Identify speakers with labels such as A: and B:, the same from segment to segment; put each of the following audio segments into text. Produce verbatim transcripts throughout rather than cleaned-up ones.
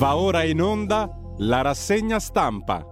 A: Va ora in onda la rassegna stampa.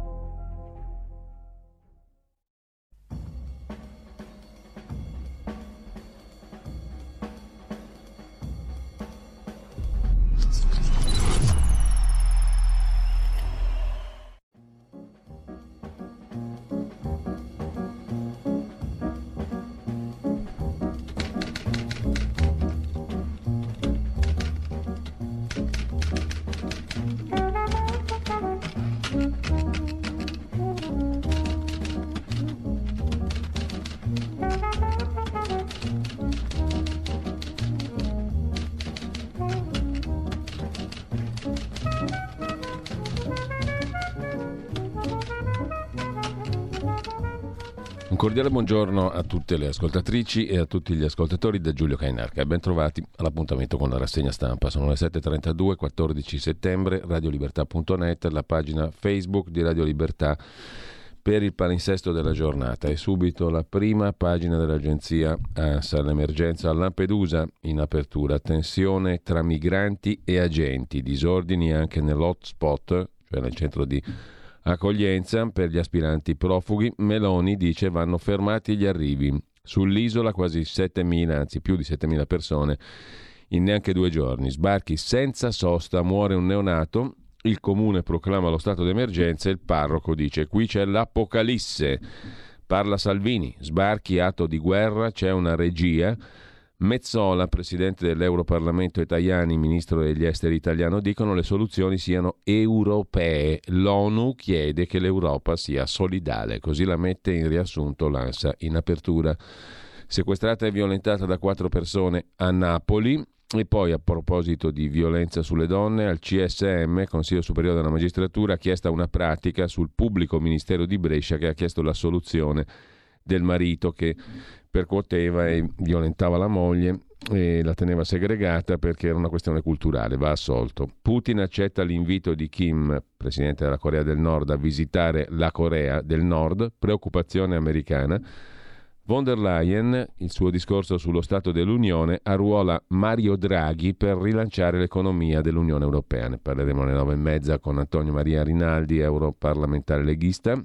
B: Un cordiale buongiorno a tutte le ascoltatrici e a tutti gli ascoltatori da Giulio Cainarca. Ben trovati all'appuntamento con la rassegna stampa. Sono le sette e trentadue, quattordici settembre, radiolibertà punto net, la pagina Facebook di Radio Libertà per il palinsesto della giornata. E subito la prima pagina dell'agenzia ANSA, l'emergenza a Lampedusa in apertura. Tensione tra migranti e agenti, disordini anche nell'hotspot, cioè nel centro di accoglienza per gli aspiranti profughi. Meloni dice vanno fermati gli arrivi. Sull'isola quasi settemila, anzi più di settemila persone in neanche due giorni. Sbarchi senza sosta, muore un neonato. Il comune proclama lo stato d'emergenza e il parroco dice qui c'è l'apocalisse. Parla Salvini, sbarchi, atto di guerra, c'è una regia. Mezzola, presidente dell'Europarlamento, e Tajani, ministro degli esteri italiano, dicono le soluzioni siano europee. L'ONU chiede che l'Europa sia solidale, così la mette in riassunto l'ANSA in apertura. Sequestrata e violentata da quattro persone a Napoli. E poi, a proposito di violenza sulle donne, al C S M, Consiglio Superiore della Magistratura, ha chiesto una pratica sul pubblico ministero di Brescia che ha chiesto l'assoluzione del marito che percuoteva e violentava la moglie e la teneva segregata perché era una questione culturale, va assolto. Putin accetta l'invito di Kim, presidente della Corea del Nord, a visitare la Corea del Nord, preoccupazione americana. Von der Leyen, il suo discorso sullo Stato dell'Unione, arruola Mario Draghi per rilanciare l'economia dell'Unione Europea. Ne parleremo alle nove e mezza con Antonio Maria Rinaldi, europarlamentare leghista.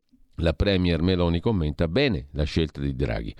B: La premier Meloni commenta bene la scelta di Draghi.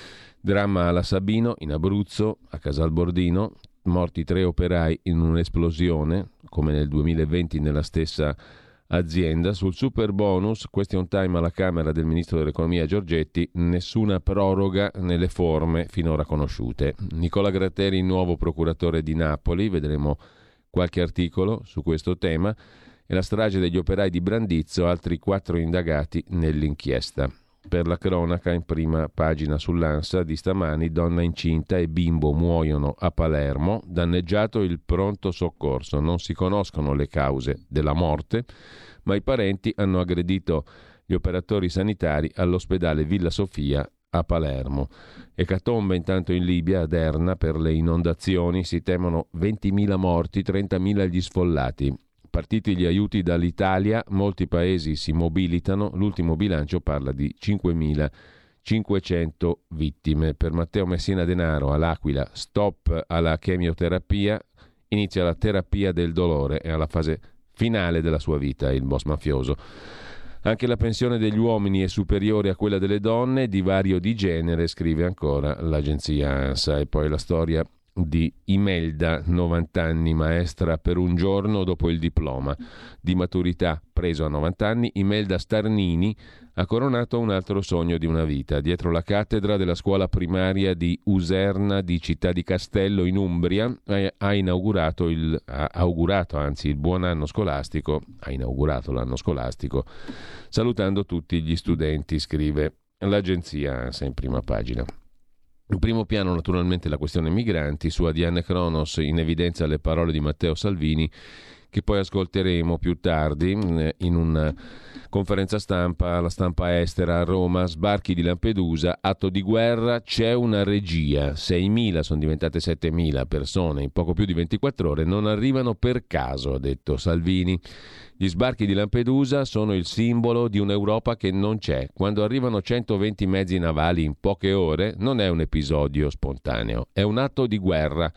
B: Dramma alla Sabino, in Abruzzo, a Casalbordino, morti tre operai in un'esplosione, come nel duemilaventi nella stessa azienda. Sul super bonus, question time alla Camera del ministro dell'economia Giorgetti, nessuna proroga nelle forme finora conosciute. Nicola Gratteri, nuovo procuratore di Napoli, vedremo qualche articolo su questo tema. E la strage degli operai di Brandizzo, altri quattro indagati nell'inchiesta. Per la cronaca, in prima pagina sull'ANSA di stamani, donna incinta e bimbo muoiono a Palermo, danneggiato il pronto soccorso. Non si conoscono le cause della morte, ma i parenti hanno aggredito gli operatori sanitari all'ospedale Villa Sofia a Palermo. Ecatombe intanto in Libia, a Derna, per le inondazioni si temono ventimila morti, trentamila gli sfollati. Partiti gli aiuti dall'Italia, molti paesi si mobilitano, l'ultimo bilancio parla di cinquemilacinquecento vittime. Per Matteo Messina Denaro all'Aquila, stop alla chemioterapia, inizia la terapia del dolore e alla fase finale della sua vita il boss mafioso. Anche la pensione degli uomini è superiore a quella delle donne, divario di genere, scrive ancora l'agenzia ANSA. E poi la storia di Imelda, novanta anni, maestra per un giorno dopo il diploma di maturità preso a novanta anni. Imelda Starnini ha coronato un altro sogno di una vita. Dietro la cattedra della scuola primaria di Userna di Città di Castello in Umbria ha inaugurato il ha augurato anzi il buon anno scolastico, ha inaugurato l'anno scolastico salutando tutti gli studenti, scrive l'agenzia ANSA in prima pagina. In primo piano naturalmente la questione migranti, su Adiane Cronos in evidenza le parole di Matteo Salvini che poi ascolteremo più tardi in una conferenza stampa, la stampa estera a Roma. Sbarchi di Lampedusa, atto di guerra, c'è una regia. seimila sono diventate settemila persone in poco più di ventiquattro ore, non arrivano per caso, ha detto Salvini. Gli sbarchi di Lampedusa sono il simbolo di un'Europa che non c'è. Quando arrivano centoventi mezzi navali in poche ore non è un episodio spontaneo, è un atto di guerra.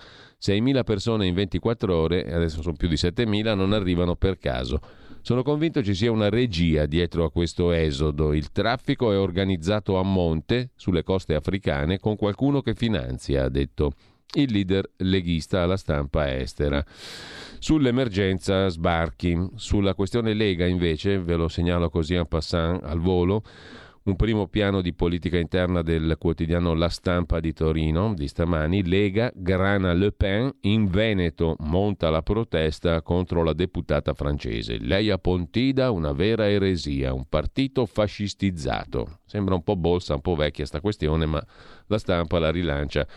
B: seimila persone in ventiquattro ore, adesso sono più di settemila, non arrivano per caso. Sono convinto ci sia una regia dietro a questo esodo. Il traffico è organizzato a monte, sulle coste africane, con qualcuno che finanzia, ha detto il leader leghista alla stampa estera. Sull'emergenza sbarchi, sulla questione Lega invece, ve lo segnalo così en passant al volo, un primo piano di politica interna del quotidiano La Stampa di Torino di stamani. Lega grana Le Pen, in Veneto monta la protesta contro la deputata francese. Lei a Pontida una vera eresia, un partito fascistizzato. Sembra un po' bolsa, un po' vecchia sta questione, ma La Stampa la rilancia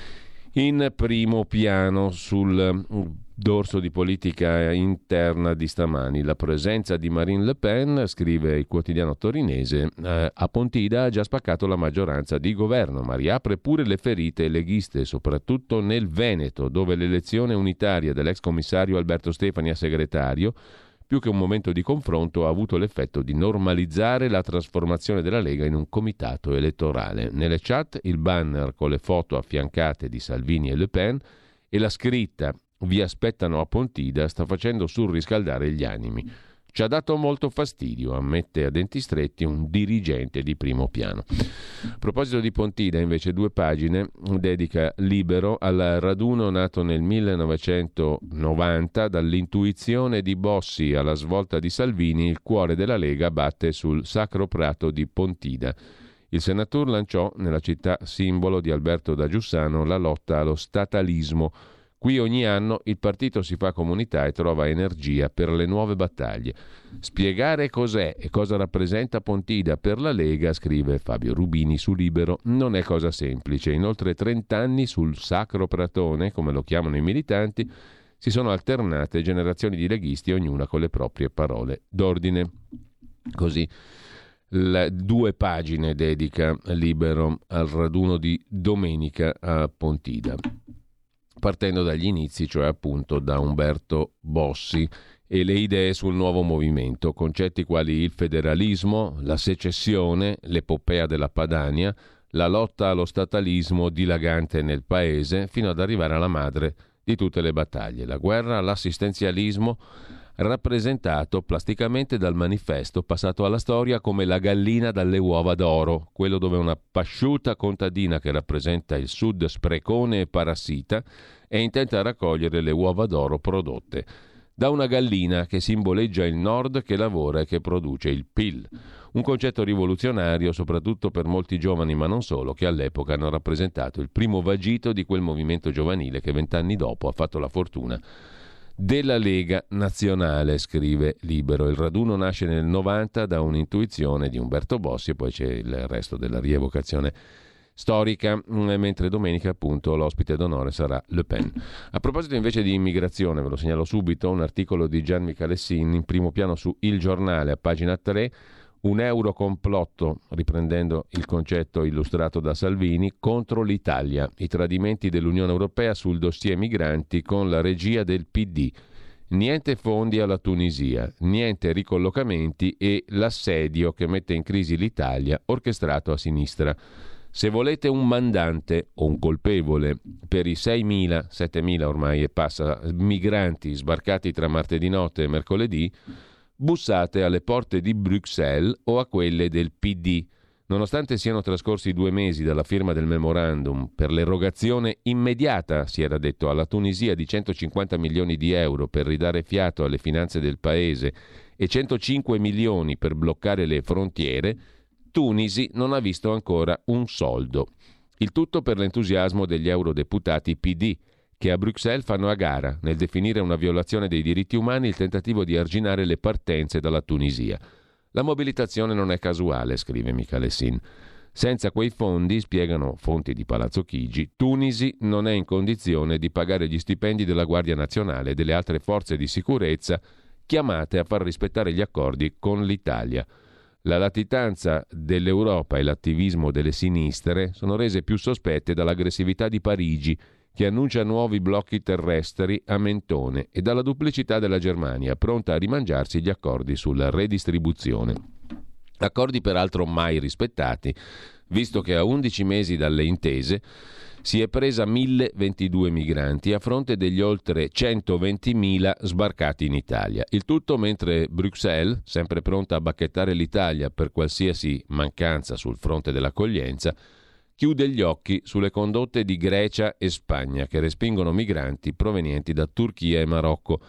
B: in primo piano sul dorso di politica interna di stamani. La presenza di Marine Le Pen, scrive il quotidiano torinese, eh, a Pontida ha già spaccato la maggioranza di governo, ma riapre pure le ferite leghiste, soprattutto nel Veneto, dove l'elezione unitaria dell'ex commissario Alberto Stefani a segretario, più che un momento di confronto, ha avuto l'effetto di normalizzare la trasformazione della Lega in un comitato elettorale. Nelle chat il banner con le foto affiancate di Salvini e Le Pen e la scritta "Vi aspettano a Pontida" sta facendo surriscaldare gli animi. Ci ha dato molto fastidio, ammette a denti stretti un dirigente di primo piano. A proposito di Pontida, invece, due pagine dedica Libero al raduno nato nel millenovecentonovanta. Dall'intuizione di Bossi alla svolta di Salvini, il cuore della Lega batte sul sacro prato di Pontida. Il senatore lanciò nella città simbolo di Alberto da Giussano la lotta allo statalismo. Qui ogni anno il partito si fa comunità e trova energia per le nuove battaglie. Spiegare cos'è e cosa rappresenta Pontida per la Lega, scrive Fabio Rubini su Libero, non è cosa semplice. In oltre trent'anni sul sacro pratone, come lo chiamano i militanti, si sono alternate generazioni di leghisti, ognuna con le proprie parole d'ordine. Così le due pagine dedica Libero al raduno di domenica a Pontida, partendo dagli inizi, cioè appunto da Umberto Bossi e le idee sul nuovo movimento, concetti quali il federalismo, la secessione, l'epopea della Padania, la lotta allo statalismo dilagante nel paese, fino ad arrivare alla madre di tutte le battaglie, la guerra all'assistenzialismo, rappresentato plasticamente dal manifesto passato alla storia come la gallina dalle uova d'oro, quello dove una pasciuta contadina che rappresenta il sud sprecone e parassita è intenta a raccogliere le uova d'oro prodotte da una gallina che simboleggia il nord che lavora e che produce il P I L. Un concetto rivoluzionario soprattutto per molti giovani, ma non solo, che all'epoca hanno rappresentato il primo vagito di quel movimento giovanile che vent'anni dopo ha fatto la fortuna della Lega Nazionale, scrive Libero. Il raduno nasce nel novanta da un'intuizione di Umberto Bossi e poi c'è il resto della rievocazione storica, mentre domenica appunto l'ospite d'onore sarà Le Pen. A proposito invece di immigrazione, ve lo segnalo subito, un articolo di Gian Michalessin in primo piano su Il Giornale a pagina tre, un eurocomplotto, riprendendo il concetto illustrato da Salvini, contro l'Italia, i tradimenti dell'Unione Europea sul dossier migranti con la regia del P D. Niente fondi alla Tunisia, niente ricollocamenti e l'assedio che mette in crisi l'Italia, orchestrato a sinistra. Se volete un mandante o un colpevole per i seimila, settemila ormai e passa migranti sbarcati tra martedì notte e mercoledì, bussate alle porte di Bruxelles o a quelle del P D. Nonostante siano trascorsi due mesi dalla firma del memorandum per l'erogazione immediata, si era detto, alla Tunisia di centocinquanta milioni di euro per ridare fiato alle finanze del paese e centocinque milioni per bloccare le frontiere, Tunisi non ha visto ancora un soldo. Il tutto per l'entusiasmo degli eurodeputati P D, che a Bruxelles fanno a gara nel definire una violazione dei diritti umani il tentativo di arginare le partenze dalla Tunisia. La mobilitazione non è casuale, scrive Michalessin. Senza quei fondi, spiegano fonti di Palazzo Chigi, Tunisi non è in condizione di pagare gli stipendi della Guardia Nazionale e delle altre forze di sicurezza chiamate a far rispettare gli accordi con l'Italia. La latitanza dell'Europa e l'attivismo delle sinistre sono rese più sospette dall'aggressività di Parigi, che annuncia nuovi blocchi terrestri a Mentone, e dalla duplicità della Germania, pronta a rimangiarsi gli accordi sulla redistribuzione. Accordi peraltro mai rispettati visto che a undici mesi dalle intese si è presa mille ventidue migranti a fronte degli oltre centoventimila sbarcati in Italia. Il tutto mentre Bruxelles, sempre pronta a bacchettare l'Italia per qualsiasi mancanza sul fronte dell'accoglienza, chiude gli occhi sulle condotte di Grecia e Spagna che respingono migranti provenienti da Turchia e Marocco.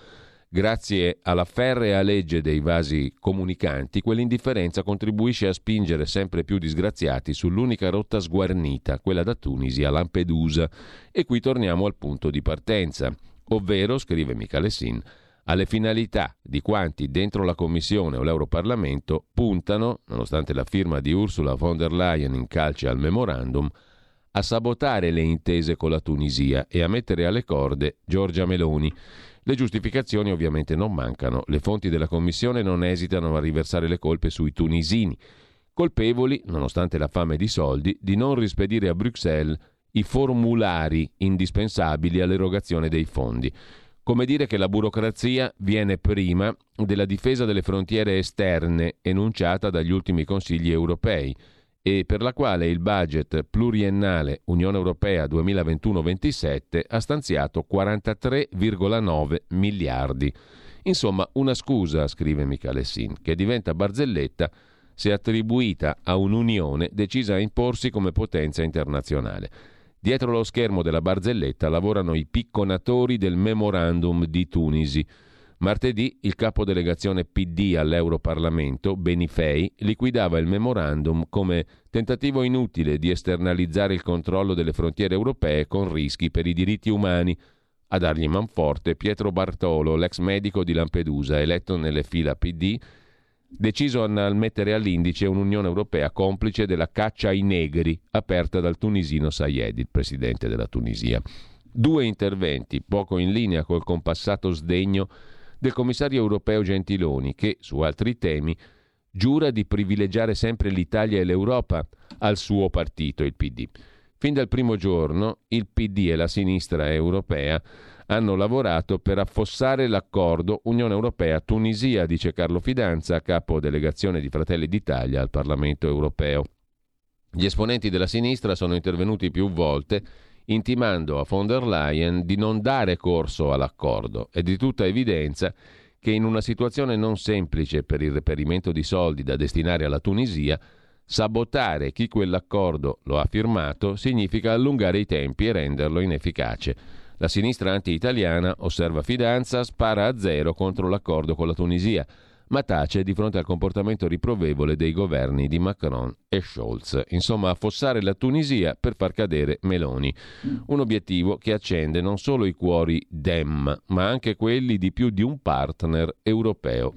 B: Grazie alla ferrea legge dei vasi comunicanti, quell'indifferenza contribuisce a spingere sempre più disgraziati sull'unica rotta sguarnita, quella da Tunisi a Lampedusa. E qui torniamo al punto di partenza, ovvero, scrive Michalessin, alle finalità di quanti dentro la Commissione o l'Europarlamento puntano, nonostante la firma di Ursula von der Leyen incalci al memorandum, a sabotare le intese con la Tunisia e a mettere alle corde Giorgia Meloni. Le giustificazioni ovviamente non mancano. Le fonti della Commissione non esitano a riversare le colpe sui tunisini, colpevoli, nonostante la fame di soldi, di non rispedire a Bruxelles i formulari indispensabili all'erogazione dei fondi. Come dire che la burocrazia viene prima della difesa delle frontiere esterne enunciata dagli ultimi consigli europei e per la quale il budget pluriennale Unione Europea duemilaventuno ventisette ha stanziato quarantatré virgola nove miliardi. Insomma, una scusa, scrive Michalessin, che diventa barzelletta se attribuita a un'Unione decisa a imporsi come potenza internazionale. Dietro lo schermo della barzelletta lavorano i picconatori del memorandum di Tunisi. Martedì il capo delegazione P D all'Europarlamento, Benifei, liquidava il memorandum come tentativo inutile di esternalizzare il controllo delle frontiere europee con rischi per i diritti umani. A dargli manforte Pietro Bartolo, l'ex medico di Lampedusa, eletto nelle fila P D, deciso a mettere all'indice un'Unione Europea complice della caccia ai negri aperta dal tunisino Sayed, il presidente della Tunisia. Due interventi poco in linea col compassato sdegno del commissario europeo Gentiloni che, su altri temi, giura di privilegiare sempre l'Italia e l'Europa al suo partito, il P D. Fin dal primo giorno il P D e la sinistra europea hanno lavorato per affossare l'accordo Unione Europea-Tunisia, dice Carlo Fidanza, capo delegazione di Fratelli d'Italia al Parlamento europeo. Gli esponenti della sinistra sono intervenuti più volte intimando a von der Leyen di non dare corso all'accordo. È di tutta evidenza che in una situazione non semplice per il reperimento di soldi da destinare alla Tunisia, sabotare chi quell'accordo lo ha firmato significa allungare i tempi e renderlo inefficace. La sinistra anti-italiana, osserva Fidanza, spara a zero contro l'accordo con la Tunisia, ma tace di fronte al comportamento riprovevole dei governi di Macron e Scholz. Insomma, affossare la Tunisia per far cadere Meloni. Un obiettivo che accende non solo i cuori Dem, ma anche quelli di più di un partner europeo.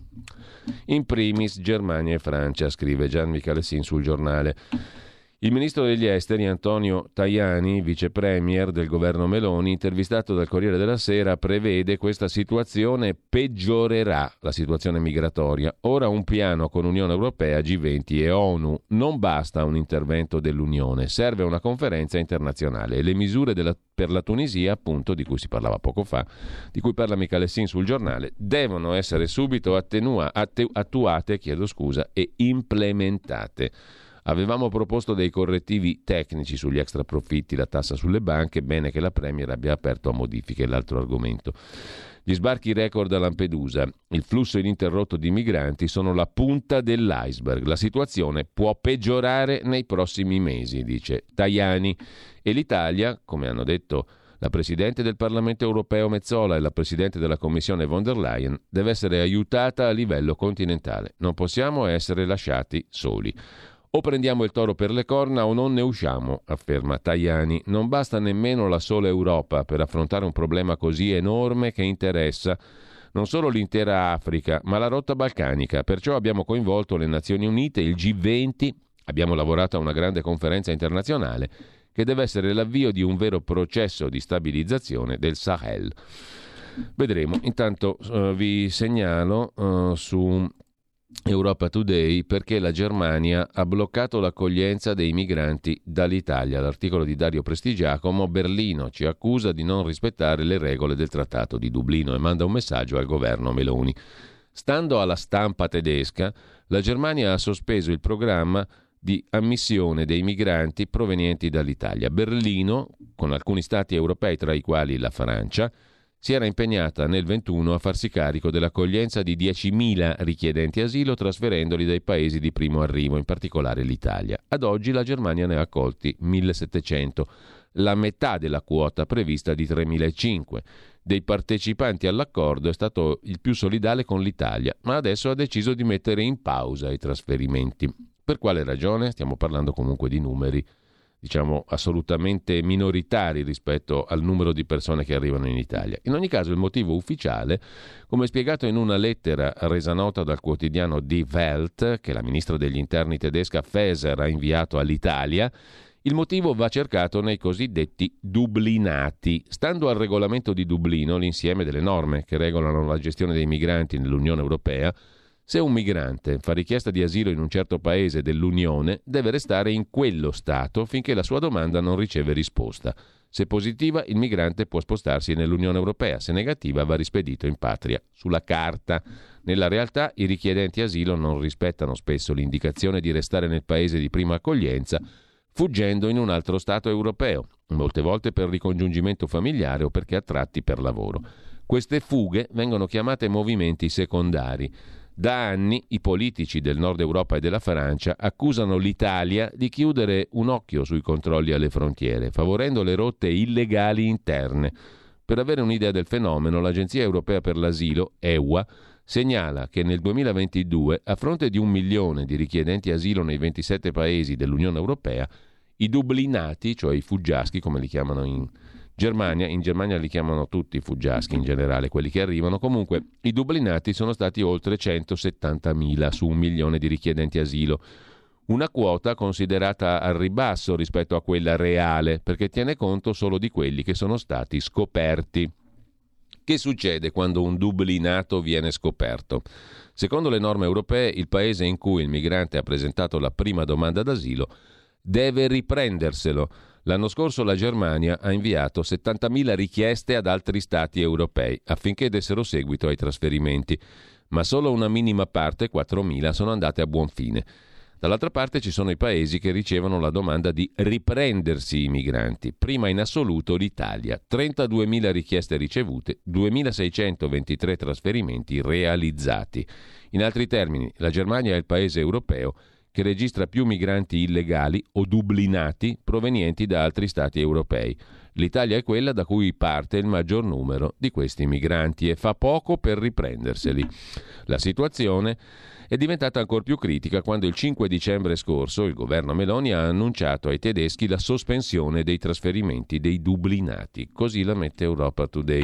B: In primis Germania e Francia, scrive Gian Michalessin sul Giornale. Il ministro degli esteri Antonio Tajani, vice premier del governo Meloni, intervistato dal Corriere della Sera, prevede questa situazione peggiorerà la situazione migratoria. Ora un piano con Unione Europea, G venti e ONU. Non basta un intervento dell'Unione, serve una conferenza internazionale e le misure della, per la Tunisia, appunto, di cui si parlava poco fa, di cui parla Michalessin sul Giornale, devono essere subito attenua, attu, attuate, chiedo scusa, e implementate. Avevamo proposto dei correttivi tecnici sugli extraprofitti, la tassa sulle banche, bene che la Premier abbia aperto a modifiche, l'altro argomento. Gli sbarchi record a Lampedusa, il flusso ininterrotto di migranti sono la punta dell'iceberg. La situazione può peggiorare nei prossimi mesi, dice Tajani. E l'Italia, come hanno detto la Presidente del Parlamento europeo Metsola e la Presidente della Commissione von der Leyen, deve essere aiutata a livello continentale. Non possiamo essere lasciati soli. O prendiamo il toro per le corna o non ne usciamo, afferma Tajani. Non basta nemmeno la sola Europa per affrontare un problema così enorme che interessa non solo l'intera Africa, ma la rotta balcanica. Perciò abbiamo coinvolto le Nazioni Unite, il G venti, abbiamo lavorato a una grande conferenza internazionale che deve essere l'avvio di un vero processo di stabilizzazione del Sahel. Vedremo. Intanto uh, vi segnalo uh, su Europa Today perché la Germania ha bloccato l'accoglienza dei migranti dall'Italia. L'articolo di Dario Prestigiacomo: Berlino ci accusa di non rispettare le regole del Trattato di Dublino e manda un messaggio al governo Meloni. Stando alla stampa tedesca, la Germania ha sospeso il programma di ammissione dei migranti provenienti dall'Italia. Berlino, con alcuni stati europei tra i quali la Francia, si era impegnata nel ventuno a farsi carico dell'accoglienza di diecimila richiedenti asilo trasferendoli dai paesi di primo arrivo, in particolare l'Italia. Ad oggi la Germania ne ha accolti millesettecento, la metà della quota prevista di tremilacinquecento. Dei partecipanti all'accordo è stato il più solidale con l'Italia, ma adesso ha deciso di mettere in pausa i trasferimenti. Per quale ragione? Stiamo parlando comunque di numeri, diciamo, assolutamente minoritari rispetto al numero di persone che arrivano in Italia. In ogni caso, il motivo ufficiale, come spiegato in una lettera resa nota dal quotidiano Die Welt, che la ministra degli interni tedesca Faeser ha inviato all'Italia, il motivo va cercato nei cosiddetti dublinati. Stando al regolamento di Dublino, l'insieme delle norme che regolano la gestione dei migranti nell'Unione Europea, se un migrante fa richiesta di asilo in un certo paese dell'Unione, deve restare in quello Stato finché la sua domanda non riceve risposta. Se positiva, il migrante può spostarsi nell'Unione Europea, se negativa va rispedito in patria. Sulla carta. Nella realtà i richiedenti asilo non rispettano spesso l'indicazione di restare nel paese di prima accoglienza, fuggendo in un altro Stato europeo, molte volte per ricongiungimento familiare o perché attratti per lavoro. Queste fughe vengono chiamate movimenti secondari. Da anni i politici del nord Europa e della Francia accusano l'Italia di chiudere un occhio sui controlli alle frontiere, favorendo le rotte illegali interne. Per avere un'idea del fenomeno, l'Agenzia Europea per l'Asilo, E U A, segnala che nel duemilaventidue, a fronte di un milione di richiedenti asilo nei ventisette paesi dell'Unione Europea, i dublinati, cioè i fuggiaschi, come li chiamano in Germania, in Germania li chiamano tutti fuggiaschi in generale, quelli che arrivano, comunque i dublinati sono stati oltre centosettantamila su un milione di richiedenti asilo, una quota considerata al ribasso rispetto a quella reale, perché tiene conto solo di quelli che sono stati scoperti. Che succede quando un dublinato viene scoperto? Secondo le norme europee, il paese in cui il migrante ha presentato la prima domanda d'asilo deve riprenderselo. L'anno scorso la Germania ha inviato settantamila richieste ad altri stati europei affinché dessero seguito ai trasferimenti, ma solo una minima parte, quattromila, sono andate a buon fine. Dall'altra parte ci sono i paesi che ricevono la domanda di riprendersi i migranti. Prima in assoluto l'Italia, trentaduemila richieste ricevute, duemilaseicentoventitré trasferimenti realizzati. In altri termini, la Germania è il paese europeo che registra più migranti illegali o dublinati provenienti da altri stati europei. L'Italia è quella da cui parte il maggior numero di questi migranti e fa poco per riprenderseli. La situazione è diventata ancora più critica quando il cinque dicembre scorso il governo Meloni ha annunciato ai tedeschi la sospensione dei trasferimenti dei dublinati. Così la mette Europa Today.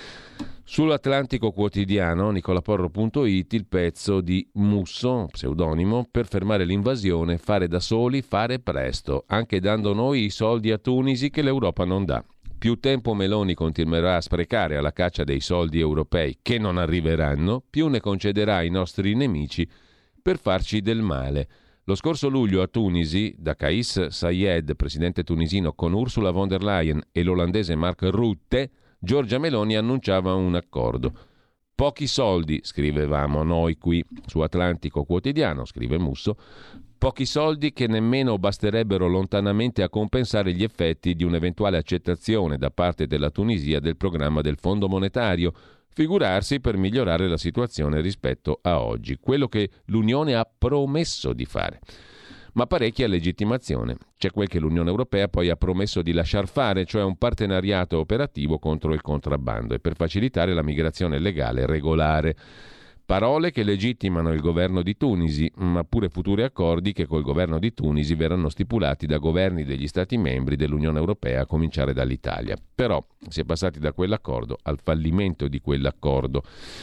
B: Sull'Atlantico Quotidiano, nicolaporro punto it, il pezzo di Musso, pseudonimo, per fermare l'invasione, fare da soli, fare presto, anche dando noi i soldi a Tunisi che l'Europa non dà. Più tempo Meloni continuerà a sprecare alla caccia dei soldi europei che non arriveranno, più ne concederà ai nostri nemici per farci del male. Lo scorso luglio a Tunisi, da Kais Saied, presidente tunisino, con Ursula von der Leyen e l'olandese Mark Rutte, Giorgia Meloni annunciava un accordo. Pochi soldi, scrivevamo noi qui su Atlantico Quotidiano, scrive Musso, pochi soldi che nemmeno basterebbero lontanamente a compensare gli effetti di un'eventuale accettazione da parte della Tunisia del programma del Fondo Monetario, figurarsi per migliorare la situazione rispetto a oggi, quello che l'Unione ha promesso di fare. Ma parecchia legittimazione. C'è quel che l'Unione Europea poi ha promesso di lasciar fare, cioè un partenariato operativo contro il contrabbando e per facilitare la migrazione legale e regolare. Parole che legittimano il governo di Tunisi, ma pure futuri accordi che col governo di Tunisi verranno stipulati da governi degli Stati membri dell'Unione Europea, a cominciare dall'Italia. Però si è passati da quell'accordo al fallimento di quell'accordo.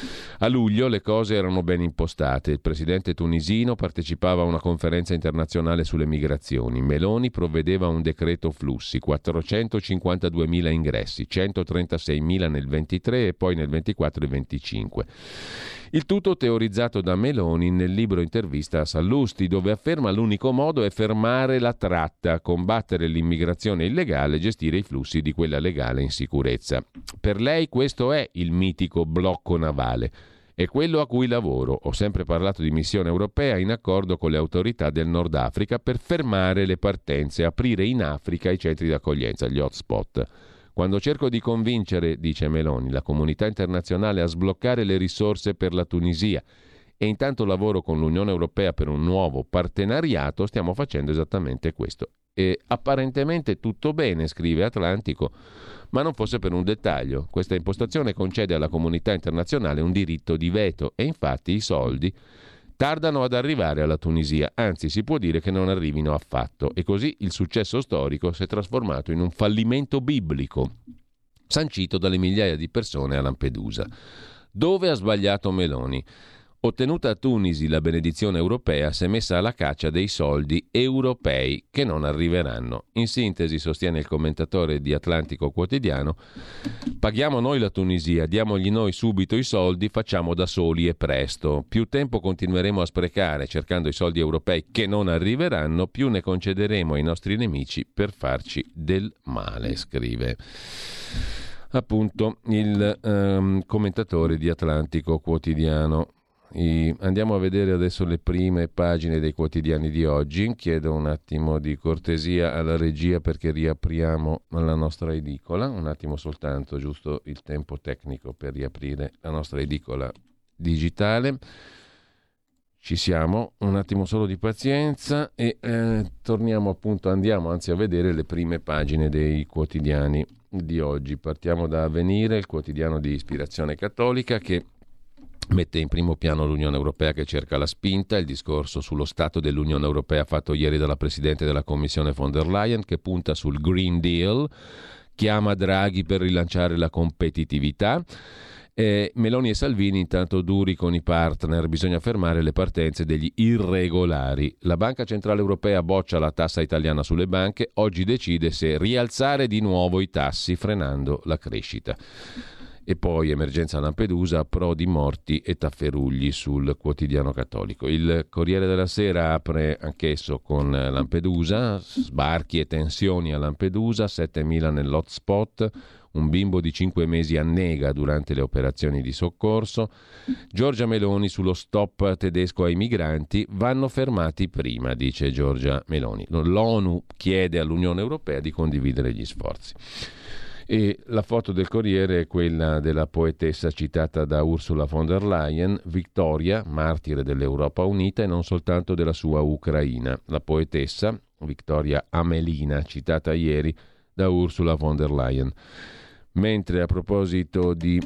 B: A luglio le cose erano ben impostate. Il presidente tunisino partecipava a una conferenza internazionale sulle migrazioni. Meloni provvedeva a un decreto flussi, quattrocentocinquantaduemila ingressi, centotrentaseimila nel ventitré e poi nel ventiquattro e venticinque. Il tutto teorizzato da Meloni nel libro Intervista a Sallusti, dove afferma l'unico modo è fermare la tratta, combattere l'immigrazione illegale e gestire i flussi di quella legale in sicurezza. Per lei questo è il mitico blocco navale. È quello a cui lavoro. Ho sempre parlato di missione europea in accordo con le autorità del Nord Africa per fermare le partenze, aprire in Africa i centri d'accoglienza, gli hotspot. Quando cerco di convincere, dice Meloni, la comunità internazionale a sbloccare le risorse per la Tunisia e intanto lavoro con l'Unione Europea per un nuovo partenariato, stiamo facendo esattamente questo. E apparentemente tutto bene, scrive Atlantico, ma non fosse per un dettaglio. Questa impostazione concede alla comunità internazionale un diritto di veto e infatti i soldi tardano ad arrivare alla Tunisia, anzi si può dire che non arrivino affatto, e così il successo storico si è trasformato in un fallimento biblico, sancito dalle migliaia di persone a Lampedusa. Dove ha sbagliato Meloni? Ottenuta a Tunisi la benedizione europea, si è messa alla caccia dei soldi europei che non arriveranno. In sintesi, sostiene il commentatore di Atlantico Quotidiano, paghiamo noi la Tunisia, diamogli noi subito i soldi, facciamo da soli e presto. Più tempo continueremo a sprecare cercando i soldi europei che non arriveranno, più ne concederemo ai nostri nemici per farci del male, scrive appunto il um, commentatore di Atlantico Quotidiano. I, andiamo a vedere adesso le prime pagine dei quotidiani di oggi. Chiedo un attimo di cortesia alla regia perché riapriamo la nostra edicola, un attimo soltanto, giusto il tempo tecnico per riaprire la nostra edicola digitale. Ci siamo, un attimo solo di pazienza e eh, torniamo appunto, andiamo anzi a vedere le prime pagine dei quotidiani di oggi. Partiamo da Avvenire, il quotidiano di ispirazione cattolica, che mette in primo piano l'Unione Europea che cerca la spinta, il discorso sullo stato dell'Unione Europea fatto ieri dalla Presidente della Commissione von der Leyen, che punta sul Green Deal, chiama Draghi per rilanciare la competitività. Eh, Meloni e Salvini intanto duri con i partner, bisogna fermare le partenze degli irregolari. La Banca Centrale Europea boccia la tassa italiana sulle banche, oggi decide se rialzare di nuovo i tassi frenando la crescita. E poi emergenza Lampedusa, Prodi morti e tafferugli sul quotidiano cattolico. Il Corriere della Sera apre anch'esso con Lampedusa, sbarchi e tensioni a Lampedusa, settemila nell'hotspot, un bimbo di cinque mesi annega durante le operazioni di soccorso. Giorgia Meloni sullo stop tedesco ai migranti, vanno fermati prima, dice Giorgia Meloni. L'ONU chiede all'Unione Europea di condividere gli sforzi. E la foto del Corriere è quella della poetessa citata da Ursula von der Leyen, Victoria, martire dell'Europa unita e non soltanto della sua Ucraina. La poetessa, Victoria Amelina, citata ieri da Ursula von der Leyen. Mentre a proposito di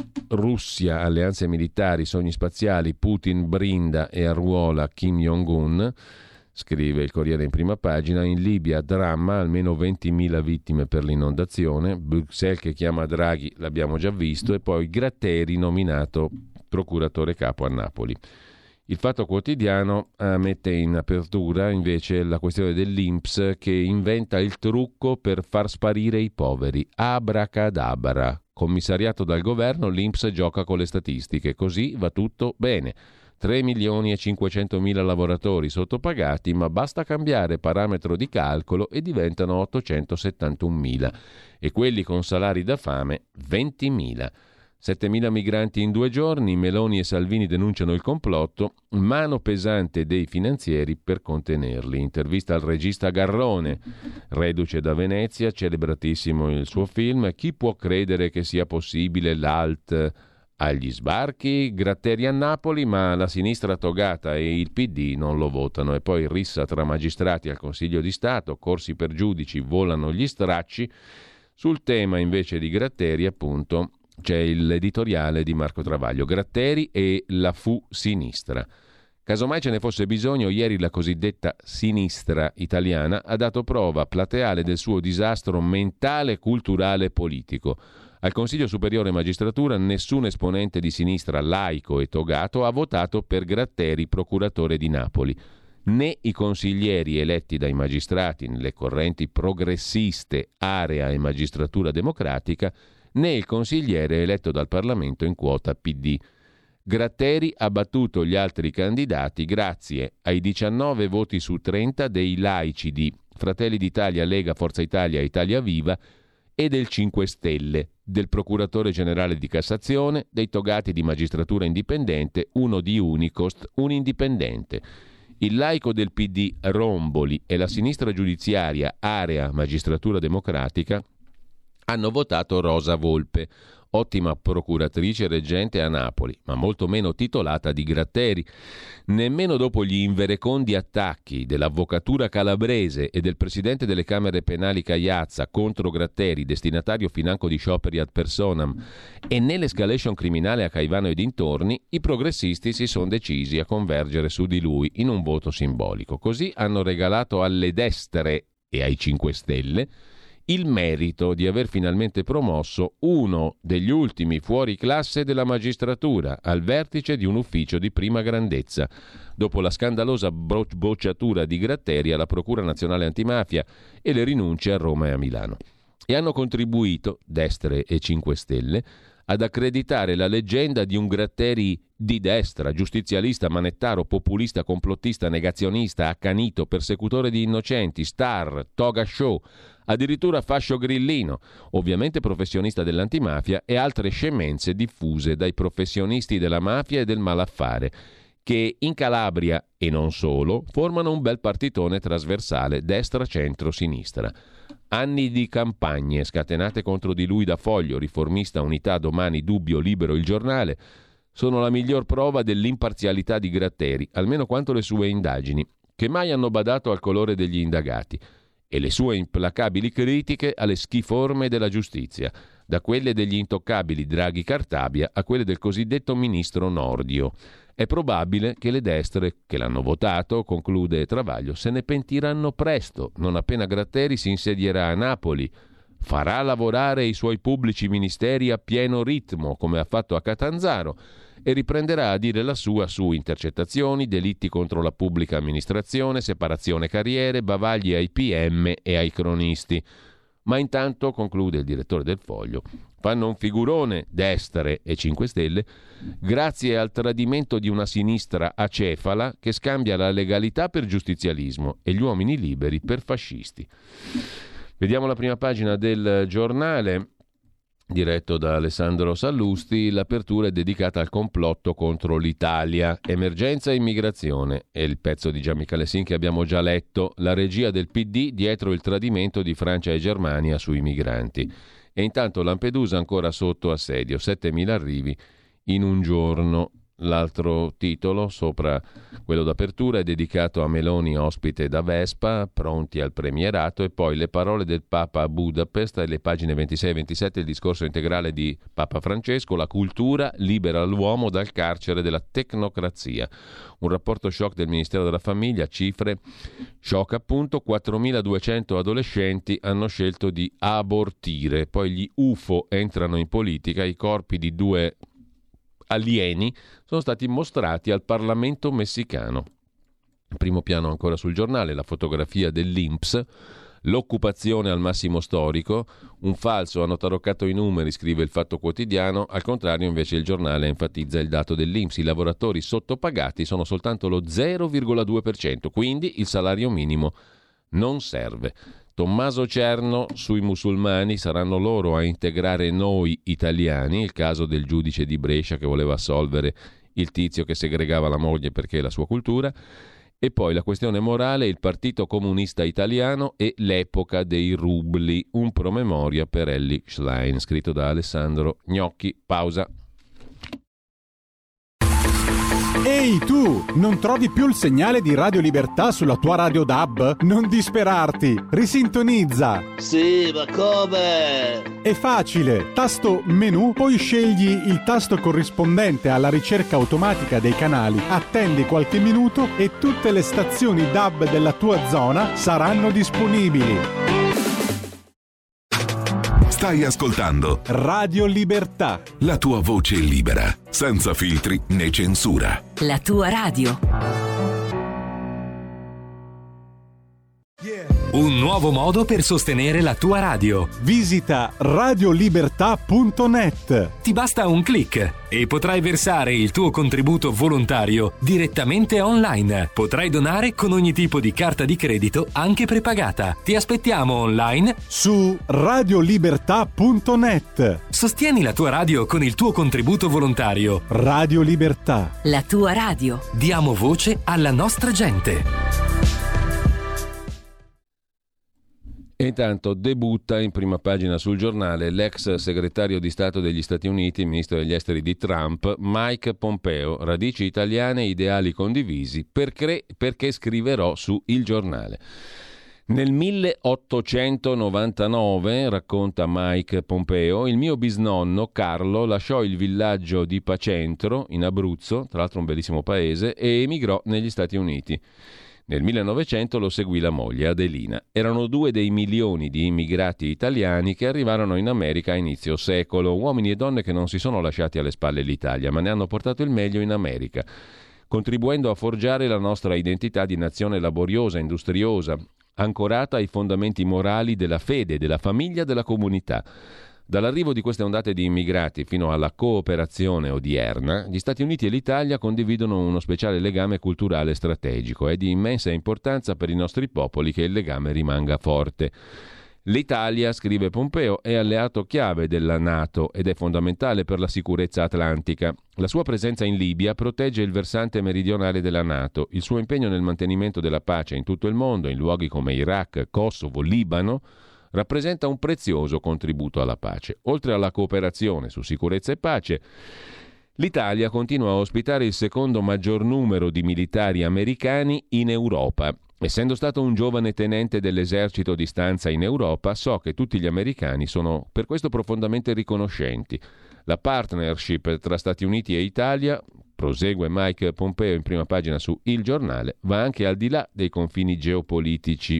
B: Russia, alleanze militari, sogni spaziali, Putin brinda e arruola Kim Jong-un, scrive il Corriere in prima pagina. In Libia dramma, almeno ventimila vittime per l'inondazione, Bruxelles che chiama Draghi, l'abbiamo già visto, e poi Gratteri nominato procuratore capo a Napoli. Il Fatto Quotidiano eh, mette in apertura invece la questione dell'I N P S che inventa il trucco per far sparire i poveri. Abracadabra. Commissariato dal governo, l'I N P S gioca con le statistiche, così va tutto bene. tre milioni e cinquecentomila lavoratori sottopagati, ma basta cambiare parametro di calcolo e diventano ottocentosettantunomila. E quelli con salari da fame ventimila. settemila migranti in due giorni, Meloni e Salvini denunciano il complotto, mano pesante dei finanzieri per contenerli. Intervista al regista Garrone, reduce da Venezia, celebratissimo il suo film. Chi può credere che sia possibile l'alt agli sbarchi? Gratteri a Napoli, ma la sinistra togata e il P D non lo votano. E poi rissa tra magistrati al Consiglio di Stato, corsi per giudici, volano gli stracci. Sul tema invece di Gratteri, appunto, c'è l'editoriale di Marco Travaglio, Gratteri e la fu sinistra. Casomai ce ne fosse bisogno, ieri la cosiddetta sinistra italiana ha dato prova plateale del suo disastro mentale, culturale e politico. Al Consiglio Superiore Magistratura nessun esponente di sinistra laico e togato ha votato per Gratteri, procuratore di Napoli. Né i consiglieri eletti dai magistrati nelle correnti progressiste, area e magistratura democratica, né il consigliere eletto dal Parlamento in quota P D. Gratteri ha battuto gli altri candidati grazie ai diciannove voti su trenta dei laici di Fratelli d'Italia, Lega, Forza Italia, Italia Viva e del cinque Stelle, del procuratore generale di Cassazione, dei togati di magistratura indipendente, uno di Unicost, un indipendente. Il laico del P D Romboli e la sinistra giudiziaria Area Magistratura Democratica hanno votato Rosa Volpe, ottima procuratrice reggente a Napoli, ma molto meno titolata di Gratteri. Nemmeno dopo gli inverecondi attacchi dell'avvocatura calabrese e del presidente delle Camere Penali Cagliazza contro Gratteri, destinatario financo di scioperi ad personam, e nell'escalation criminale a Caivano e dintorni, i progressisti si sono decisi a convergere su di lui in un voto simbolico. Così hanno regalato alle destre e ai cinque Stelle il merito di aver finalmente promosso uno degli ultimi fuori classe della magistratura al vertice di un ufficio di prima grandezza, dopo la scandalosa bro- bocciatura di Gratteri alla Procura Nazionale Antimafia e le rinunce a Roma e a Milano. E hanno contribuito, destre e cinque Stelle, ad accreditare la leggenda di un Gratteri di destra, giustizialista, manettaro, populista, complottista, negazionista, accanito, persecutore di innocenti, star, toga show, addirittura fascio grillino, ovviamente professionista dell'antimafia e altre scemenze diffuse dai professionisti della mafia e del malaffare, che in Calabria, e non solo, formano un bel partitone trasversale destra-centro-sinistra. Anni di campagne scatenate contro di lui da Foglio, Riformista, Unità, Domani, Dubbio, Libero, Il Giornale, sono la miglior prova dell'imparzialità di Gratteri, almeno quanto le sue indagini, che mai hanno badato al colore degli indagati, e le sue implacabili critiche alle schiforme della giustizia, da quelle degli intoccabili Draghi Cartabia a quelle del cosiddetto ministro Nordio. È probabile che le destre che l'hanno votato, conclude Travaglio, se ne pentiranno presto, non appena Gratteri si insedierà a Napoli. Farà lavorare i suoi pubblici ministeri a pieno ritmo, come ha fatto a Catanzaro, e riprenderà a dire la sua su intercettazioni, delitti contro la pubblica amministrazione, separazione carriere, bavagli ai P M e ai cronisti. Ma intanto, conclude il direttore del Foglio, fanno un figurone destre e cinque Stelle grazie al tradimento di una sinistra acefala che scambia la legalità per giustizialismo e gli uomini liberi per fascisti. Vediamo la prima pagina del Giornale, diretto da Alessandro Sallusti. L'apertura è dedicata al complotto contro l'Italia, emergenza e immigrazione. È il pezzo di Gian Michele Sin che abbiamo già letto, la regia del P D dietro il tradimento di Francia e Germania sui migranti. E intanto Lampedusa ancora sotto assedio, settemila arrivi in un giorno. L'altro titolo, sopra quello d'apertura, è dedicato a Meloni ospite da Vespa, pronti al premierato, e poi le parole del Papa a Budapest, e le pagine ventisei e ventisette il discorso integrale di Papa Francesco, la cultura libera l'uomo dal carcere della tecnocrazia. Un rapporto shock del Ministero della Famiglia, cifre shock appunto, quattromiladuecento adolescenti hanno scelto di abortire, poi gli U F O entrano in politica, i corpi di due alieni sono stati mostrati al Parlamento messicano. Primo piano ancora sul Giornale, la fotografia dell'I N P S, l'occupazione al massimo storico, un falso, hanno taroccato i numeri, scrive il Fatto Quotidiano, al contrario invece il Giornale enfatizza il dato dell'I N P S, i lavoratori sottopagati sono soltanto lo zero virgola due per cento, quindi il salario minimo non serve. Tommaso Cerno sui musulmani, saranno loro a integrare noi italiani, il caso del giudice di Brescia che voleva assolvere il tizio che segregava la moglie perché è la sua cultura, e poi la questione morale, il Partito Comunista Italiano e l'epoca dei rubli, un promemoria per Elly Schlein, scritto da Alessandro Gnocchi. Pausa.
A: Ehi tu, non trovi più il segnale di Radio Libertà sulla tua radio D A B? Non disperarti, risintonizza!
C: Sì, ma come?
A: È facile, tasto menu, poi scegli il tasto corrispondente alla ricerca automatica dei canali, attendi qualche minuto e tutte le stazioni D A B della tua zona saranno disponibili.
D: Stai ascoltando
A: Radio Libertà,
D: la tua voce libera, senza filtri né censura.
E: La tua radio. un nuovo modo per sostenere la tua radio.
A: Visita radiolibertà punto net.
E: Ti basta un click e potrai versare il tuo contributo volontario direttamente online. Potrai donare con ogni tipo di carta di credito, anche prepagata. Ti aspettiamo online
A: su radiolibertà punto net.
E: Sostieni la tua radio con il tuo contributo volontario.
A: Radio Libertà.
F: La tua radio.
E: Diamo voce alla nostra gente.
B: E intanto debutta in prima pagina sul Giornale l'ex segretario di Stato degli Stati Uniti, ministro degli esteri di Trump, Mike Pompeo, radici italiane, ideali condivisi, perché, perché scriverò su Il Giornale. Nel milleottocentonovantanove, racconta Mike Pompeo, il mio bisnonno Carlo lasciò il villaggio di Pacentro, in Abruzzo, tra l'altro un bellissimo paese, e emigrò negli Stati Uniti. Nel millenovecento lo seguì la moglie, Adelina. Erano due dei milioni di immigrati italiani che arrivarono in America a inizio secolo, uomini e donne che non si sono lasciati alle spalle l'Italia, ma ne hanno portato il meglio in America, contribuendo a forgiare la nostra identità di nazione laboriosa, industriosa, ancorata ai fondamenti morali della fede, della famiglia, della comunità. Dall'arrivo di queste ondate di immigrati fino alla cooperazione odierna, gli Stati Uniti e l'Italia condividono uno speciale legame culturale strategico. È di immensa importanza per i nostri popoli che il legame rimanga forte. L'Italia, scrive Pompeo, è alleato chiave della NATO ed è fondamentale per la sicurezza atlantica. La sua presenza in Libia protegge il versante meridionale della NATO. Il suo impegno nel mantenimento della pace in tutto il mondo, in luoghi come Iraq, Kosovo, Libano, rappresenta un prezioso contributo alla pace. Oltre alla cooperazione su sicurezza e pace, l'Italia continua a ospitare il secondo maggior numero di militari americani in Europa. Essendo stato un giovane tenente dell'esercito di stanza in Europa, so che tutti gli americani sono per questo profondamente riconoscenti. La partnership tra Stati Uniti e Italia, prosegue Mike Pompeo in prima pagina su Il Giornale, va anche al di là dei confini geopolitici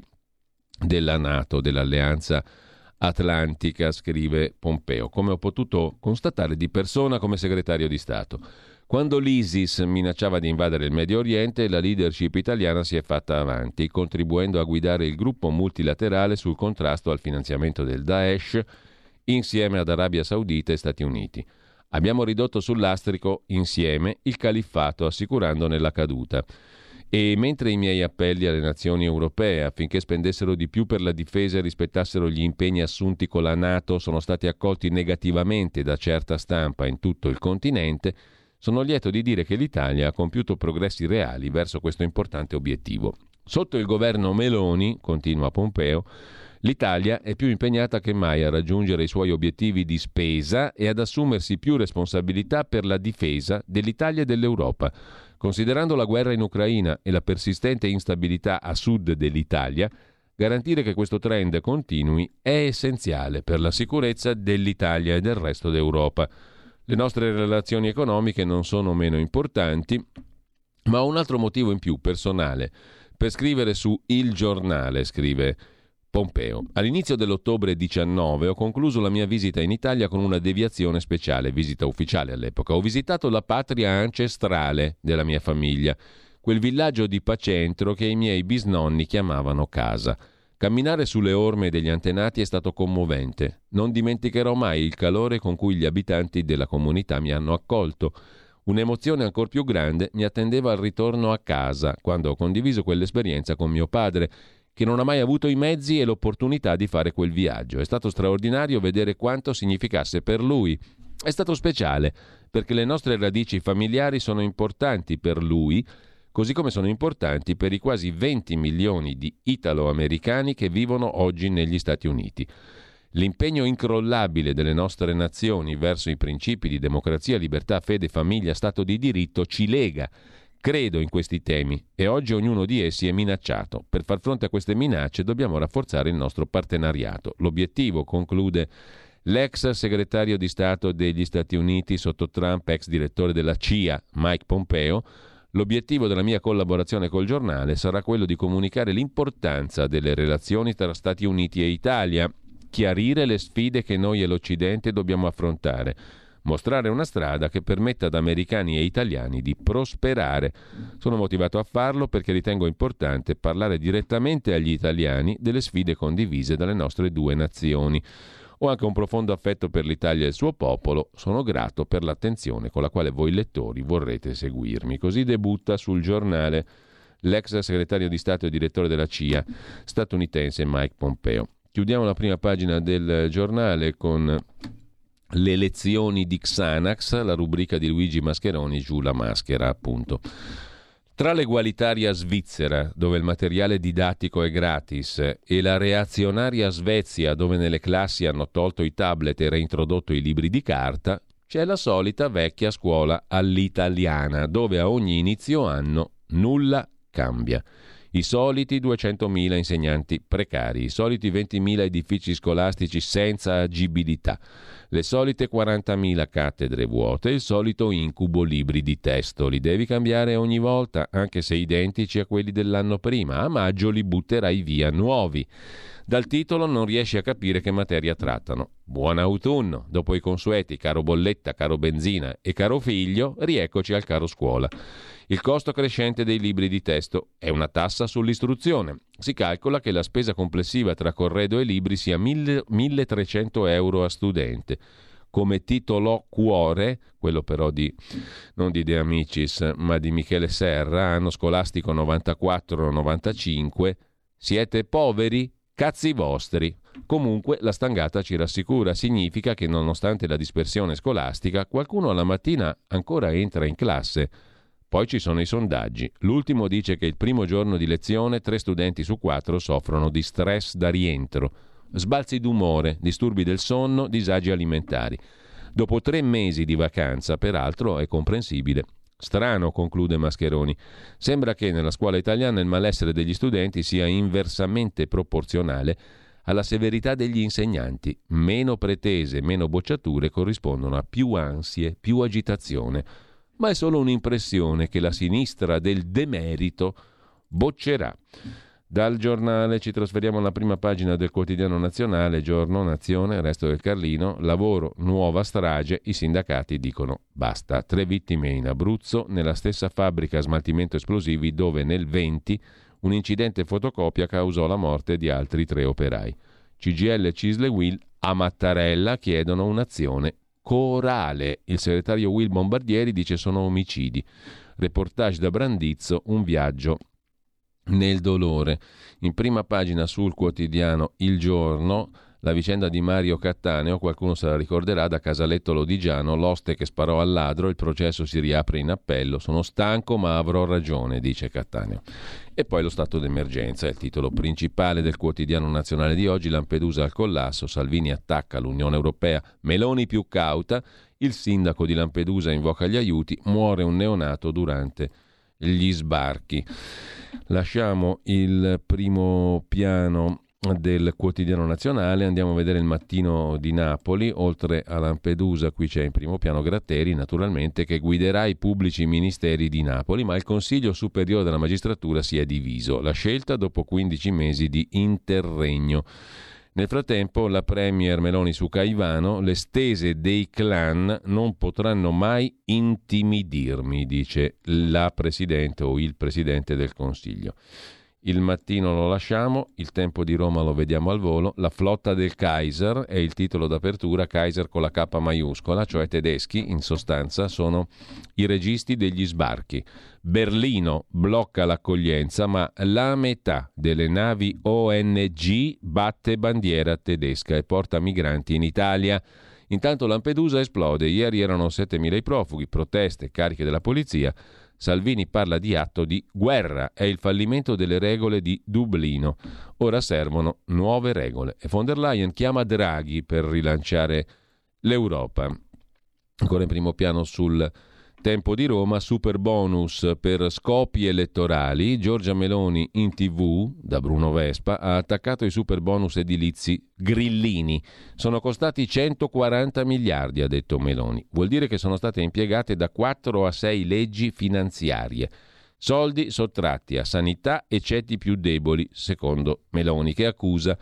B: della NATO, dell'Alleanza Atlantica, scrive Pompeo, come ho potuto constatare di persona come segretario di Stato. Quando l'ISIS minacciava di invadere il Medio Oriente, la leadership italiana si è fatta avanti, contribuendo a guidare il gruppo multilaterale sul contrasto al finanziamento del Daesh insieme ad Arabia Saudita e Stati Uniti. Abbiamo ridotto sul lastrico insieme il califfato, assicurandone la caduta. E mentre i miei appelli alle nazioni europee affinché spendessero di più per la difesa e rispettassero gli impegni assunti con la NATO sono stati accolti negativamente da certa stampa in tutto il continente, sono lieto di dire che l'Italia ha compiuto progressi reali verso questo importante obiettivo. Sotto il governo Meloni, continua Pompeo, l'Italia è più impegnata che mai a raggiungere i suoi obiettivi di spesa e ad assumersi più responsabilità per la difesa dell'Italia e dell'Europa. Considerando la guerra in Ucraina e la persistente instabilità a sud dell'Italia, garantire che questo trend continui è essenziale per la sicurezza dell'Italia e del resto d'Europa. Le nostre relazioni economiche non sono meno importanti, ma ho un altro motivo in più, personale, per scrivere su Il Giornale, scrive Pompeo. All'inizio dell'ottobre diciannove ho concluso la mia visita in Italia con una deviazione speciale, visita ufficiale all'epoca. Ho visitato la patria ancestrale della mia famiglia, quel villaggio di Pacentro che i miei bisnonni chiamavano casa. Camminare sulle orme degli antenati è stato commovente. Non dimenticherò mai il calore con cui gli abitanti della comunità mi hanno accolto. Un'emozione ancor più grande mi attendeva al ritorno a casa, quando ho condiviso quell'esperienza con mio padre, che non ha mai avuto i mezzi e l'opportunità di fare quel viaggio. È stato straordinario vedere quanto significasse per lui. È stato speciale, perché le nostre radici familiari sono importanti per lui, così come sono importanti per i quasi venti milioni di italo-americani che vivono oggi negli Stati Uniti. L'impegno incrollabile delle nostre nazioni verso i principi di democrazia, libertà, fede, famiglia, Stato di diritto ci lega. Credo in questi temi e oggi ognuno di essi è minacciato. Per far fronte a queste minacce dobbiamo rafforzare il nostro partenariato. L'obiettivo, conclude l'ex segretario di Stato degli Stati Uniti sotto Trump, ex direttore della C I A, Mike Pompeo, l'obiettivo della mia collaborazione col giornale sarà quello di comunicare l'importanza delle relazioni tra Stati Uniti e Italia, chiarire le sfide che noi e l'Occidente dobbiamo affrontare, mostrare una strada che permetta ad americani e italiani di prosperare. Sono motivato a farlo perché ritengo importante parlare direttamente agli italiani delle sfide condivise dalle nostre due nazioni. Ho anche un profondo affetto per l'Italia e il suo popolo. Sono grato per l'attenzione con la quale voi lettori vorrete seguirmi. Così debutta sul Giornale l'ex segretario di Stato e direttore della C I A statunitense Mike Pompeo. Chiudiamo la prima pagina del Giornale con le elezioni di Xanax, la rubrica di Luigi Mascheroni, giù la maschera appunto. Tra l'egualitaria Svizzera, dove il materiale didattico è gratis, e la reazionaria Svezia, dove nelle classi hanno tolto i tablet e reintrodotto i libri di carta, c'è la solita vecchia scuola all'italiana, dove a ogni inizio anno nulla cambia. I soliti duecentomila insegnanti precari, i soliti ventimila edifici scolastici senza agibilità, le solite quarantamila cattedre vuote, il solito incubo libri di testo. Li devi cambiare ogni volta, anche se identici a quelli dell'anno prima. A maggio li butterai via nuovi. Dal titolo non riesci a capire che materia trattano. Buon autunno! Dopo i consueti caro bolletta, caro benzina e caro figlio, rieccoci al caro scuola. Il costo crescente dei libri di testo è una tassa sull'istruzione. Si calcola che la spesa complessiva tra corredo e libri sia milletrecento euro a studente. Come titolò Cuore, quello però di non di De Amicis, ma di Michele Serra, anno scolastico novantaquattro novantacinque, siete poveri? Cazzi vostri. Comunque la stangata ci rassicura, significa che nonostante la dispersione scolastica, qualcuno alla mattina ancora entra in classe. Poi ci sono i sondaggi. L'ultimo dice che il primo giorno di lezione tre studenti su quattro soffrono di stress da rientro, sbalzi d'umore, disturbi del sonno, disagi alimentari. Dopo tre mesi di vacanza, peraltro, è comprensibile. Strano, conclude Mascheroni. Sembra che nella scuola italiana il malessere degli studenti sia inversamente proporzionale alla severità degli insegnanti. Meno pretese, meno bocciature corrispondono a più ansie, più agitazione. Ma è solo un'impressione che la sinistra del demerito boccerà. Dal Giornale ci trasferiamo alla prima pagina del Quotidiano Nazionale, Giorno, Nazione, Resto del Carlino. Lavoro, nuova strage, i sindacati dicono basta. Tre vittime in Abruzzo, nella stessa fabbrica smaltimento esplosivi dove nel venti un incidente fotocopia causò la morte di altri tre operai. C G I L e Cisle Will a Mattarella chiedono un'azione corale. Il segretario Will Bombardieri dice sono omicidi. Reportage da Brandizzo, un viaggio nel dolore. In prima pagina sul quotidiano Il Giorno, la vicenda di Mario Cattaneo, qualcuno se la ricorderà, da Casaletto Lodigiano, l'oste che sparò al ladro, il processo si riapre in appello, sono stanco ma avrò ragione, dice Cattaneo. E poi lo stato d'emergenza, è il titolo principale del Quotidiano Nazionale di oggi. Lampedusa al collasso, Salvini attacca l'Unione Europea, Meloni più cauta, il sindaco di Lampedusa invoca gli aiuti, muore un neonato durante gli sbarchi. Lasciamo il primo piano del Quotidiano Nazionale, andiamo a vedere il Mattino di Napoli. Oltre a Lampedusa qui c'è in primo piano Gratteri, naturalmente, che guiderà i pubblici ministeri di Napoli, ma il Consiglio Superiore della Magistratura si è diviso, la scelta dopo quindici mesi di interregno. Nel frattempo la premier Meloni su Caivano, le stese dei clan non potranno mai intimidirmi, dice la Presidente o il Presidente del Consiglio. Il Mattino lo lasciamo, il Tempo di Roma lo vediamo al volo, la flotta del Kaiser è il titolo d'apertura, Kaiser con la K maiuscola, cioè tedeschi, in sostanza sono i registi degli sbarchi. Berlino blocca l'accoglienza, ma la metà delle navi O N G batte bandiera tedesca e porta migranti in Italia. Intanto Lampedusa esplode, ieri erano settemila i profughi, proteste, cariche della polizia. Salvini parla di atto di guerra, è il fallimento delle regole di Dublino. Ora servono nuove regole e von der Leyen chiama Draghi per rilanciare l'Europa. Ancora in primo piano sul Tempo di Roma, super bonus per scopi elettorali. Giorgia Meloni in tv, da Bruno Vespa, ha attaccato i super bonus edilizi grillini. Sono costati centoquaranta miliardi, ha detto Meloni. Vuol dire che sono state impiegate da quattro a sei leggi finanziarie. Soldi sottratti a sanità e ceti più deboli, secondo Meloni, che accusa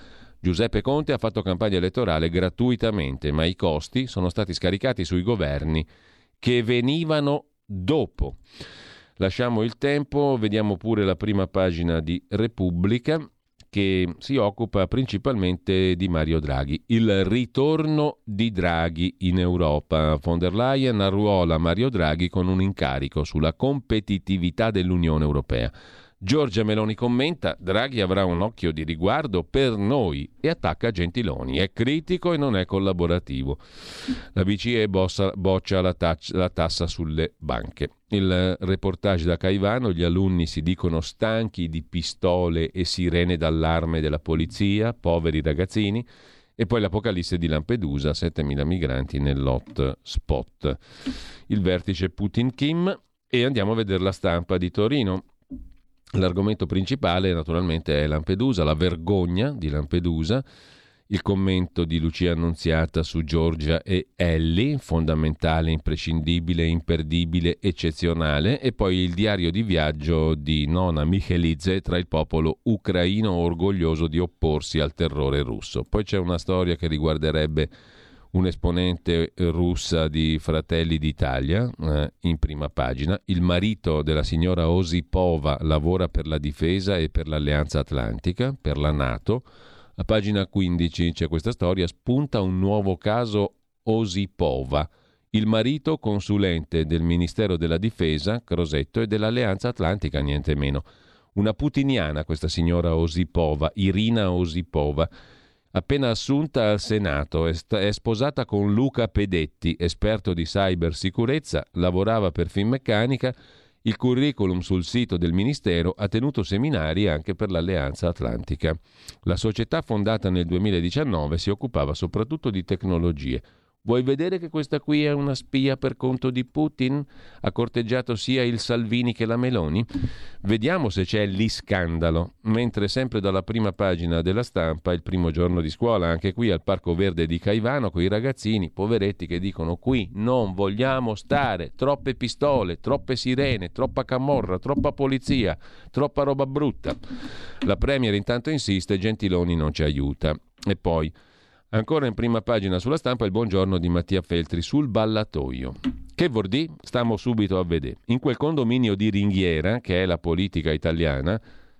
B: Giuseppe Conte ha fatto campagna elettorale gratuitamente, ma i costi sono stati scaricati sui governi che venivano dopo. Lasciamo il Tempo, vediamo pure la prima pagina di Repubblica, che si occupa principalmente di Mario Draghi. Il ritorno di Draghi in Europa. Von der Leyen arruola Mario Draghi con un incarico sulla competitività dell'Unione Europea. Giorgia Meloni commenta: Draghi avrà un occhio di riguardo per noi, e attacca Gentiloni. È critico e non è collaborativo. La B C E bossa, boccia la, tac- la tassa sulle banche. Il reportage da Caivano: gli alunni si dicono stanchi di pistole e sirene d'allarme della polizia, poveri ragazzini. E poi l'apocalisse di Lampedusa, settemila migranti nell'hot spot. Il vertice Putin-Kim, e andiamo a vedere la Stampa di Torino. L'argomento principale naturalmente è Lampedusa, la vergogna di Lampedusa, il commento di Lucia Annunziata su Giorgia e Ellie, fondamentale, imprescindibile, imperdibile, eccezionale, e poi il diario di viaggio di Nona Michelidze tra il popolo ucraino orgoglioso di opporsi al terrore russo. Poi c'è una storia che riguarderebbe un'esponente russa di Fratelli d'Italia, eh, in prima pagina. Il marito della signora Osipova lavora per la difesa e per l'Alleanza Atlantica, per la NATO. A pagina quindici c'è questa storia, spunta un nuovo caso Osipova. Il marito consulente del Ministero della Difesa, Crosetto, e dell'Alleanza Atlantica, niente meno. Una putiniana questa signora Osipova, Irina Osipova, appena assunta al Senato, è, st- è sposata con Luca Pedetti, esperto di cybersicurezza, lavorava per Finmeccanica. Il curriculum sul sito del Ministero: ha tenuto seminari anche per l'Alleanza Atlantica. La società, fondata nel duemiladiciannove, si occupava soprattutto di tecnologie. Vuoi vedere che questa qui è una spia per conto di Putin? Ha corteggiato sia il Salvini che la Meloni? Vediamo se c'è l'iscandalo. Mentre sempre dalla prima pagina della Stampa, il primo giorno di scuola, anche qui al Parco Verde di Caivano, con i ragazzini, poveretti, che dicono: qui non vogliamo stare, troppe pistole, troppe sirene, troppa camorra, troppa polizia, troppa roba brutta. La Premier intanto insiste, Gentiloni non ci aiuta. E poi ancora in prima pagina sulla Stampa il buongiorno di Mattia Feltri sul ballatoio. Che vuol dire? Stiamo subito a vedere. In quel condominio di ringhiera, che è la politica italiana,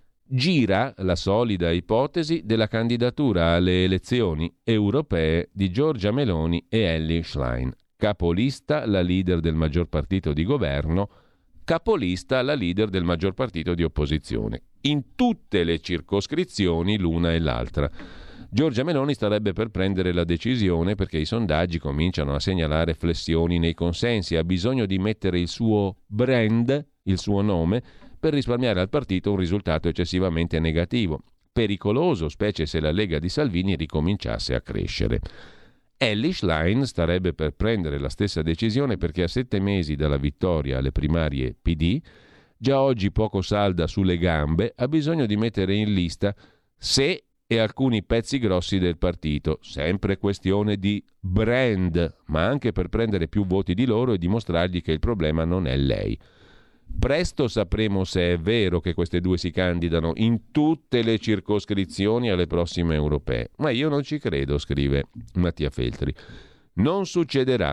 B: gira la solida ipotesi della candidatura alle elezioni europee di Giorgia Meloni e Elly Schlein. Capolista la leader del maggior partito di governo, capolista la leader del maggior partito di opposizione. In tutte le circoscrizioni l'una e l'altra. Giorgia Meloni starebbe per prendere la decisione, perché i sondaggi cominciano a segnalare flessioni nei consensi. Ha bisogno di mettere il suo brand, il suo nome, per risparmiare al partito un risultato eccessivamente negativo. Pericoloso, specie se la Lega di Salvini ricominciasse a crescere. Elly Schlein starebbe per prendere la stessa decisione, perché a sette mesi dalla vittoria alle primarie P D, già oggi poco salda sulle gambe, ha bisogno di mettere in lista se e alcuni pezzi grossi del partito, sempre questione di brand, ma anche per prendere più voti di loro e dimostrargli che il problema non è lei. Presto sapremo se è vero che queste due si candidano in tutte le circoscrizioni alle prossime europee, ma io non ci credo, scrive Mattia Feltri. Non succederà,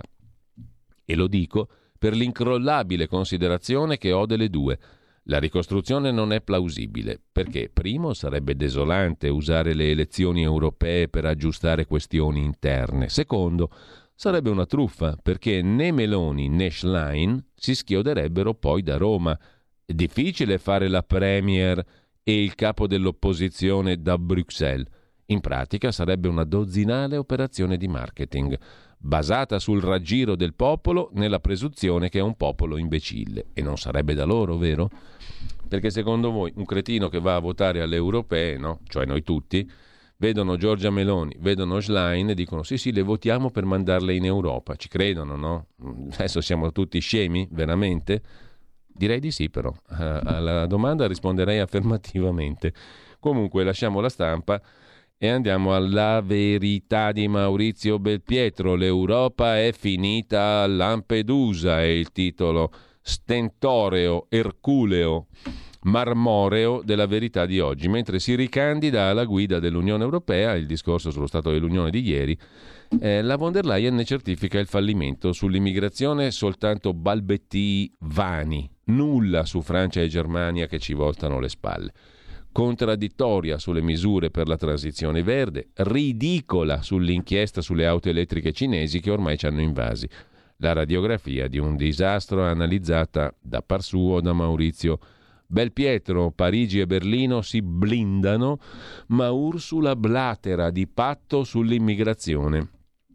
B: e lo dico per l'incrollabile considerazione che ho delle due. La ricostruzione non è plausibile, perché primo sarebbe desolante usare le elezioni europee per aggiustare questioni interne. Secondo, sarebbe una truffa, perché né Meloni né Schlein si schioderebbero poi da Roma. È difficile fare la premier e il capo dell'opposizione da Bruxelles. In pratica sarebbe una dozzinale operazione di marketing, basata sul raggiro del popolo nella presunzione che è un popolo imbecille. E non sarebbe da loro, vero? Perché secondo voi un cretino che va a votare alle europee, no? Cioè noi tutti, vedono Giorgia Meloni, vedono Schlein e dicono sì sì, le votiamo per mandarle in Europa. Ci credono, no? Adesso siamo tutti scemi, veramente? Direi di sì, però. Alla domanda risponderei affermativamente. Comunque lasciamo la Stampa e andiamo alla Verità di Maurizio Belpietro. L'Europa è finita a Lampedusa, è il titolo stentoreo, erculeo marmoreo della Verità di oggi, mentre si ricandida alla guida dell'Unione Europea, il discorso sullo Stato dell'Unione di ieri, eh, la von der Leyen ne certifica il fallimento. Sull'immigrazione soltanto balbettii vani, nulla su Francia e Germania che ci voltano le spalle. Contraddittoria sulle misure per la transizione verde, ridicola sull'inchiesta sulle auto elettriche cinesi che ormai ci hanno invasi. La radiografia di un disastro analizzata da par suo da Maurizio Belpietro. Parigi e Berlino si blindano, ma Ursula blatera di patto sull'immigrazione.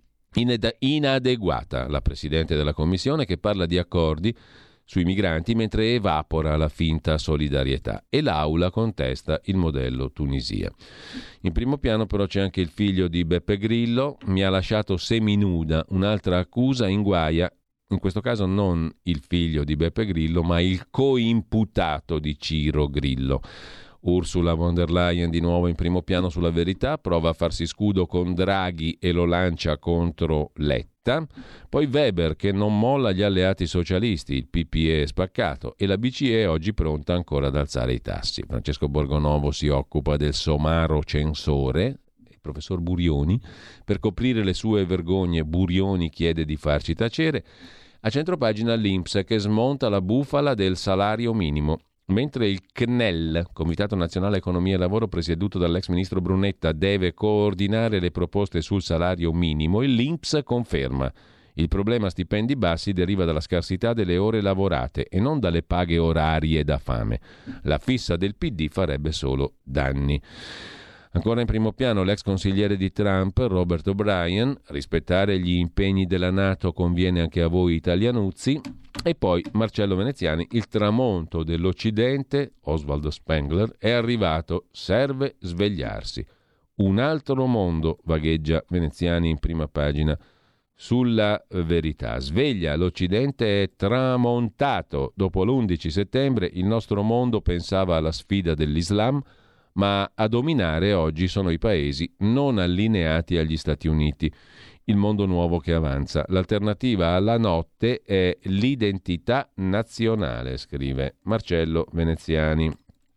B: Ined- inadeguata la Presidente della Commissione, che parla di accordi sui migranti mentre evapora la finta solidarietà, e l'Aula contesta il modello Tunisia. In primo piano però c'è anche il figlio di Beppe Grillo, mi ha lasciato seminuda, un'altra accusa inguaia, in questo caso non il figlio di Beppe Grillo ma il coimputato di Ciro Grillo. Ursula von der Leyen di nuovo in primo piano sulla Verità, prova a farsi scudo con Draghi e lo lancia contro Letta. Poi Weber che non molla gli alleati socialisti, il P P E è spaccato e la B C E è oggi pronta ancora ad alzare i tassi. Francesco Borgonovo si occupa del somaro censore, il professor Burioni. Per coprire le sue vergogne Burioni chiede di farci tacere. A centropagina l'I N P S che smonta la bufala del salario minimo. Mentre il C N E L, Comitato Nazionale Economia e Lavoro presieduto dall'ex ministro Brunetta, deve coordinare le proposte sul salario minimo, l'I N P S conferma: il problema stipendi bassi deriva dalla scarsità delle ore lavorate e non dalle paghe orarie da fame. La fissa del P D farebbe solo danni. Ancora in primo piano l'ex consigliere di Trump, Robert O'Brien, rispettare gli impegni della NATO conviene anche a voi italianuzzi. E poi Marcello Veneziani, il tramonto dell'Occidente, Oswald Spengler, è arrivato, serve svegliarsi. Un altro mondo, vagheggia Veneziani in prima pagina sulla Verità. Sveglia, l'Occidente è tramontato. Dopo l'undici settembre il nostro mondo pensava alla sfida dell'Islam, ma a dominare oggi sono i paesi non allineati agli Stati Uniti. Il mondo nuovo che avanza. L'alternativa alla notte è l'identità nazionale, scrive Marcello Veneziani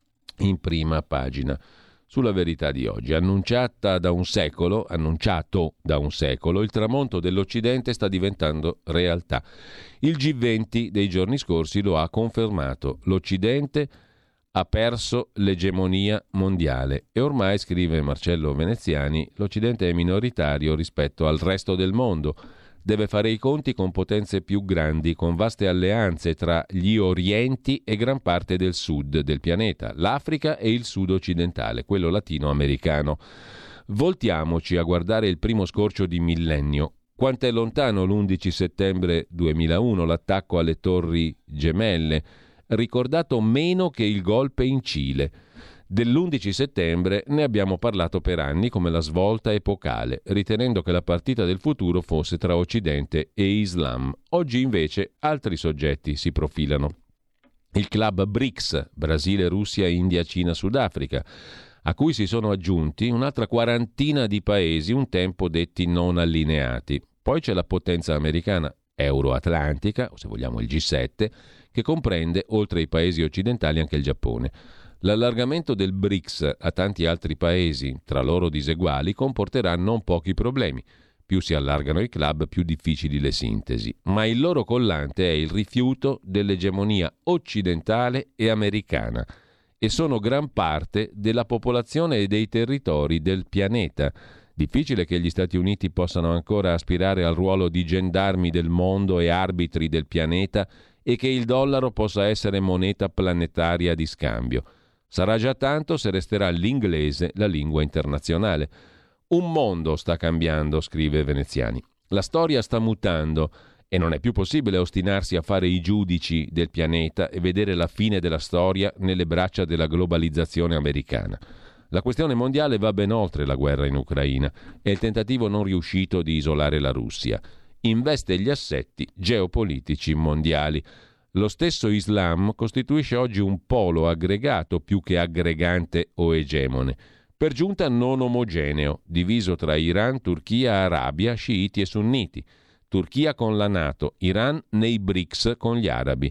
B: in prima pagina sulla Verità di oggi. Annunciata da un secolo, annunciato da un secolo, il tramonto dell'Occidente sta diventando realtà. Il G venti dei giorni scorsi lo ha confermato. L'Occidente ha perso l'egemonia mondiale e ormai, scrive Marcello Veneziani, l'Occidente è minoritario rispetto al resto del mondo. Deve fare i conti con potenze più grandi, con vaste alleanze tra gli orienti e gran parte del sud del pianeta, l'Africa e il sud occidentale, quello latinoamericano. Voltiamoci a guardare il primo scorcio di millennio. Quant'è lontano l'undici settembre duemilauno, l'attacco alle Torri Gemelle, ricordato meno che il golpe in Cile. Dell'undici settembre ne abbiamo parlato per anni come la svolta epocale, ritenendo che la partita del futuro fosse tra Occidente e Islam. Oggi invece altri soggetti si profilano. Il club B R I C S, Brasile, Russia, India, Cina, Sudafrica, a cui si sono aggiunti un'altra quarantina di paesi un tempo detti non allineati. Poi c'è la potenza americana euroatlantica, o se vogliamo il G sette, che comprende, oltre ai paesi occidentali, anche il Giappone. L'allargamento del B R I C S a tanti altri paesi, tra loro diseguali, comporterà non pochi problemi. Più si allargano i club, più difficili le sintesi. Ma il loro collante è il rifiuto dell'egemonia occidentale e americana, e sono gran parte della popolazione e dei territori del pianeta. Difficile che gli Stati Uniti possano ancora aspirare al ruolo di gendarmi del mondo e arbitri del pianeta e che il dollaro possa essere moneta planetaria di scambio. Sarà già tanto se resterà l'inglese la lingua internazionale. Un mondo sta cambiando, scrive Veneziani. La storia sta mutando e non è più possibile ostinarsi a fare i giudici del pianeta e vedere la fine della storia nelle braccia della globalizzazione americana. La questione mondiale va ben oltre la guerra in Ucraina e il tentativo non riuscito di isolare la Russia. Investe gli assetti geopolitici mondiali. Lo stesso Islam costituisce oggi un polo aggregato più che aggregante o egemone, per giunta non omogeneo, diviso tra Iran, Turchia, Arabia, sciiti e sunniti, Turchia con la NATO, Iran nei B R I C S con gli arabi.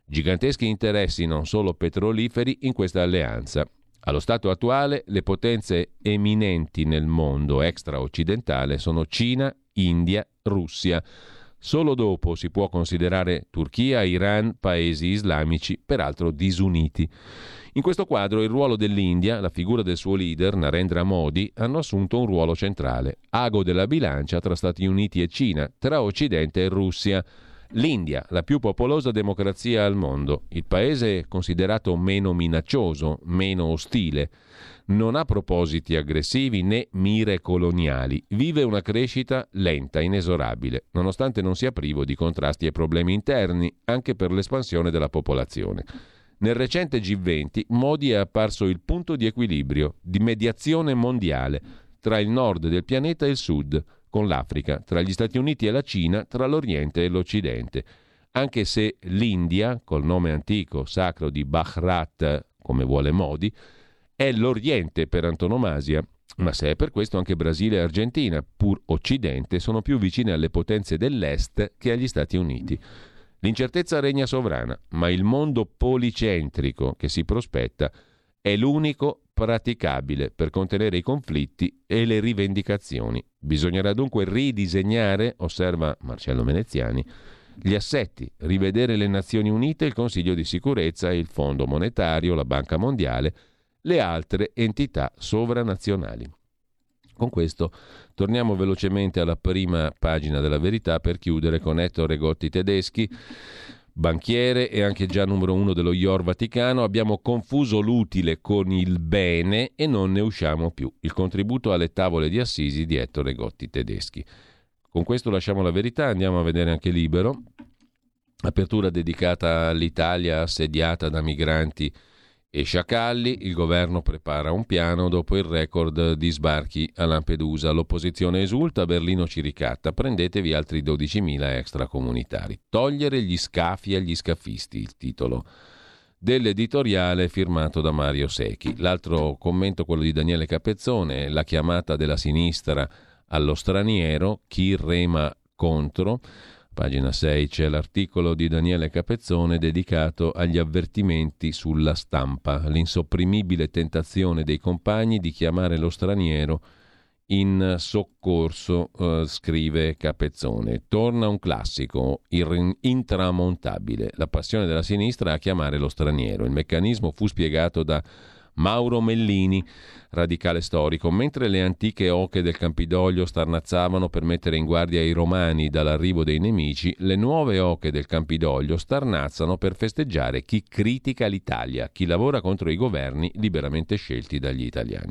B: Giganteschi interessi non solo petroliferi in questa alleanza. Allo stato attuale le potenze eminenti nel mondo extra-occidentale sono Cina, India, Russia. Solo dopo si può considerare Turchia, Iran, paesi islamici, peraltro disuniti. In questo quadro il ruolo dell'India, la figura del suo leader Narendra Modi, hanno assunto un ruolo centrale, ago della bilancia tra Stati Uniti e Cina, tra Occidente e Russia. L'India, la più popolosa democrazia al mondo, il paese considerato meno minaccioso, meno ostile, non ha propositi aggressivi né mire coloniali, vive una crescita lenta, inesorabile, nonostante non sia privo di contrasti e problemi interni, anche per l'espansione della popolazione. Nel recente G venti Modi è apparso il punto di equilibrio, di mediazione mondiale, tra il nord del pianeta e il sud, con l'Africa, tra gli Stati Uniti e la Cina, tra l'Oriente e l'Occidente. Anche se l'India, col nome antico sacro di Bharat, come vuole Modi, è l'Oriente per antonomasia, ma se è per questo anche Brasile e Argentina, pur Occidente, sono più vicine alle potenze dell'Est che agli Stati Uniti. L'incertezza regna sovrana, ma il mondo policentrico che si prospetta è l'unico praticabile per contenere i conflitti e le rivendicazioni. Bisognerà dunque ridisegnare, osserva Marcello Veneziani, gli assetti, rivedere le Nazioni Unite, il Consiglio di Sicurezza, il Fondo Monetario, la Banca Mondiale, le altre entità sovranazionali. Con questo torniamo velocemente alla prima pagina della Verità per chiudere con Ettore Gotti Tedeschi, banchiere e anche già numero uno dello I O R Vaticano. Abbiamo confuso l'utile con il bene e non ne usciamo più. Il contributo alle tavole di Assisi di Ettore Gotti Tedeschi. Con questo lasciamo la Verità, andiamo a vedere anche Libero. Apertura dedicata all'Italia assediata da migranti e sciacalli. Il governo prepara un piano dopo il record di sbarchi a Lampedusa. L'opposizione esulta, Berlino ci ricatta. Prendetevi altri dodicimila extracomunitari. Togliere gli scafi agli scafisti, il titolo dell'editoriale firmato da Mario Secchi. L'altro commento, quello di Daniele Capezzone, la chiamata della sinistra allo straniero, chi rema contro. Pagina sei c'è l'articolo di Daniele Capezzone dedicato agli avvertimenti sulla stampa, l'insopprimibile tentazione dei compagni di chiamare lo straniero in soccorso, eh, scrive Capezzone. Torna un classico intramontabile, la passione della sinistra a chiamare lo straniero. Il meccanismo fu spiegato da Mauro Mellini, radicale storico. Mentre le antiche oche del Campidoglio starnazzavano per mettere in guardia i romani dall'arrivo dei nemici, le nuove oche del Campidoglio starnazzano per festeggiare chi critica l'Italia, chi lavora contro i governi liberamente scelti dagli italiani.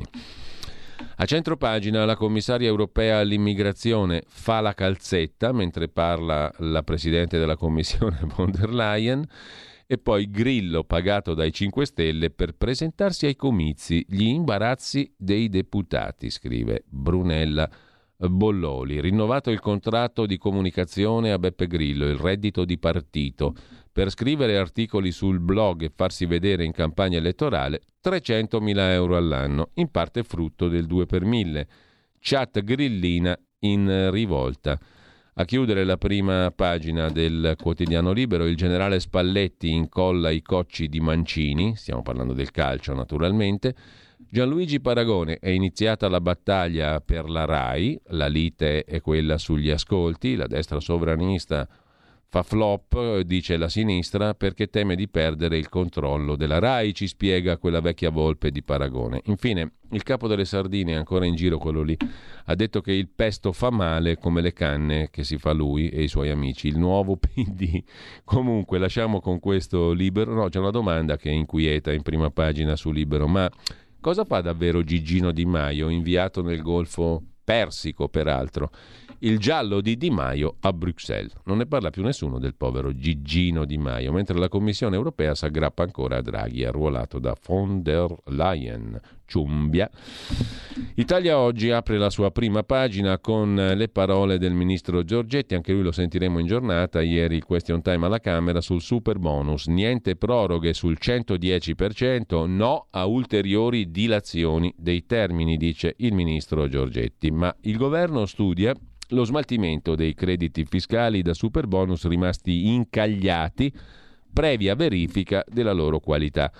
B: A centropagina la commissaria europea all'immigrazione fa la calzetta mentre parla la presidente della commissione von der Leyen. E poi Grillo pagato dai cinque Stelle per presentarsi ai comizi, gli imbarazzi dei deputati, scrive Brunella Bolloli. Rinnovato il contratto di comunicazione a Beppe Grillo, il reddito di partito, per scrivere articoli sul blog e farsi vedere in campagna elettorale, trecentomila euro all'anno, in parte frutto del due per mille. Chat grillina in rivolta. A chiudere la prima pagina del quotidiano Libero, il generale Spalletti incolla i cocci di Mancini, stiamo parlando del calcio naturalmente. Gianluigi Paragone, è iniziata la battaglia per la RAI, la lite è quella sugli ascolti, la destra sovranista fa flop, dice la sinistra, perché teme di perdere il controllo della RAI, ci spiega quella vecchia volpe di Paragone. Infine, il capo delle sardine, ancora in giro quello lì, ha detto che il pesto fa male come le canne che si fa lui e i suoi amici, il nuovo P D. Comunque, lasciamo con questo Libero. No, c'è una domanda che inquieta in prima pagina su Libero, ma cosa fa davvero Gigino Di Maio, inviato nel Golfo Persico peraltro? Il giallo di Di Maio a Bruxelles. Non ne parla più nessuno del povero Gigino Di Maio, mentre la Commissione europea si aggrappa ancora a Draghi, arruolato da von der Leyen. Ciumbia. Italia Oggi apre la sua prima pagina con le parole del ministro Giorgetti, anche lui lo sentiremo in giornata. Ieri il question time alla Camera sul super bonus, niente proroghe sul centodieci per cento, no a ulteriori dilazioni dei termini, dice il ministro Giorgetti, ma il governo studia lo smaltimento dei crediti fiscali da super bonus rimasti incagliati previa verifica della loro qualità.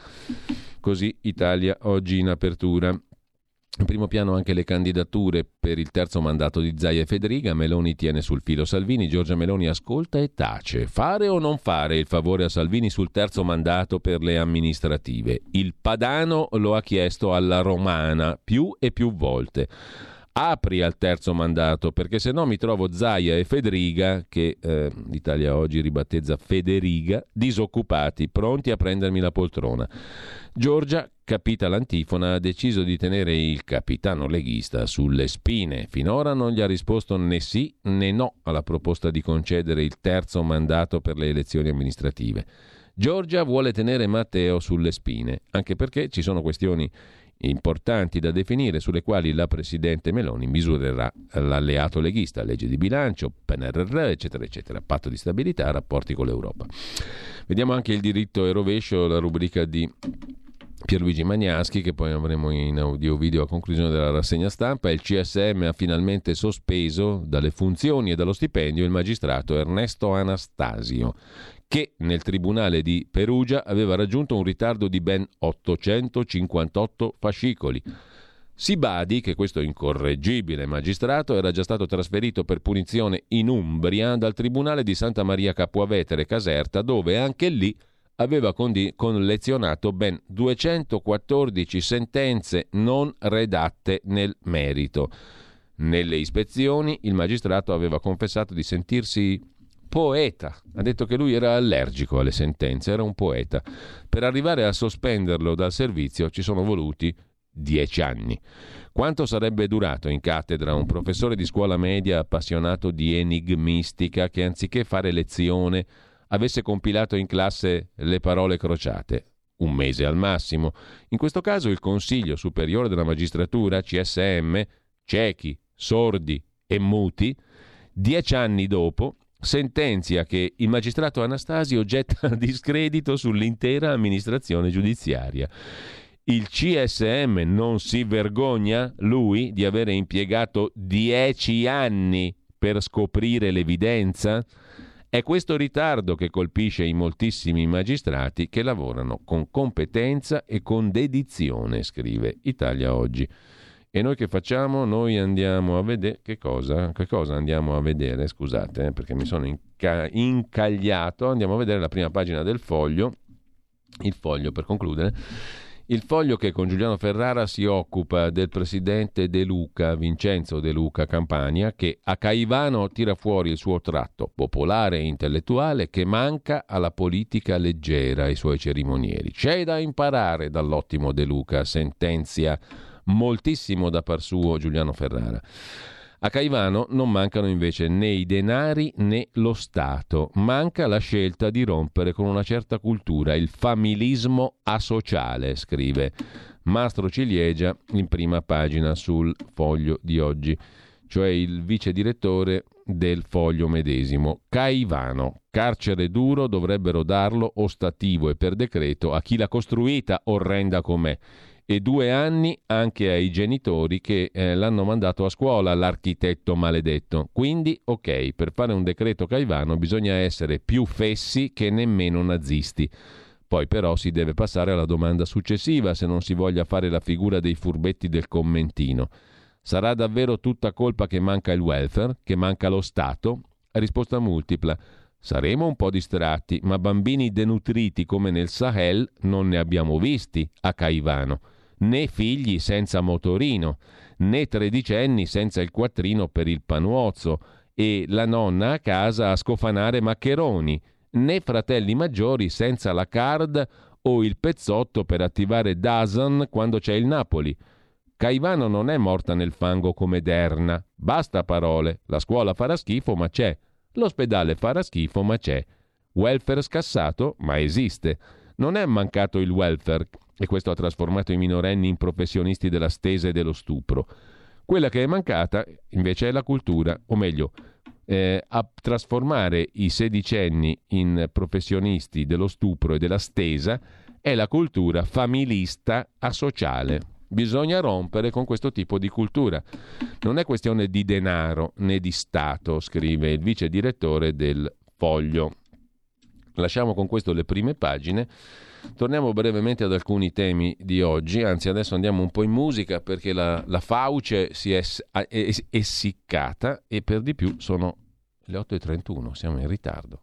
B: Così Italia Oggi in apertura. In primo piano anche le candidature per il terzo mandato di Zaia e Federica. Meloni tiene sul filo Salvini, Giorgia Meloni ascolta e tace. Fare o non fare il favore a Salvini sul terzo mandato per le amministrative? Il padano lo ha chiesto alla romana più e più volte. Apri al terzo mandato, perché se no mi trovo Zaia e Federica, che eh, l'Italia Oggi ribattezza Federiga, disoccupati, pronti a prendermi la poltrona. Giorgia, capita l'antifona, ha deciso di tenere il capitano leghista sulle spine. Finora non gli ha risposto né sì né no alla proposta di concedere il terzo mandato per le elezioni amministrative. Giorgia vuole tenere Matteo sulle spine, anche perché ci sono questioni importanti da definire sulle quali la Presidente Meloni misurerà l'alleato leghista, legge di bilancio, P N R R, eccetera, eccetera, patto di stabilità, rapporti con l'Europa. Vediamo anche il diritto e rovescio, la rubrica di Pierluigi Magnaschi, che poi avremo in audio video a conclusione della rassegna stampa. Il C S M ha finalmente sospeso dalle funzioni e dallo stipendio il magistrato Ernesto Anastasio, che nel tribunale di Perugia aveva raggiunto un ritardo di ben ottocentocinquantotto fascicoli. Si badi che questo incorreggibile magistrato era già stato trasferito per punizione in Umbria dal tribunale di Santa Maria Capua Vetere Caserta, dove anche lì aveva condi- collezionato ben duecentoquattordici sentenze non redatte nel merito. Nelle ispezioni il magistrato aveva confessato di sentirsi poeta, ha detto che lui era allergico alle sentenze, era un poeta. Per arrivare a sospenderlo dal servizio ci sono voluti dieci anni. Quanto sarebbe durato in cattedra un professore di scuola media appassionato di enigmistica che anziché fare lezione avesse compilato in classe le parole crociate? Un mese al massimo. In questo caso il Consiglio Superiore della Magistratura, C S M, ciechi, sordi e muti, dieci anni dopo sentenzia che il magistrato Anastasio getta discredito sull'intera amministrazione giudiziaria. Il C S M non si vergogna, lui, di avere impiegato dieci anni per scoprire l'evidenza? È questo ritardo che colpisce i moltissimi magistrati che lavorano con competenza e con dedizione, scrive Italia Oggi. E noi che facciamo? Noi andiamo a vedere che cosa? Che cosa andiamo a vedere? Scusate, eh, perché mi sono inca- incagliato. Andiamo a vedere la prima pagina del Foglio. Il Foglio, per concludere. Il Foglio che con Giuliano Ferrara si occupa del presidente De Luca, Vincenzo De Luca Campania, che a Caivano tira fuori il suo tratto popolare e intellettuale che manca alla politica leggera ai suoi cerimonieri. C'è da imparare dall'ottimo De Luca, sentenzia moltissimo da par suo Giuliano Ferrara. A Caivano non mancano invece né i denari né lo Stato, manca la scelta di rompere con una certa cultura, il familismo asociale, scrive Mastro Ciliegia in prima pagina sul Foglio di oggi, cioè il vice direttore del Foglio medesimo. Caivano, carcere duro, dovrebbero darlo ostativo e per decreto a chi l'ha costruita, orrenda com'è, e due anni anche ai genitori che eh, l'hanno mandato a scuola, l'architetto maledetto. Quindi, ok, per fare un decreto Caivano bisogna essere più fessi che nemmeno nazisti. Poi però si deve passare alla domanda successiva, se non si voglia fare la figura dei furbetti del commentino. Sarà davvero tutta colpa che manca il welfare, che manca lo Stato? Risposta multipla. Saremo un po' distratti, ma bambini denutriti come nel Sahel non ne abbiamo visti a Caivano. Né figli senza motorino, né tredicenni senza il quattrino per il panuozzo e la nonna a casa a scofanare maccheroni, né fratelli maggiori senza la card o il pezzotto per attivare Dazn quando c'è il Napoli. Caivano non è morta nel fango come Derna. Basta parole, la scuola farà schifo ma c'è, l'ospedale farà schifo ma c'è, welfare scassato ma esiste. Non è mancato il welfare, e questo ha trasformato i minorenni in professionisti della stesa e dello stupro. Quella che è mancata invece è la cultura, o meglio, eh, a trasformare i sedicenni in professionisti dello stupro e della stesa è la cultura familista asociale. Bisogna rompere con questo tipo di cultura. Non è questione di denaro né di Stato, scrive il vice direttore del Foglio. Lasciamo con questo le prime pagine. Torniamo brevemente ad alcuni temi di oggi, anzi adesso andiamo un po' in musica perché la, la fauce si è essiccata e per di più sono le otto e trentuno, siamo in ritardo.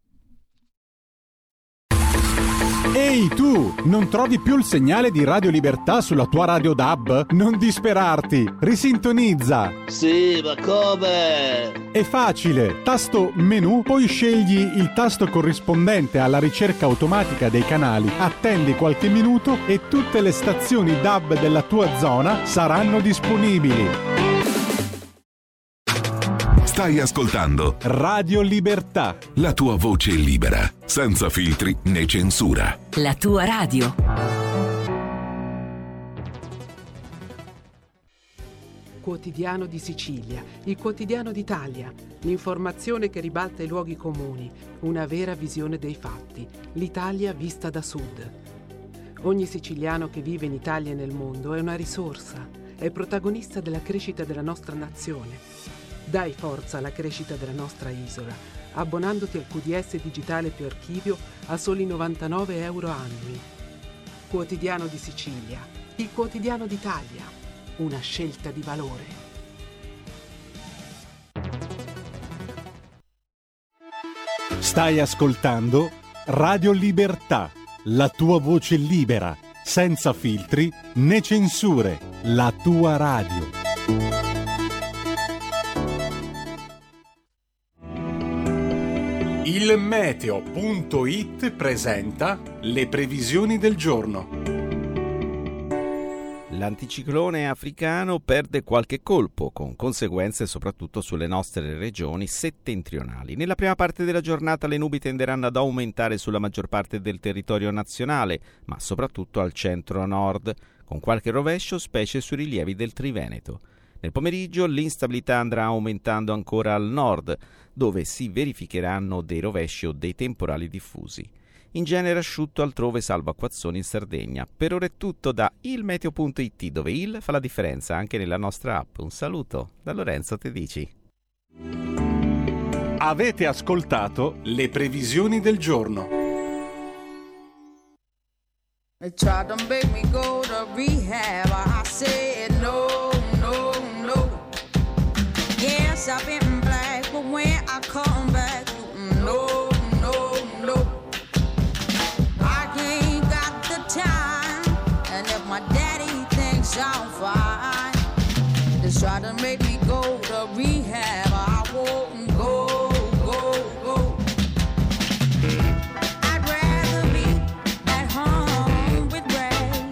A: Ehi tu, non trovi più il segnale di Radio Libertà sulla tua radio D A B? Non disperarti, risintonizza!
C: Sì, ma come?
A: È facile, tasto menu, poi scegli il tasto corrispondente alla ricerca automatica dei canali, attendi qualche minuto e tutte le stazioni D A B della tua zona saranno disponibili.
D: Stai ascoltando
A: Radio Libertà,
D: la tua voce libera, senza filtri né censura.
F: La tua radio.
G: Quotidiano di Sicilia, il quotidiano d'Italia, l'informazione che ribalta i luoghi comuni, una vera visione dei fatti, l'Italia vista da sud. Ogni siciliano che vive in Italia e nel mondo è una risorsa, è protagonista della crescita della nostra nazione. Dai forza alla crescita della nostra isola, abbonandoti al Q D S digitale più archivio a soli novantanove euro annui. Quotidiano di Sicilia, il quotidiano d'Italia, una scelta di valore.
A: stai ascoltando Radio Libertà, la tua voce libera, senza filtri né censure, la tua radio. Il meteo punto it presenta le previsioni del giorno.
H: L'anticiclone africano perde qualche colpo, con conseguenze soprattutto sulle nostre regioni settentrionali. Nella prima parte della giornata le nubi tenderanno ad aumentare sulla maggior parte del territorio nazionale, ma soprattutto al centro-nord, con qualche rovescio specie sui rilievi del Triveneto. Nel pomeriggio l'instabilità andrà aumentando ancora al nord, dove si verificheranno dei rovesci o dei temporali diffusi. In genere asciutto altrove, salvo acquazzoni in Sardegna. Per ora è tutto da il meteo punto it, dove il fa la differenza anche nella nostra app. Un saluto da Lorenzo Tedici.
A: Avete ascoltato le previsioni del giorno.
I: They tried to make me go to rehab. I said no, no, no. Yes, I've been black, but when I come back, no, no, no. I ain't got the time, and if my daddy thinks I'm fine, they try to make me go to rehab. I won't go, go, go. I'd rather be at home with Ray.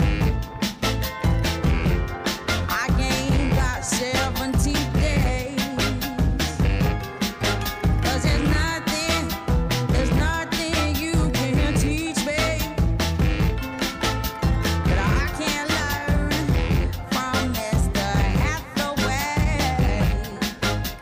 I: I ain't got seventy days, 'cause there's nothing, there's nothing you can teach me that I can't learn from Mister Hathaway.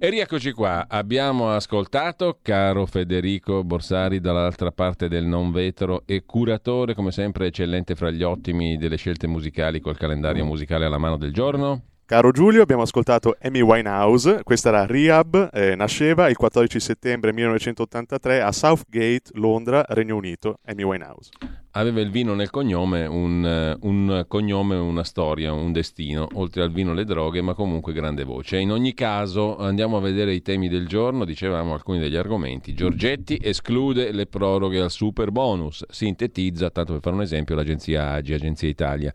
B: E rieccoci qua, abbiamo ascoltato, caro Federico Borsari, dall'altra parte del non vetro e curatore, come sempre eccellente fra gli ottimi delle scelte musicali col calendario musicale alla mano del giorno.
F: Caro Giulio, abbiamo ascoltato Amy Winehouse, questa era Rehab, eh, nasceva il quattordici settembre millenovecentottantatré a Southgate, Londra, Regno Unito, Amy Winehouse.
B: Aveva il vino nel cognome, un, un cognome, una storia, un destino, oltre al vino le droghe, ma comunque grande voce. In ogni caso andiamo a vedere i temi del giorno, dicevamo alcuni degli argomenti. Giorgetti esclude le proroghe al super bonus, sintetizza, tanto per fare un esempio, l'agenzia A G I, Agenzia Italia.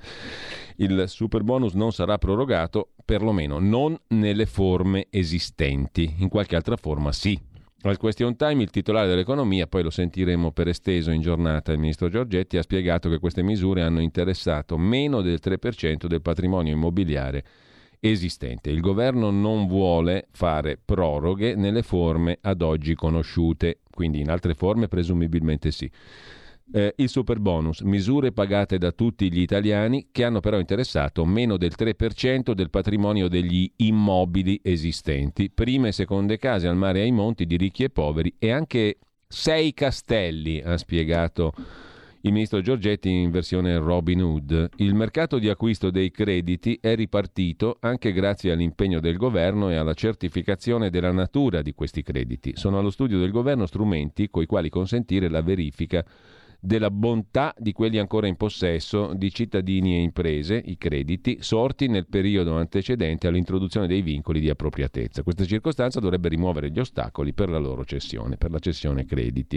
B: Il super bonus non sarà prorogato, perlomeno non nelle forme esistenti, in qualche altra forma sì. Al question time il titolare dell'economia, poi lo sentiremo per esteso in giornata, il ministro Giorgetti ha spiegato che queste misure hanno interessato meno del tre per cento del patrimonio immobiliare esistente. Il governo non vuole fare proroghe nelle forme ad oggi conosciute, quindi in altre forme presumibilmente sì. Eh, il super bonus, misure pagate da tutti gli italiani che hanno però interessato meno del tre per cento del patrimonio degli immobili esistenti, prime e seconde case al mare e ai monti di ricchi e poveri e anche sei castelli, ha spiegato il ministro Giorgetti in versione Robin Hood. Il mercato di acquisto dei crediti è ripartito anche grazie all'impegno del governo e alla certificazione della natura di questi crediti. Sono allo studio del governo strumenti coi quali consentire la verifica della bontà di quelli ancora in possesso di cittadini e imprese, i crediti, sorti nel periodo antecedente all'introduzione dei vincoli di appropriatezza. Questa circostanza dovrebbe rimuovere gli ostacoli per la loro cessione, per la cessione crediti.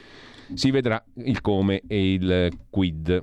B: Si vedrà il come e il quid.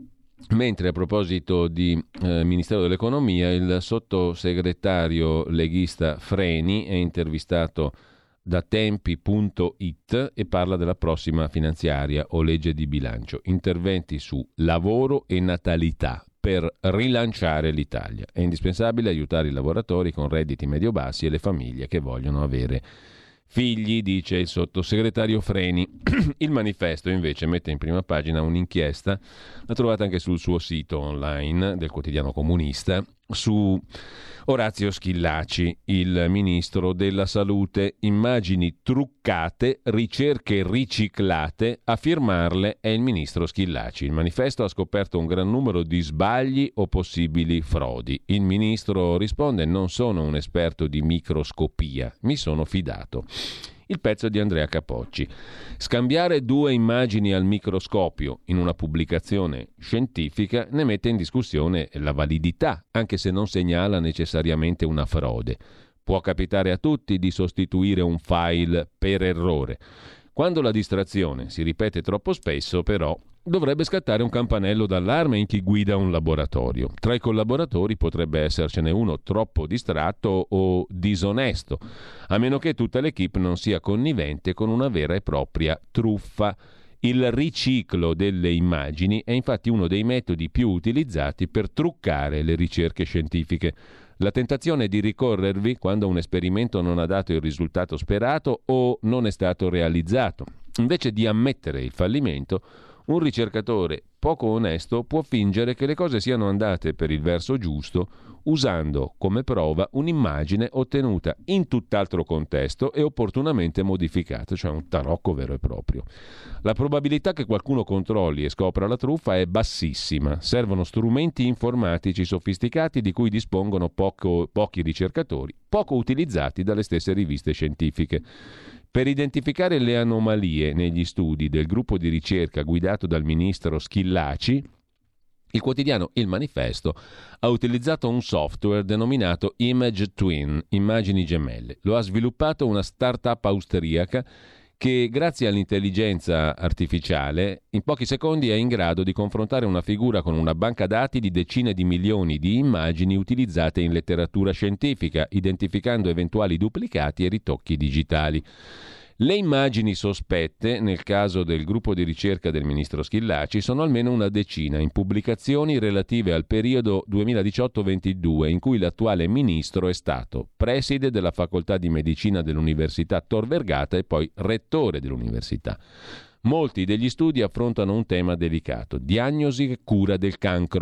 B: Mentre a proposito di eh, Ministero dell'Economia, il sottosegretario leghista Freni è intervistato da tempi punto it e parla della prossima finanziaria o legge di bilancio. Interventi su lavoro e natalità per rilanciare l'Italia. È indispensabile aiutare i lavoratori con redditi medio-bassi e le famiglie che vogliono avere figli, dice il sottosegretario Freni. Il Manifesto invece mette in prima pagina un'inchiesta, la trovate anche sul suo sito online del quotidiano comunista, su Orazio Schillaci, il ministro della salute. Immagini truccate, ricerche riciclate, a firmarle è il ministro Schillaci. Il Manifesto ha scoperto un gran numero di sbagli o possibili frodi. Il ministro risponde: non sono un esperto di microscopia, mi sono fidato. Il pezzo di Andrea Capocci. Scambiare due immagini al microscopio in una pubblicazione scientifica ne mette in discussione la validità, anche se non segnala necessariamente una frode. Può capitare a tutti di sostituire un file per errore. Quando la distrazione si ripete troppo spesso, però, dovrebbe scattare un campanello d'allarme in chi guida un laboratorio. Tra i collaboratori potrebbe essercene uno troppo distratto o disonesto, a meno che tutta l'equipe non sia connivente con una vera e propria truffa. Il riciclo delle immagini è infatti uno dei metodi più utilizzati per truccare le ricerche scientifiche. La tentazione è di ricorrervi quando un esperimento non ha dato il risultato sperato o non è stato realizzato. Invece di ammettere il fallimento, un ricercatore poco onesto può fingere che le cose siano andate per il verso giusto usando come prova un'immagine ottenuta in tutt'altro contesto e opportunamente modificata, cioè un tarocco vero e proprio. La probabilità che qualcuno controlli e scopra la truffa è bassissima. Servono strumenti informatici sofisticati di cui dispongono poco, pochi ricercatori, poco utilizzati dalle stesse riviste scientifiche. Per identificare le anomalie negli studi del gruppo di ricerca guidato dal ministro Schillaci, il quotidiano Il Manifesto ha utilizzato un software denominato Image Twin, immagini gemelle. Lo ha sviluppato una start-up austriaca che, grazie all'intelligenza artificiale, in pochi secondi è in grado di confrontare una figura con una banca dati di decine di milioni di immagini utilizzate in letteratura scientifica, identificando eventuali duplicati e ritocchi digitali. Le immagini sospette, nel caso del gruppo di ricerca del ministro Schillaci, sono almeno una decina in pubblicazioni relative al periodo duemiladiciotto ventidue, in cui l'attuale ministro è stato preside della facoltà di medicina dell'Università Tor Vergata e poi rettore dell'università. Molti degli studi affrontano un tema delicato: diagnosi e cura del cancro.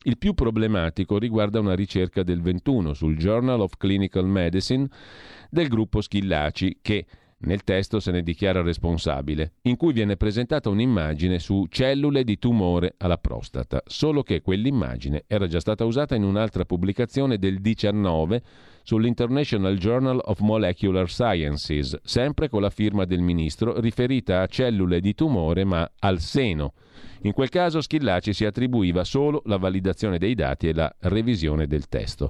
B: Il più problematico riguarda una ricerca del ventuno sul Journal of Clinical Medicine del gruppo Schillaci, che nel testo se ne dichiara responsabile, in cui viene presentata un'immagine su cellule di tumore alla prostata, solo che quell'immagine era già stata usata in un'altra pubblicazione del diciannove sull'International Journal of Molecular Sciences, sempre con la firma del ministro, riferita a cellule di tumore ma al seno. In quel caso Schillaci si attribuiva solo la validazione dei dati e la revisione del testo.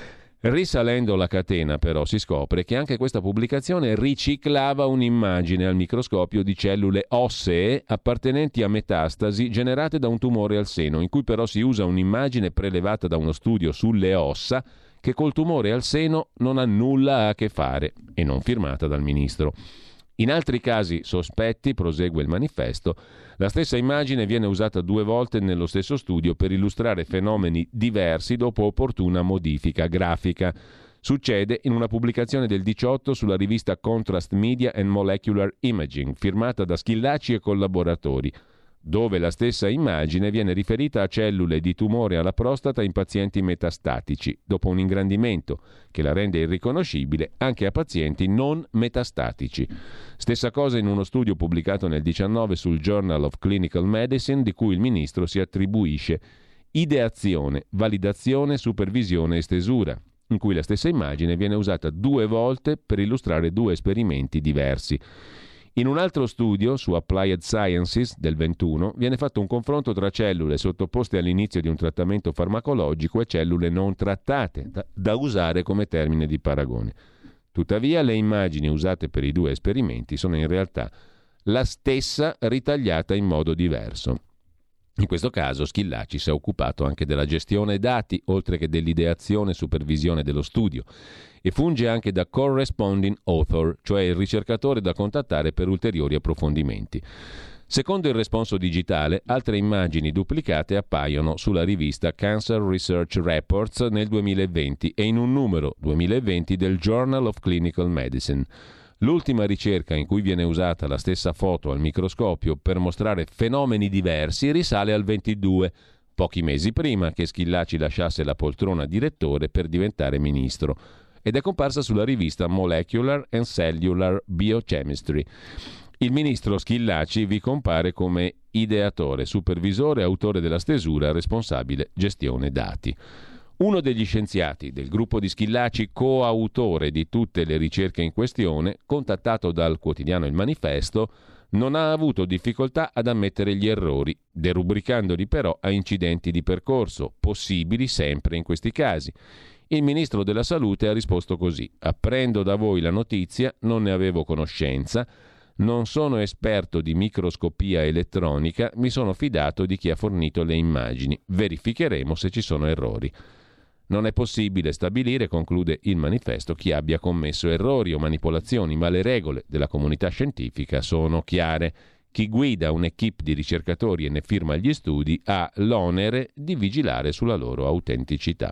B: Risalendo la catena, però, si scopre che anche questa pubblicazione riciclava un'immagine al microscopio di cellule ossee appartenenti a metastasi generate da un tumore al seno, in cui però si usa un'immagine prelevata da uno studio sulle ossa che col tumore al seno non ha nulla a che fare e non firmata dal ministro. In altri casi sospetti, prosegue il manifesto, la stessa immagine viene usata due volte nello stesso studio per illustrare fenomeni diversi dopo opportuna modifica grafica. Succede in una pubblicazione del diciotto sulla rivista Contrast Media and Molecular Imaging, firmata da Schillaci e collaboratori, dove la stessa immagine viene riferita a cellule di tumore alla prostata in pazienti metastatici, dopo un ingrandimento che la rende irriconoscibile anche a pazienti non metastatici. Stessa cosa in uno studio pubblicato nel diciannove sul Journal of Clinical Medicine, di cui il ministro si attribuisce ideazione, validazione, supervisione e stesura, in cui la stessa immagine viene usata due volte per illustrare due esperimenti diversi. In un altro studio, su Applied Sciences del ventuno, viene fatto un confronto tra cellule sottoposte all'inizio di un trattamento farmacologico e cellule non trattate, da, da usare come termine di paragone. Tuttavia, le immagini usate per i due esperimenti sono in realtà la stessa ritagliata in modo diverso. In questo caso Schillaci si è occupato anche della gestione dati, oltre che dell'ideazione e supervisione dello studio, e funge anche da corresponding author, cioè il ricercatore da contattare per ulteriori approfondimenti. Secondo il responso digitale, altre immagini duplicate appaiono sulla rivista Cancer Research Reports nel duemilaventi e in un numero duemilaventi del Journal of Clinical Medicine. L'ultima ricerca in cui viene usata la stessa foto al microscopio per mostrare fenomeni diversi risale al ventidue, pochi mesi prima che Schillaci lasciasse la poltrona di rettore per diventare ministro, ed è comparsa sulla rivista Molecular and Cellular Biochemistry. Il ministro Schillaci vi compare come ideatore, supervisore, autore della stesura, responsabile gestione dati. Uno degli scienziati del gruppo di Schillaci, coautore di tutte le ricerche in questione, contattato dal quotidiano Il Manifesto, non ha avuto difficoltà ad ammettere gli errori, derubricandoli però a incidenti di percorso, possibili sempre in questi casi. Il ministro della Salute ha risposto così: apprendo da voi la notizia, non ne avevo conoscenza, non sono esperto di microscopia elettronica, mi sono fidato di chi ha fornito le immagini, verificheremo se ci sono errori. Non è possibile stabilire, conclude il manifesto, chi abbia commesso errori o manipolazioni, ma le regole della comunità scientifica sono chiare. Chi guida un'equipe di ricercatori e ne firma gli studi ha l'onere di vigilare sulla loro autenticità.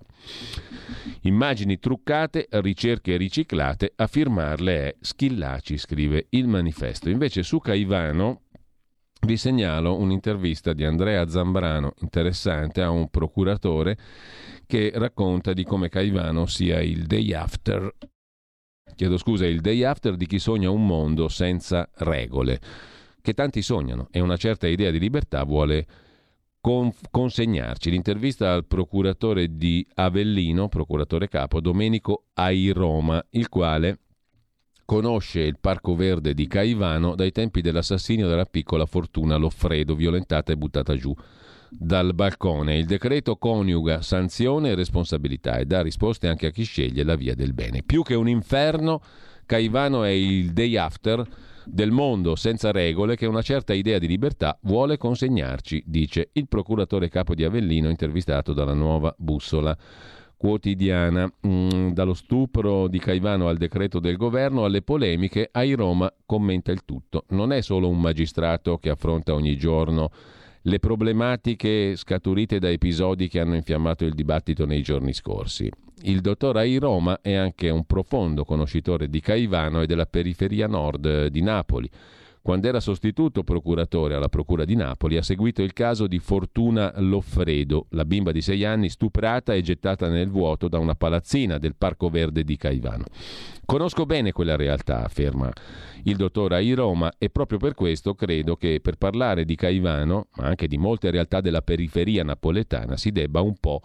B: Immagini truccate, ricerche riciclate, a firmarle è Schillaci, scrive il manifesto. Invece su Caivano vi segnalo un'intervista di Andrea Zambrano, interessante, a un procuratore che racconta di come Caivano sia il day after, chiedo scusa, il day after di chi sogna un mondo senza regole, che tanti sognano, e una certa idea di libertà vuole con- consegnarci. L'intervista al procuratore di Avellino, procuratore capo, Domenico Airoma, il quale conosce il Parco Verde di Caivano dai tempi dell'assassinio della piccola Fortuna Loffredo, violentata e buttata giù dal balcone. Il decreto coniuga sanzione e responsabilità e dà risposte anche a chi sceglie la via del bene. Più che un inferno, Caivano è il day after del mondo senza regole che una certa idea di libertà vuole consegnarci, dice il procuratore capo di Avellino, intervistato dalla Nuova Bussola Quotidiana. Mm, dallo stupro di Caivano al decreto del governo, alle polemiche, Airoma commenta il tutto. Non è solo un magistrato che affronta ogni giorno le problematiche scaturite da episodi che hanno infiammato il dibattito nei giorni scorsi. Il dottor Airoma è anche un profondo conoscitore di Caivano e della periferia nord di Napoli. Quando era sostituto procuratore alla Procura di Napoli ha seguito il caso di Fortuna Loffredo, la bimba di sei anni stuprata e gettata nel vuoto da una palazzina del Parco Verde di Caivano. Conosco bene quella realtà, afferma il dottor Airoma, e proprio per questo credo che per parlare di Caivano, ma anche di molte realtà della periferia napoletana, si debba un po'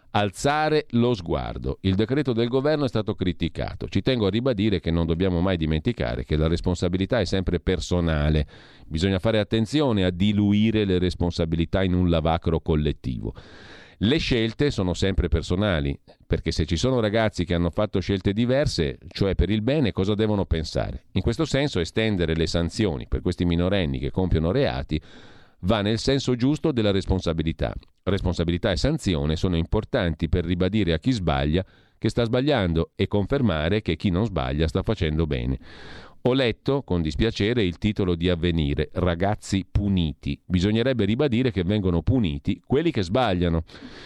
B: alzare lo sguardo. Il decreto del governo è stato criticato. Ci tengo a ribadire che non dobbiamo mai dimenticare che la responsabilità è sempre personale. Bisogna fare attenzione a diluire le responsabilità in un lavacro collettivo. Le scelte sono sempre personali, perché se ci sono ragazzi che hanno fatto scelte diverse, cioè per il bene, cosa devono pensare? In questo senso estendere le sanzioni per questi minorenni che compiono reati va nel senso giusto della responsabilità. Responsabilità e sanzione sono importanti per ribadire a chi sbaglia che sta sbagliando e confermare che chi non sbaglia sta facendo bene. Ho letto con dispiacere il titolo di Avvenire, Ragazzi puniti. Bisognerebbe ribadire che vengono puniti quelli che sbagliano.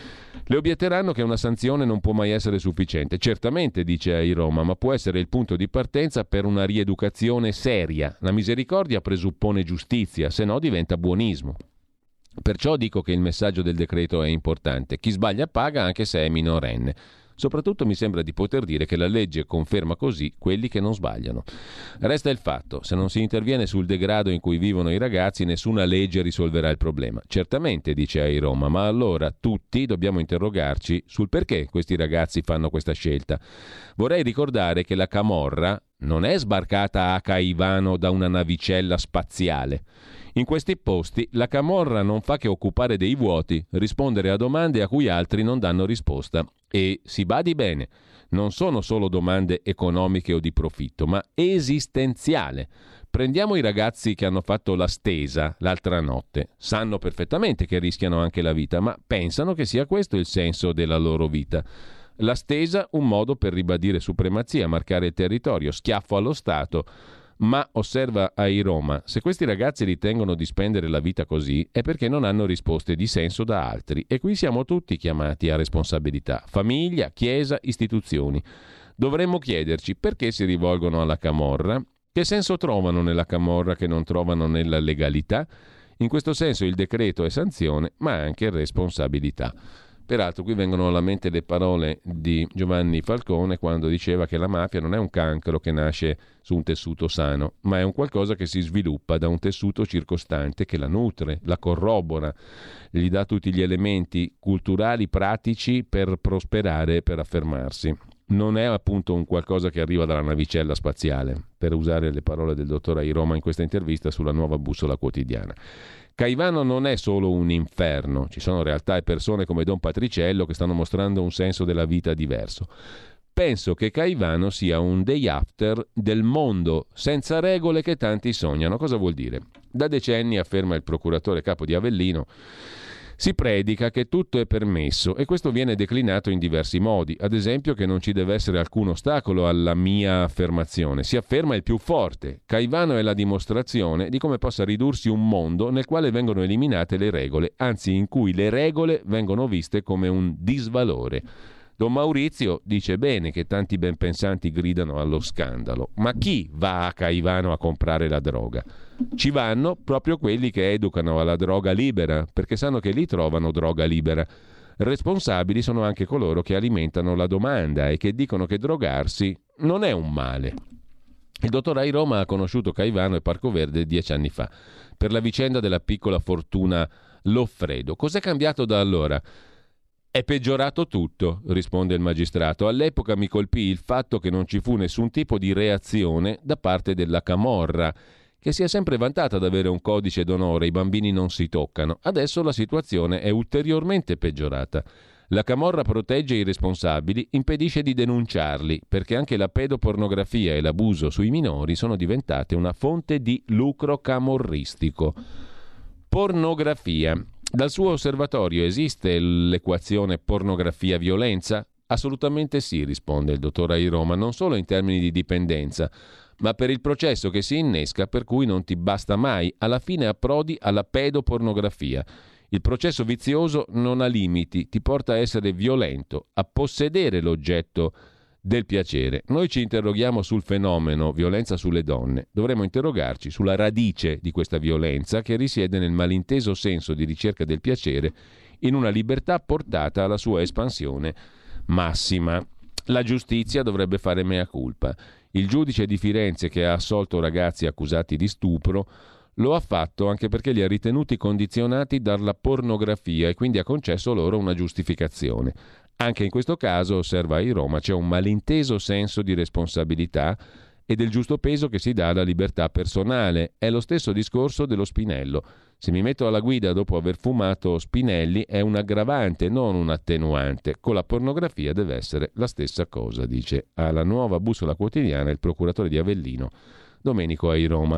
B: Le obietteranno che una sanzione non può mai essere sufficiente. Certamente, dice Airoma, ma può essere il punto di partenza per una rieducazione seria. La misericordia presuppone giustizia, se no diventa buonismo. Perciò dico che il messaggio del decreto è importante. Chi sbaglia paga anche se è minorenne. Soprattutto mi sembra di poter dire che la legge conferma così quelli che non sbagliano. Resta il fatto, se non si interviene sul degrado in cui vivono i ragazzi, nessuna legge risolverà il problema. Certamente, dice Airoma, ma allora tutti dobbiamo interrogarci sul perché questi ragazzi fanno questa scelta. Vorrei ricordare che la camorra non è sbarcata a Caivano da una navicella spaziale. In questi posti la camorra non fa che occupare dei vuoti, rispondere a domande a cui altri non danno risposta. E si badi bene, non sono solo domande economiche o di profitto, ma esistenziale. Prendiamo i ragazzi che hanno fatto la stesa l'altra notte. Sanno perfettamente che rischiano anche la vita, ma pensano che sia questo il senso della loro vita. La stesa, un modo per ribadire supremazia, marcare il territorio, schiaffo allo Stato. Ma, osserva Airoma, se questi ragazzi ritengono di spendere la vita così è perché non hanno risposte di senso da altri, e qui siamo tutti chiamati a responsabilità, famiglia, chiesa, istituzioni. Dovremmo chiederci perché si rivolgono alla camorra, che senso trovano nella camorra che non trovano nella legalità. In questo senso il decreto è sanzione, ma anche responsabilità. Peraltro qui vengono alla mente le parole di Giovanni Falcone quando diceva che la mafia non è un cancro che nasce su un tessuto sano, ma è un qualcosa che si sviluppa da un tessuto circostante che la nutre, la corrobora, gli dà tutti gli elementi culturali, pratici per prosperare e per affermarsi. Non è appunto un qualcosa che arriva dalla navicella spaziale, per usare le parole del dottor Airoma in questa intervista sulla Nuova Bussola Quotidiana. Caivano non è solo un inferno, ci sono realtà e persone come Don Patriciello che stanno mostrando un senso della vita diverso. Penso che Caivano sia un day after del mondo senza regole che tanti sognano. Cosa vuol dire? Da decenni, afferma il procuratore capo di Avellino, si predica che tutto è permesso e questo viene declinato in diversi modi. Ad esempio che non ci deve essere alcun ostacolo alla mia affermazione. Si afferma il più forte. Caivano è la dimostrazione di come possa ridursi un mondo nel quale vengono eliminate le regole, anzi in cui le regole vengono viste come un disvalore. Don Maurizio dice bene che tanti benpensanti gridano allo scandalo, ma chi va a Caivano a comprare la droga? Ci vanno proprio quelli che educano alla droga libera, perché sanno che lì trovano droga libera. Responsabili sono anche coloro che alimentano la domanda e che dicono che drogarsi non è un male. Il dottor Airoma ha conosciuto Caivano e Parco Verde dieci anni fa, per la vicenda della piccola Fortuna Loffredo. Cos'è cambiato da allora? È peggiorato tutto, risponde il magistrato. All'epoca mi colpì il fatto che non ci fu nessun tipo di reazione da parte della camorra, che si è sempre vantata ad avere un codice d'onore, i bambini non si toccano. Adesso la situazione è ulteriormente peggiorata. La camorra protegge i responsabili, impedisce di denunciarli, perché anche la pedopornografia e l'abuso sui minori sono diventate una fonte di lucro camorristico. Pornografia. Dal suo osservatorio esiste l'equazione pornografia-violenza? Assolutamente sì, risponde il dottor Airoma, non solo in termini di dipendenza, ma per il processo che si innesca per cui non ti basta mai, alla fine approdi alla pedopornografia. Il processo vizioso non ha limiti, ti porta a essere violento, a possedere l'oggetto del piacere. Noi ci interroghiamo sul fenomeno violenza sulle donne, dovremmo interrogarci sulla radice di questa violenza che risiede nel malinteso senso di ricerca del piacere in una libertà portata alla sua espansione massima. La giustizia dovrebbe fare mea culpa. Il giudice di Firenze che ha assolto ragazzi accusati di stupro lo ha fatto anche perché li ha ritenuti condizionati dalla pornografia e quindi ha concesso loro una giustificazione. Anche in questo caso, osserva I Roma, c'è un malinteso senso di responsabilità e del giusto peso che si dà alla libertà personale. È lo stesso discorso dello Spinello. Se mi metto alla guida dopo aver fumato Spinelli è un aggravante, non un attenuante. Con la pornografia deve essere la stessa cosa, dice alla Nuova Bussola Quotidiana il procuratore di Avellino, Domenico A I Roma.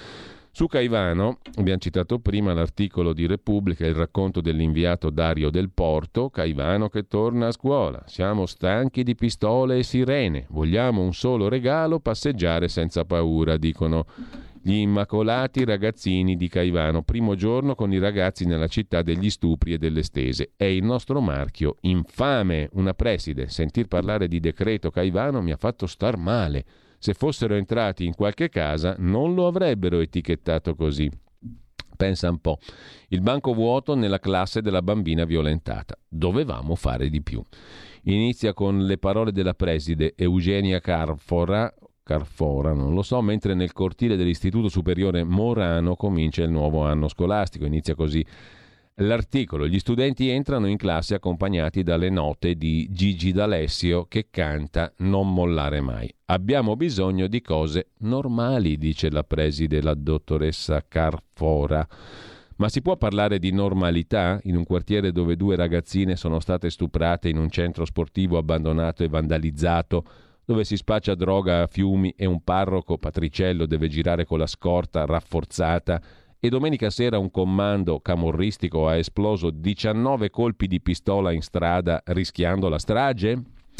B: Su Caivano, abbiamo citato prima l'articolo di Repubblica, il racconto dell'inviato Dario Del Porto, Caivano che torna a scuola. Siamo stanchi di pistole e sirene, vogliamo un solo regalo, passeggiare senza paura, dicono gli immacolati ragazzini di Caivano. Primo giorno con i ragazzi nella città degli stupri e delle stese. È il nostro marchio infame. Una preside, sentir parlare di decreto Caivano mi ha fatto star male. Se fossero entrati in qualche casa non lo avrebbero etichettato così. Pensa un po'. Il banco vuoto nella classe della bambina violentata. Dovevamo fare di più. Inizia con le parole della preside Eugenia Carfora, Carfora, non lo so, mentre nel cortile dell'Istituto Superiore Morano comincia il nuovo anno scolastico. Inizia così l'articolo. Gli studenti entrano in classe accompagnati dalle note di Gigi D'Alessio che canta Non mollare mai. Abbiamo bisogno di cose normali, dice la preside, la dottoressa Carfora. Ma si può parlare di normalità in un quartiere dove due ragazzine sono state stuprate in un centro sportivo abbandonato e vandalizzato, dove si spaccia droga a fiumi e un parroco, Patriciello, deve girare con la scorta rafforzata e domenica sera un comando camorristico ha esploso diciannove colpi di pistola in strada rischiando la strage?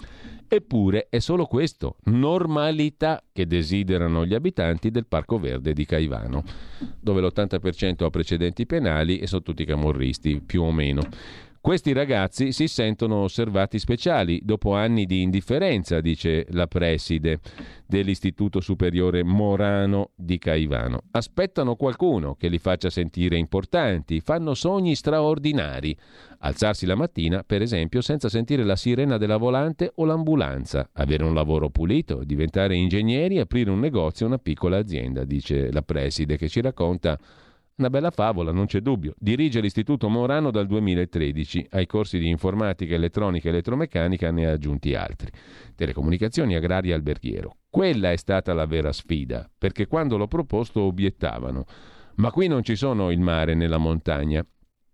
B: Eppure è solo questo, normalità, che desiderano gli abitanti del Parco Verde di Caivano, dove l'ottanta per cento ha precedenti penali e sono tutti camorristi, più o meno. Questi ragazzi si sentono osservati speciali dopo anni di indifferenza, dice la preside dell'Istituto Superiore Morano di Caivano. Aspettano qualcuno che li faccia sentire importanti, fanno sogni straordinari. Alzarsi la mattina, per esempio, senza sentire la sirena della volante o l'ambulanza, avere un lavoro pulito, diventare ingegneri, aprire un negozio, una piccola azienda, dice la preside che ci racconta una bella favola, non c'è dubbio. Dirige l'Istituto Morano dal duemilatredici. Ai corsi di informatica, elettronica e elettromeccanica ne ha aggiunti altri. Telecomunicazioni, agraria e alberghiero. Quella è stata la vera sfida, perché quando l'ho proposto obiettavano. Ma qui non ci sono il mare né la montagna.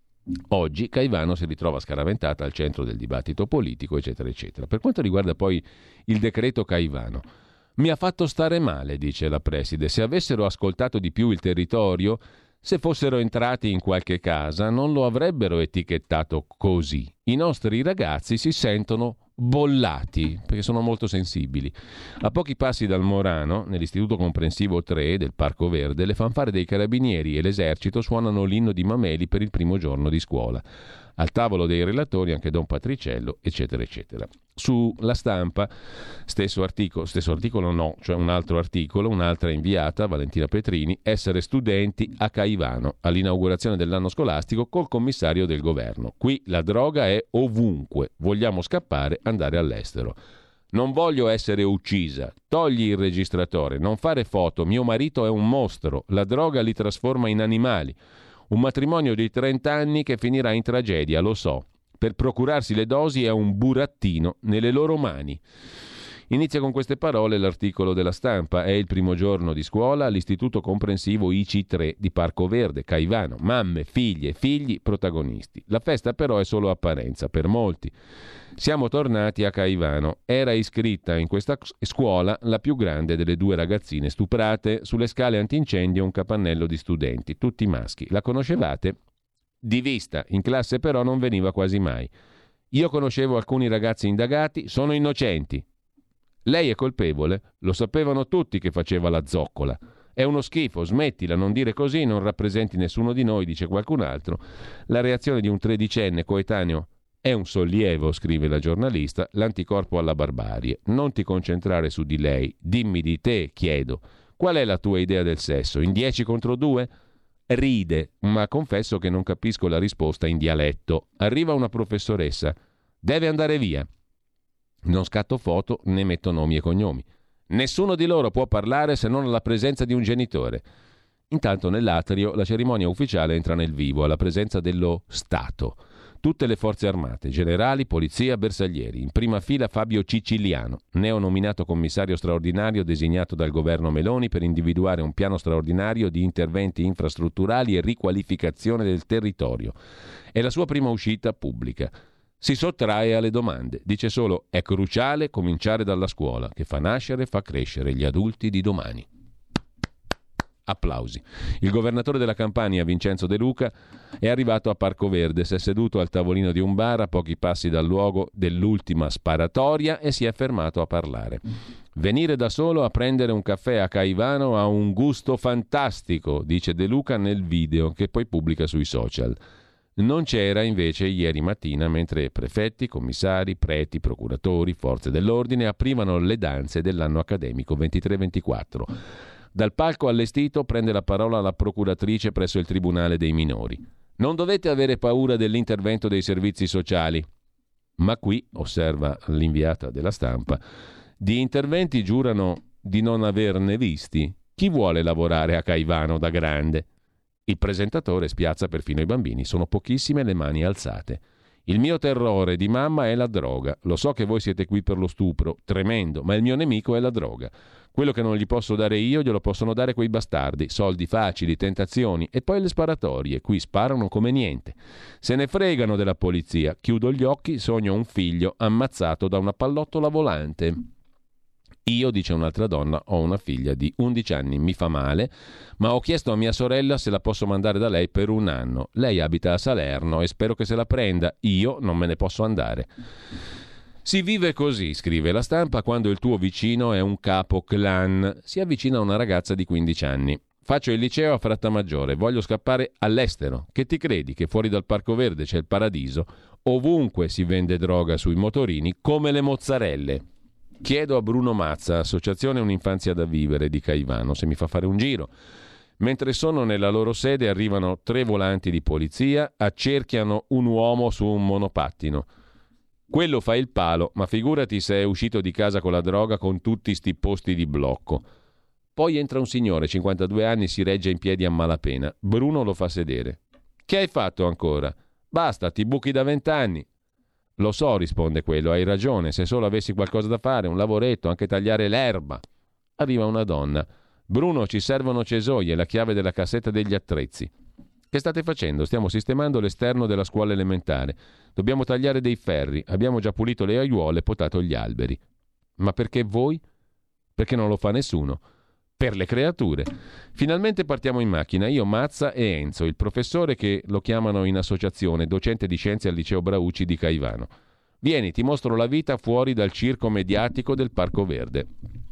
B: Oggi Caivano si ritrova scaraventata al centro del dibattito politico, eccetera, eccetera. Per quanto riguarda poi il decreto Caivano, mi ha fatto stare male, dice la preside. Se avessero ascoltato di più il territorio, se fossero entrati in qualche casa non lo avrebbero etichettato così. I nostri ragazzi si sentono bollati perché sono molto sensibili. A pochi passi dal Morano, nell'Istituto Comprensivo tre del Parco Verde, le fanfare dei carabinieri e l'esercito suonano l'inno di Mameli per il primo giorno di scuola. Al tavolo dei relatori anche Don Patriciello, eccetera, eccetera. Sulla Stampa, stesso articolo, stesso articolo no, cioè un altro articolo, un'altra inviata, Valentina Petrini, essere studenti a Caivano, all'inaugurazione dell'anno scolastico col commissario del governo. Qui la droga è ovunque, vogliamo scappare, andare all'estero. Non voglio essere uccisa, togli il registratore, non fare foto, mio marito è un mostro, la droga li trasforma in animali. Un matrimonio di trenta anni che finirà in tragedia, lo so. Per procurarsi le dosi è un burattino nelle loro mani. Inizia con queste parole l'articolo della Stampa. È il primo giorno di scuola all'Istituto Comprensivo I C tre di Parco Verde, Caivano. Mamme, figlie, figli, protagonisti. La festa però è solo apparenza per molti. Siamo tornati a Caivano. Era iscritta in questa scuola la più grande delle due ragazzine stuprate. Sulle scale antincendio un capannello di studenti, tutti maschi. La conoscevate? Di vista, in classe però non veniva quasi mai. Io conoscevo alcuni ragazzi indagati, sono innocenti. Lei è colpevole? Lo sapevano tutti che faceva la zoccola. È uno schifo, smettila, non dire così, non rappresenti nessuno di noi, dice qualcun altro. La reazione di un tredicenne coetaneo È un sollievo, scrive la giornalista, l'anticorpo alla barbarie. Non ti concentrare su di lei, dimmi di te, chiedo. Qual è la tua idea del sesso? In dieci contro due? Ride, ma confesso che non capisco la risposta in dialetto. Arriva una professoressa. Deve andare via. Non scatto foto né metto nomi e cognomi. Nessuno di loro può parlare se non alla presenza di un genitore. Intanto nell'atrio la cerimonia ufficiale entra nel vivo, alla presenza dello Stato. Tutte le forze armate, generali, polizia, bersaglieri. In prima fila Fabio Ciciliano, neonominato commissario straordinario designato dal governo Meloni per individuare un piano straordinario di interventi infrastrutturali e riqualificazione del territorio. È la sua prima uscita pubblica. Si sottrae alle domande. Dice solo: è cruciale cominciare dalla scuola, che fa nascere e fa crescere gli adulti di domani. Applausi. Il governatore della Campania, Vincenzo De Luca, è arrivato a Parco Verde, si è seduto al tavolino di un bar a pochi passi dal luogo dell'ultima sparatoria e si è fermato a parlare. Venire da solo a prendere un caffè a Caivano ha un gusto fantastico, dice De Luca nel video che poi pubblica sui social. Non c'era invece ieri mattina mentre prefetti, commissari, preti, procuratori, forze dell'ordine aprivano le danze dell'anno accademico ventitré ventiquattro. Dal palco allestito prende la parola la procuratrice presso il Tribunale dei Minori. Non dovete avere paura dell'intervento dei servizi sociali. Ma qui, osserva l'inviata della Stampa, di interventi giurano di non averne visti. Chi vuole lavorare a Caivano da grande? Il presentatore spiazza perfino i bambini, sono pochissime le mani alzate. Il mio terrore di mamma è la droga. Lo so che voi siete qui per lo stupro, tremendo, ma il mio nemico è la droga. Quello che non gli posso dare io glielo possono dare quei bastardi, soldi facili, tentazioni e poi le sparatorie, qui sparano come niente. Se ne fregano della polizia, chiudo gli occhi, sogno un figlio ammazzato da una pallottola volante. Io, dice un'altra donna, ho una figlia di undici anni, mi fa male, ma ho chiesto a mia sorella se la posso mandare da lei per un anno. Lei abita a Salerno e spero che se la prenda, io non me ne posso andare. Si vive così, scrive la Stampa, quando il tuo vicino è un capo clan. Si avvicina a una ragazza di quindici anni. Faccio il liceo a Frattamaggiore, voglio scappare all'estero. Che ti credi che fuori dal Parco Verde c'è il paradiso? Ovunque si vende droga sui motorini, come le mozzarelle. Chiedo a Bruno Mazza, Associazione Un'infanzia da vivere di Caivano, se mi fa fare un giro. Mentre sono nella loro sede arrivano tre volanti di polizia, accerchiano un uomo su un monopattino. Quello fa il palo, ma figurati se è uscito di casa con la droga con tutti sti posti di blocco. Poi entra un signore, cinquantadue anni, si regge in piedi a malapena. Bruno lo fa sedere. Che hai fatto ancora? Basta, ti buchi da vent'anni. Lo so, risponde quello, hai ragione, se solo avessi qualcosa da fare, un lavoretto, anche tagliare l'erba. Arriva una donna. Bruno, ci servono cesoie, la chiave della cassetta degli attrezzi. Che state facendo? Stiamo sistemando l'esterno della scuola elementare. Dobbiamo tagliare dei ferri. Abbiamo già pulito le aiuole e potato gli alberi. Ma perché voi? Perché non lo fa nessuno. Per le creature. Finalmente partiamo in macchina, io, Mazza e Enzo, il professore che lo chiamano in associazione, docente di scienze al liceo Brauci di Caivano. Vieni, ti mostro la vita fuori dal circo mediatico del Parco Verde.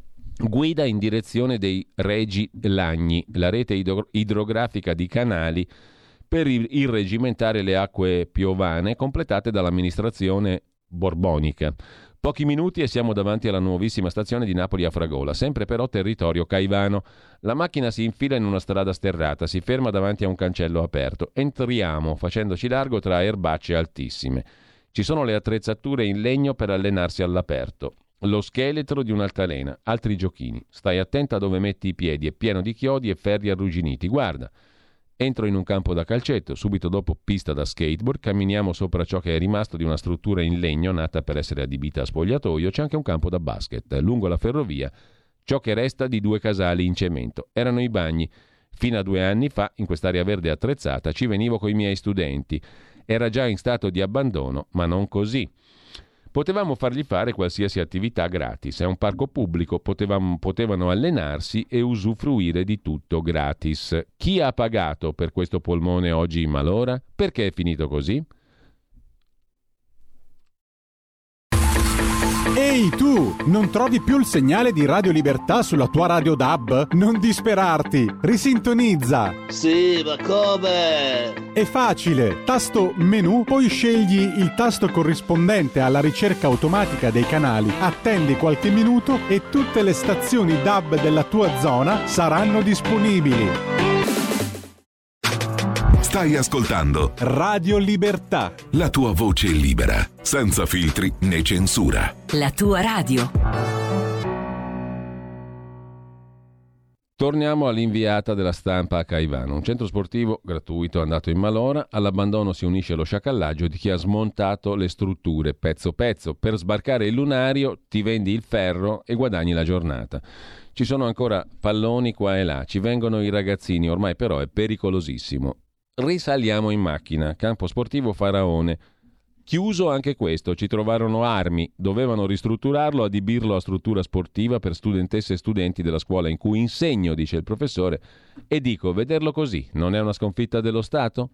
B: Guida in direzione dei Regi Lagni, la rete idro- idrografica di canali per irregimentare le acque piovane completate dall'amministrazione borbonica. Pochi minuti e siamo davanti alla nuovissima stazione di Napoli a Fragola, sempre però territorio caivano. La macchina si infila in una strada sterrata, si ferma davanti a un cancello aperto. Entriamo facendoci largo tra erbacce altissime. Ci sono le attrezzature in legno per allenarsi all'aperto. Lo scheletro di un'altalena, altri giochini. Stai attenta dove metti i piedi, è pieno di chiodi e ferri arrugginiti. Guarda. Entro in un campo da calcetto, subito dopo pista da skateboard, camminiamo sopra ciò che è rimasto di una struttura in legno nata per essere adibita a spogliatoio, c'è anche un campo da basket. Lungo la ferrovia, ciò che resta di due casali in cemento. Erano i bagni. Fino a due anni fa, in quest'area verde attrezzata, ci venivo coi miei studenti. Era già in stato di abbandono, ma non così. Potevamo fargli fare qualsiasi attività gratis. È un parco pubblico, potevamo, potevano allenarsi e usufruire di tutto gratis. Chi ha pagato per questo polmone oggi in malora? Perché è finito così?
A: Ehi Ehi tu, non trovi più il segnale di Radio Libertà sulla tua radio D A B? Non disperarti, risintonizza!
C: Sì, ma come?
A: È facile, tasto menu, poi scegli il tasto corrispondente alla ricerca automatica dei canali, attendi qualche minuto e tutte le stazioni D A B della tua zona saranno disponibili.
D: Stai ascoltando
A: Radio Libertà,
D: la tua voce libera, senza filtri né censura.
J: La tua radio.
B: Torniamo all'inviata della Stampa a Caivano, un centro sportivo gratuito andato in malora. All'abbandono si unisce lo sciacallaggio di chi ha smontato le strutture pezzo pezzo. Per sbarcare il lunario ti vendi il ferro e guadagni la giornata. Ci sono ancora palloni qua e là, ci vengono i ragazzini, ormai però è pericolosissimo. Risaliamo in macchina, campo sportivo Faraone. Chiuso anche questo, ci trovarono armi, dovevano ristrutturarlo, adibirlo a struttura sportiva per studentesse e studenti della scuola in cui insegno, dice il professore, e dico, vederlo così non è una sconfitta dello Stato?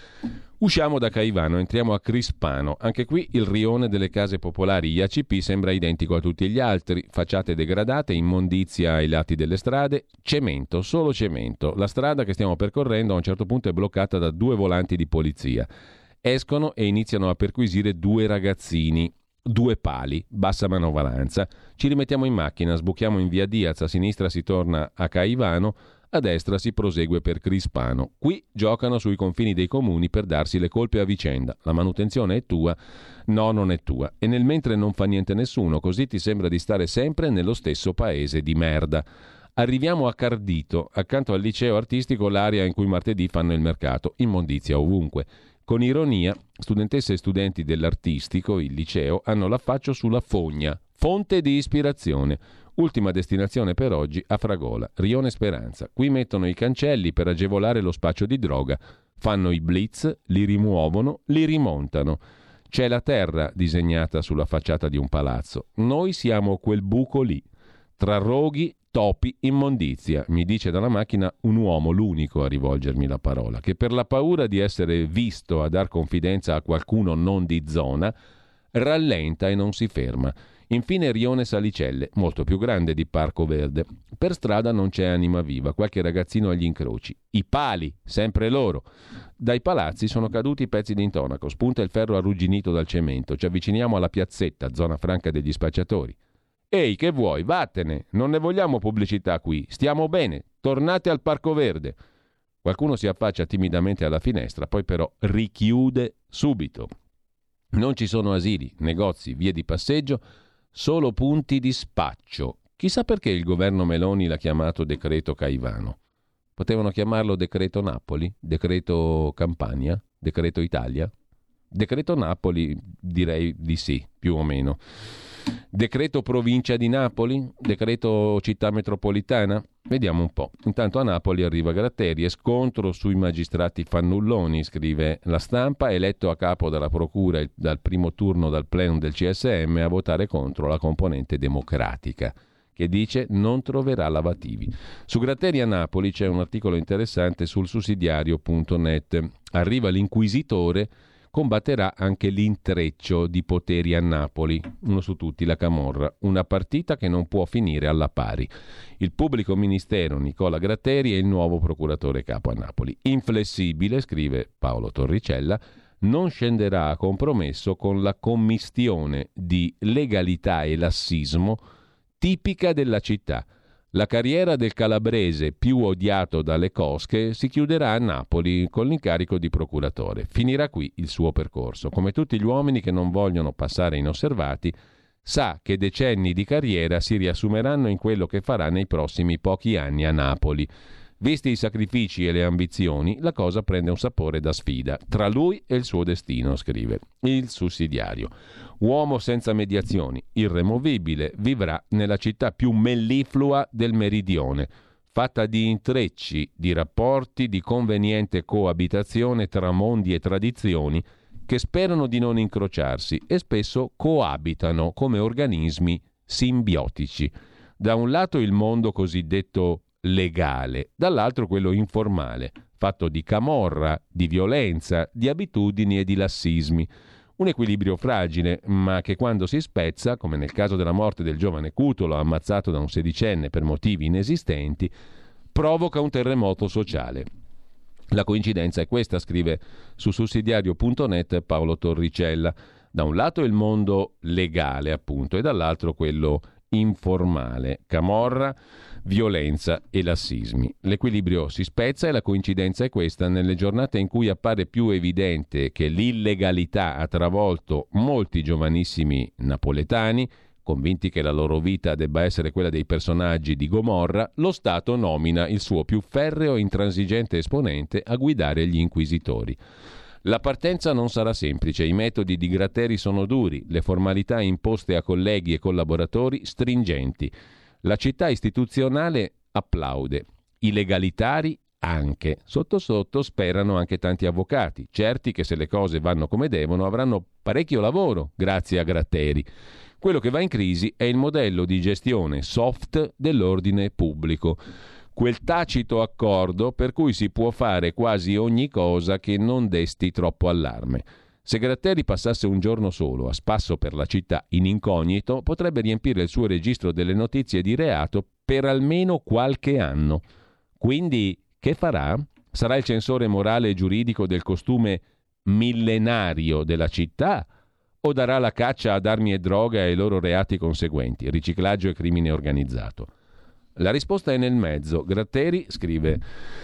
B: Usciamo da Caivano, entriamo a Crispano, anche qui il rione delle case popolari I A C P sembra identico a tutti gli altri, facciate degradate, immondizia ai lati delle strade, cemento, solo cemento. La strada che stiamo percorrendo a un certo punto è bloccata da due volanti di polizia. Escono e iniziano a perquisire due ragazzini, due pali, bassa manovalanza. Ci rimettiamo in macchina, sbuchiamo in via Diaz, a sinistra si torna a Caivano, a destra si prosegue per Crispano. Qui giocano sui confini dei comuni per darsi le colpe a vicenda. La manutenzione è tua, no, non è tua. E nel mentre non fa niente nessuno, così ti sembra di stare sempre nello stesso paese di merda. Arriviamo a Cardito, accanto al liceo artistico, l'area in cui martedì fanno il mercato, immondizia ovunque. Con ironia, studentesse e studenti dell'artistico, il liceo, hanno l'affaccio sulla fogna, fonte di ispirazione. Ultima destinazione per oggi a Fragola, Rione Speranza. Qui mettono i cancelli per agevolare lo spaccio di droga, fanno i blitz, li rimuovono, li rimontano. C'è la terra disegnata sulla facciata di un palazzo. Noi siamo quel buco lì, tra roghi, topi, immondizia. Mi dice dalla macchina un uomo, l'unico a rivolgermi la parola, che per la paura di essere visto a dar confidenza a qualcuno non di zona, rallenta e non si ferma. Infine Rione Salicelle, molto più grande di Parco Verde. Per strada non c'è anima viva, qualche ragazzino agli incroci. I pali, sempre loro. Dai palazzi sono caduti pezzi di intonaco, spunta il ferro arrugginito dal cemento. Ci avviciniamo alla piazzetta, zona franca degli spacciatori. Ehi, che vuoi? Vattene, non ne vogliamo pubblicità qui, stiamo bene, tornate al Parco Verde. Qualcuno si affaccia timidamente alla finestra, poi però richiude subito. Non ci sono asili, negozi, vie di passeggio, solo punti di spaccio. Chissà perché il governo Meloni l'ha chiamato decreto Caivano. Potevano chiamarlo decreto Napoli, decreto Campania, decreto Italia. Decreto Napoli direi di sì, più o meno. Decreto provincia di Napoli? Decreto città metropolitana? Vediamo un po'. Intanto a Napoli arriva Gratteri e scontro sui magistrati fannulloni, scrive La Stampa, eletto a capo della procura dal primo turno dal plenum del C S M a votare contro la componente democratica, che dice non troverà lavativi. Su Gratteri a Napoli c'è un articolo interessante sul sussidiario punto net. Arriva l'inquisitore, combatterà anche l'intreccio di poteri a Napoli, uno su tutti la camorra, una partita che non può finire alla pari. Il pubblico ministero Nicola Gratteri è il nuovo procuratore capo a Napoli. Inflessibile, scrive Paolo Torricella, non scenderà a compromesso con la commistione di legalità e lassismo tipica della città. La carriera del calabrese più odiato dalle cosche si chiuderà a Napoli con l'incarico di procuratore. Finirà qui il suo percorso. Come tutti gli uomini che non vogliono passare inosservati, sa che decenni di carriera si riassumeranno in quello che farà nei prossimi pochi anni a Napoli. Visti i sacrifici e le ambizioni, la cosa prende un sapore da sfida. Tra lui e il suo destino, scrive il sussidiario. Uomo senza mediazioni, irremovibile, vivrà nella città più melliflua del meridione, fatta di intrecci, di rapporti, di conveniente coabitazione tra mondi e tradizioni che sperano di non incrociarsi e spesso coabitano come organismi simbiotici. Da un lato il mondo cosiddetto legale, dall'altro quello informale, fatto di camorra, di violenza, di abitudini e di lassismi. Un equilibrio fragile, ma che quando si spezza, come nel caso della morte del giovane Cutolo ammazzato da un sedicenne per motivi inesistenti, provoca un terremoto sociale. La coincidenza è questa, scrive su sussidiario punto net Paolo Torricella. Da un lato il mondo legale, appunto, e dall'altro quello informale, camorra, violenza e lassismi. L'equilibrio si spezza e la coincidenza è questa nelle giornate in cui appare più evidente che l'illegalità ha travolto molti giovanissimi napoletani, convinti che la loro vita debba essere quella dei personaggi di Gomorra. Lo Stato nomina il suo più ferreo e intransigente esponente a guidare gli inquisitori. La partenza non sarà semplice, i metodi di Gratteri sono duri, le formalità imposte a colleghi e collaboratori stringenti. La città istituzionale applaude, i legalitari anche. Sotto sotto sperano anche tanti avvocati, certi che se le cose vanno come devono avranno parecchio lavoro grazie a Gratteri. Quello che va in crisi è il modello di gestione soft dell'ordine pubblico. Quel tacito accordo per cui si può fare quasi ogni cosa che non desti troppo allarme. Se Gratteri passasse un giorno solo a spasso per la città in incognito, potrebbe riempire il suo registro delle notizie di reato per almeno qualche anno. Quindi che farà? Sarà il censore morale e giuridico del costume millenario della città o darà la caccia ad armi e droga e ai loro reati conseguenti, riciclaggio e crimine organizzato? La risposta è nel mezzo. Gratteri, scrive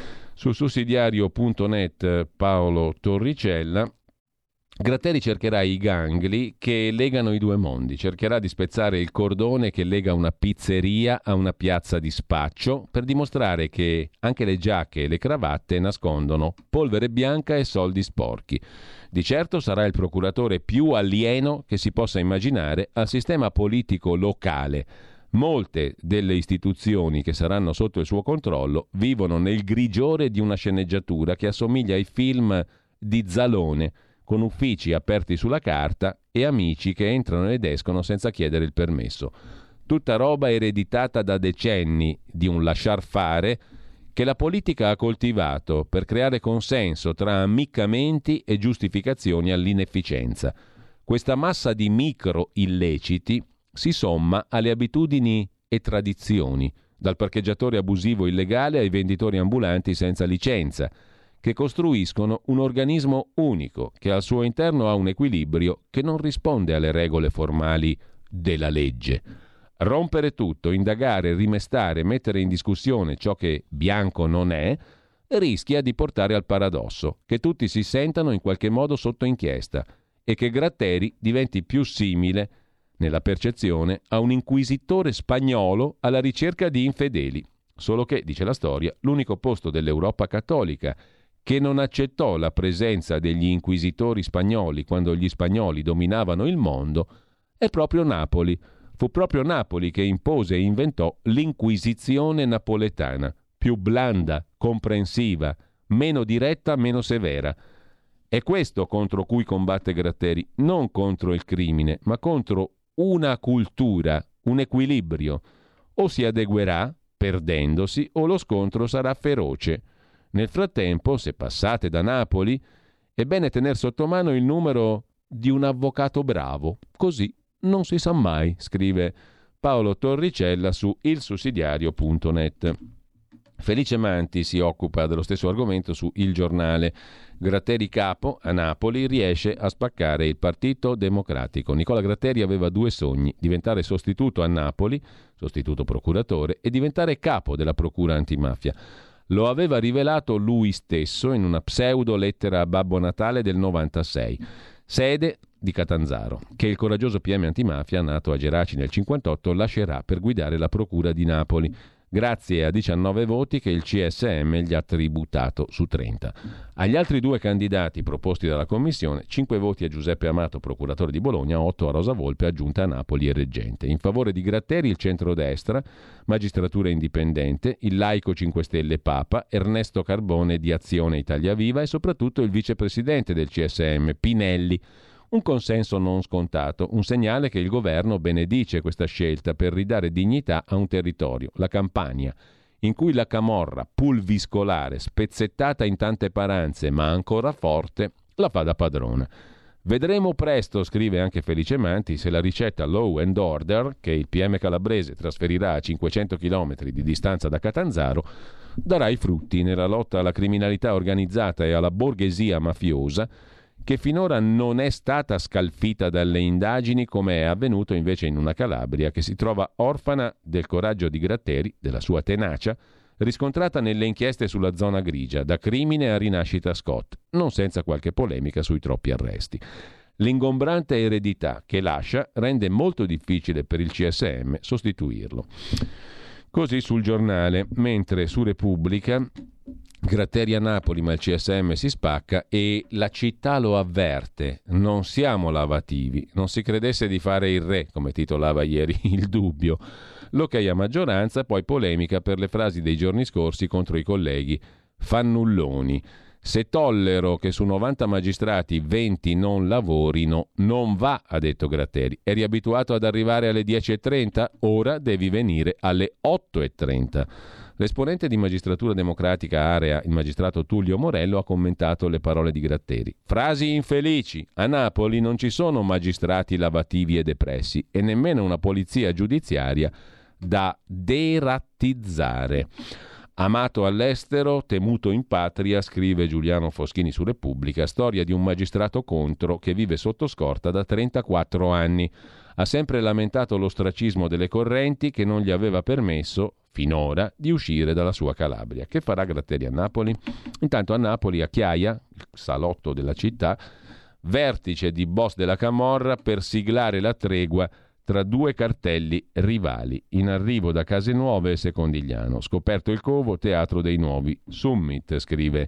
B: su sussidiario punto net Paolo Torricella, Gratteri cercherà i gangli che legano i due mondi, cercherà di spezzare il cordone che lega una pizzeria a una piazza di spaccio per dimostrare che anche le giacche e le cravatte nascondono polvere bianca e soldi sporchi. Di certo sarà il procuratore più alieno che si possa immaginare al sistema politico locale. Molte delle istituzioni che saranno sotto il suo controllo vivono nel grigiore di una sceneggiatura che assomiglia ai film di Zalone, con uffici aperti sulla carta e amici che entrano ed escono senza chiedere il permesso. Tutta roba ereditata da decenni di un lasciar fare che la politica ha coltivato per creare consenso tra ammiccamenti e giustificazioni all'inefficienza. Questa massa di micro illeciti si somma alle abitudini e tradizioni, dal parcheggiatore abusivo illegale ai venditori ambulanti senza licenza, che costruiscono un organismo unico che al suo interno ha un equilibrio che non risponde alle regole formali della legge. Rompere tutto, indagare, rimestare, mettere in discussione ciò che bianco non è, rischia di portare al paradosso che tutti si sentano in qualche modo sotto inchiesta e che Gratteri diventi più simile nella percezione a un inquisitore spagnolo alla ricerca di infedeli. Solo che, dice la storia, l'unico posto dell'Europa cattolica che non accettò la presenza degli inquisitori spagnoli quando gli spagnoli dominavano il mondo è proprio Napoli. Fu proprio Napoli che impose e inventò l'Inquisizione napoletana, più blanda, comprensiva, meno diretta, meno severa. È questo contro cui combatte Gratteri, non contro il crimine, ma contro una cultura, un equilibrio. O si adeguerà, perdendosi, o lo scontro sarà feroce. Nel frattempo, se passate da Napoli, è bene tener sotto mano il numero di un avvocato bravo. Così non si sa mai, scrive Paolo Torricella su il sussidiario punto net. Felice Manti si occupa dello stesso argomento su Il Giornale. Gratteri capo a Napoli riesce a spaccare il Partito Democratico. Nicola Gratteri aveva due sogni: diventare sostituto a Napoli, sostituto procuratore, e diventare capo della procura antimafia. Lo aveva rivelato lui stesso in una pseudo lettera a Babbo Natale del novantasei, sede di Catanzaro, che il coraggioso P M antimafia, nato a Geraci nel cinquantotto, lascerà per guidare la procura di Napoli, grazie a diciannove voti che il C S M gli ha tributato su trenta. Agli altri due candidati proposti dalla commissione, cinque voti a Giuseppe Amato, procuratore di Bologna, otto a Rosa Volpe, aggiunta a Napoli e reggente. In favore di Gratteri il centrodestra, Magistratura Indipendente, il laico cinque Stelle Papa, Ernesto Carbone di Azione Italia Viva e soprattutto il vicepresidente del C S M, Pinelli. Un consenso non scontato, un segnale che il governo benedice questa scelta per ridare dignità a un territorio, la Campania, in cui la camorra pulviscolare, spezzettata in tante paranze ma ancora forte, la fa da padrona. Vedremo presto, scrive anche Felice Manti, se la ricetta Law and Order, che il P M calabrese trasferirà a cinquecento chilometri di distanza da Catanzaro, darà i frutti nella lotta alla criminalità organizzata e alla borghesia mafiosa, che finora non è stata scalfita dalle indagini, come è avvenuto invece in una Calabria che si trova orfana del coraggio di Gratteri, della sua tenacia, riscontrata nelle inchieste sulla zona grigia, da crimine a rinascita Scott, non senza qualche polemica sui troppi arresti. L'ingombrante eredità che lascia rende molto difficile per il C S M sostituirlo. Così sul Giornale, mentre su Repubblica Gratteri a Napoli ma il C S M si spacca e la città lo avverte, non siamo lavativi, non si credesse di fare il re, come titolava ieri Il Dubbio. L'ok a maggioranza, poi polemica per le frasi dei giorni scorsi contro i colleghi fannulloni. Se tollero che su novanta magistrati venti non lavorino, non va, ha detto Gratteri. Eri abituato ad arrivare alle dieci e trenta, ora devi venire alle otto e trenta. L'esponente di Magistratura Democratica Area, il magistrato Tullio Morello, ha commentato le parole di Gratteri. Frasi infelici. A Napoli non ci sono magistrati lavativi e depressi e nemmeno una polizia giudiziaria da derattizzare. Amato all'estero, temuto in patria, scrive Giuliano Foschini su Repubblica, storia di un magistrato contro che vive sotto scorta da trentaquattro anni. Ha sempre lamentato l'ostracismo delle correnti che non gli aveva permesso, finora, di uscire dalla sua Calabria. Che farà Gratteri a Napoli? Intanto a Napoli, a Chiaia, il salotto della città, vertice di boss della Camorra per siglare la tregua tra due cartelli rivali, in arrivo da Casenuove e Secondigliano. Scoperto il covo, teatro dei nuovi summit, scrive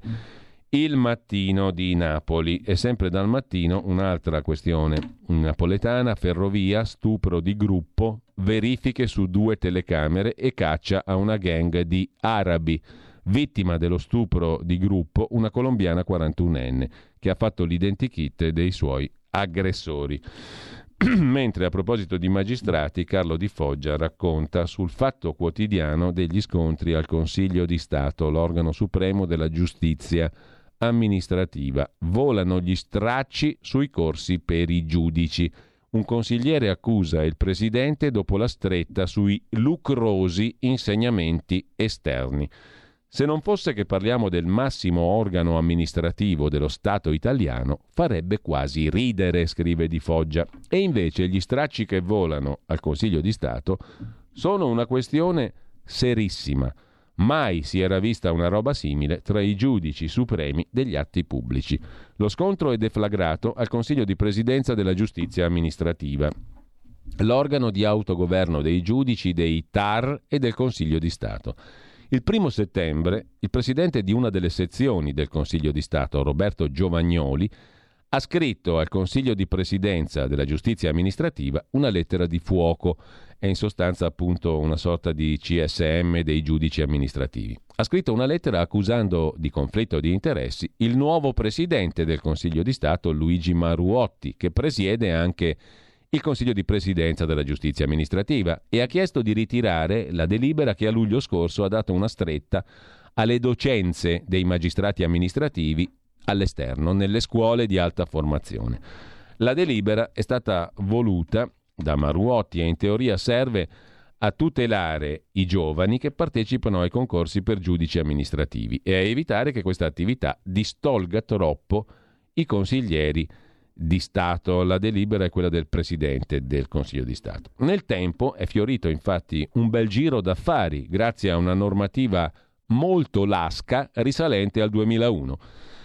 B: Il Mattino di Napoli. E sempre dal Mattino un'altra questione napoletana: ferrovia, stupro di gruppo, verifiche su due telecamere e caccia a una gang di arabi. Vittima dello stupro di gruppo una colombiana quarantunenne che ha fatto l'identikit dei suoi aggressori. Mentre a proposito di magistrati, Carlo Di Foggia racconta sul Fatto Quotidiano degli scontri al Consiglio di Stato, l'organo supremo della giustizia amministrativa. Volano gli stracci sui corsi per i giudici. Un consigliere accusa il presidente dopo la stretta sui lucrosi insegnamenti esterni. Se non fosse che parliamo del massimo organo amministrativo dello Stato italiano, farebbe quasi ridere, scrive Di Foggia. E invece gli stracci che volano al Consiglio di Stato sono una questione serissima. Mai si era vista una roba simile tra i giudici supremi degli atti pubblici. Lo scontro è deflagrato al Consiglio di Presidenza della Giustizia Amministrativa, l'organo di autogoverno dei giudici, dei T A R e del Consiglio di Stato. Il primo settembre il presidente di una delle sezioni del Consiglio di Stato, Roberto Giovagnoli, ha scritto al Consiglio di Presidenza della Giustizia Amministrativa una lettera di fuoco. È in sostanza appunto una sorta di C S M dei giudici amministrativi. Ha scritto una lettera accusando di conflitto di interessi il nuovo presidente del Consiglio di Stato, Luigi Maruotti, che presiede anche il Consiglio di Presidenza della Giustizia Amministrativa, e ha chiesto di ritirare la delibera che a luglio scorso ha dato una stretta alle docenze dei magistrati amministrativi all'esterno, nelle scuole di alta formazione. La delibera è stata voluta da Maruotti e in teoria serve a tutelare i giovani che partecipano ai concorsi per giudici amministrativi e a evitare che questa attività distolga troppo i consiglieri di Stato. La delibera è quella del Presidente del Consiglio di Stato. Nel tempo è fiorito infatti un bel giro d'affari grazie a una normativa molto lasca risalente al duemilauno.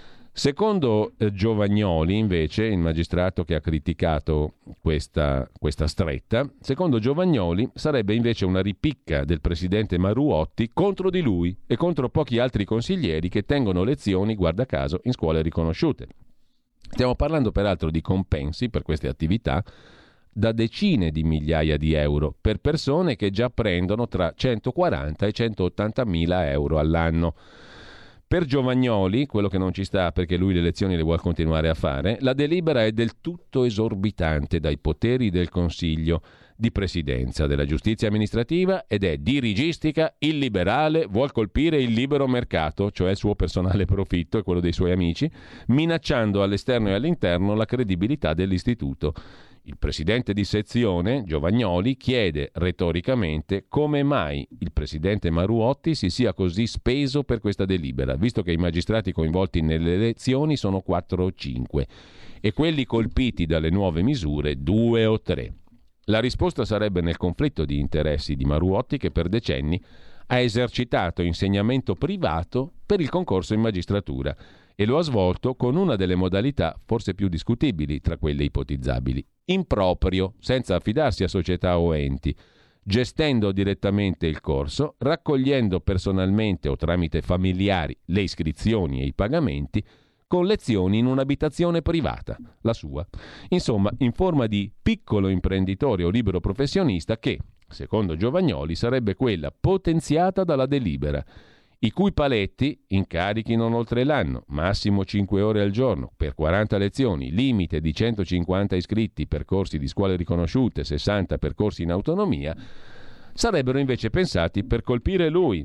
B: Secondo eh, Giovagnoli, invece, il magistrato che ha criticato questa, questa stretta, secondo Giovagnoli sarebbe invece una ripicca del presidente Maruotti contro di lui e contro pochi altri consiglieri che tengono lezioni, guarda caso, in scuole riconosciute. Stiamo parlando peraltro di compensi per queste attività da decine di migliaia di euro per persone che già prendono tra centoquaranta e centottanta mila euro all'anno. Per Giovagnoli, quello che non ci sta perché lui le lezioni le vuole continuare a fare, la delibera è del tutto esorbitante dai poteri del Consiglio, di presidenza della giustizia amministrativa ed è dirigistica, illiberale, vuol colpire il libero mercato, cioè il suo personale profitto e quello dei suoi amici, minacciando all'esterno e all'interno la credibilità dell'istituto. Il presidente di sezione, Giovagnoli, chiede retoricamente come mai il presidente Maruotti si sia così speso per questa delibera, visto che i magistrati coinvolti nelle elezioni sono quattro o cinque e quelli colpiti dalle nuove misure due o tre. La risposta sarebbe nel conflitto di interessi di Maruotti, che per decenni ha esercitato insegnamento privato per il concorso in magistratura e lo ha svolto con una delle modalità forse più discutibili tra quelle ipotizzabili: in proprio, senza affidarsi a società o enti, gestendo direttamente il corso, raccogliendo personalmente o tramite familiari le iscrizioni e i pagamenti, con lezioni in un'abitazione privata, la sua. Insomma, in forma di piccolo imprenditore o libero professionista che, secondo Giovagnoli, sarebbe quella potenziata dalla delibera, i cui paletti, incarichi non oltre l'anno, massimo cinque ore al giorno, per quaranta lezioni, limite di centocinquanta iscritti per corsi di scuole riconosciute, sessanta per corsi in autonomia, sarebbero invece pensati per colpire lui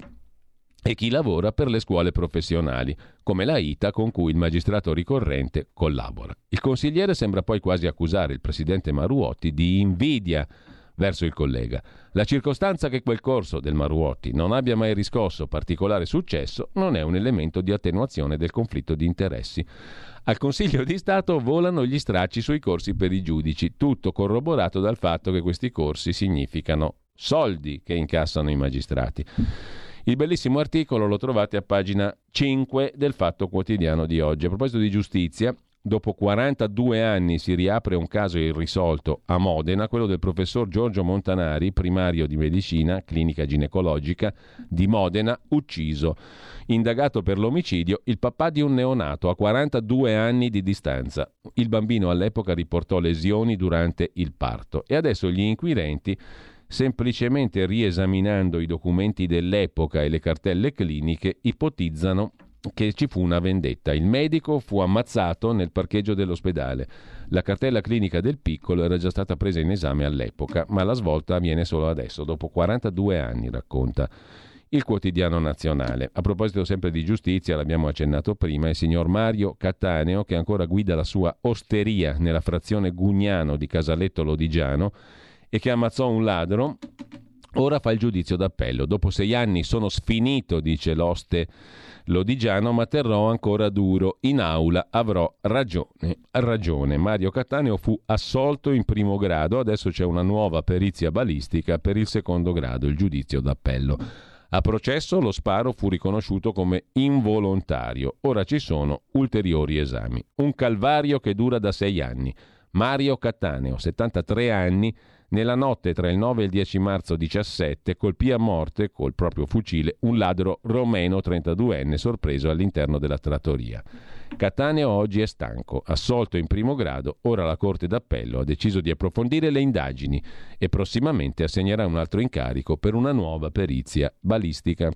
B: e chi lavora per le scuole professionali, come la I T A con cui il magistrato ricorrente collabora. Il consigliere sembra poi quasi accusare il presidente Maruotti di invidia verso il collega. La circostanza che quel corso del Maruotti non abbia mai riscosso particolare successo non è un elemento di attenuazione del conflitto di interessi. Al Consiglio di Stato volano gli stracci sui corsi per i giudici, tutto corroborato dal fatto che questi corsi significano soldi che incassano i magistrati. Il bellissimo articolo lo trovate a pagina cinque del Fatto Quotidiano di oggi. A proposito di giustizia, dopo quarantadue anni si riapre un caso irrisolto a Modena, quello del professor Giorgio Montanari, primario di medicina, clinica ginecologica di Modena, ucciso. Indagato per l'omicidio il papà di un neonato a quarantadue anni di distanza. Il bambino all'epoca riportò lesioni durante il parto e adesso gli inquirenti, semplicemente riesaminando i documenti dell'epoca e le cartelle cliniche, ipotizzano che ci fu una vendetta. Il medico fu ammazzato nel parcheggio dell'ospedale. La cartella clinica del piccolo era già stata presa in esame all'epoca, ma la svolta avviene solo adesso, dopo quarantadue anni, racconta il Quotidiano Nazionale. A proposito sempre di giustizia, l'abbiamo accennato prima, il signor Mario Cattaneo, che ancora guida la sua osteria nella frazione Gugnano di Casaletto Lodigiano e che ammazzò un ladro, ora fa il giudizio d'appello. Dopo sei anni sono sfinito, dice l'oste lodigiano, ma terrò ancora duro. In aula avrò ragione. ragione. Mario Cattaneo fu assolto in primo grado, adesso c'è una nuova perizia balistica per il secondo grado, il giudizio d'appello. A processo lo sparo fu riconosciuto come involontario. Ora ci sono ulteriori esami. Un calvario che dura da sei anni. Mario Cattaneo, settantatré anni, nella notte tra il nove e il dieci marzo diciassette colpì a morte col proprio fucile un ladro romeno trentaduenne sorpreso all'interno della trattoria. Cattaneo oggi è stanco, assolto in primo grado, ora la Corte d'Appello ha deciso di approfondire le indagini e prossimamente assegnerà un altro incarico per una nuova perizia balistica.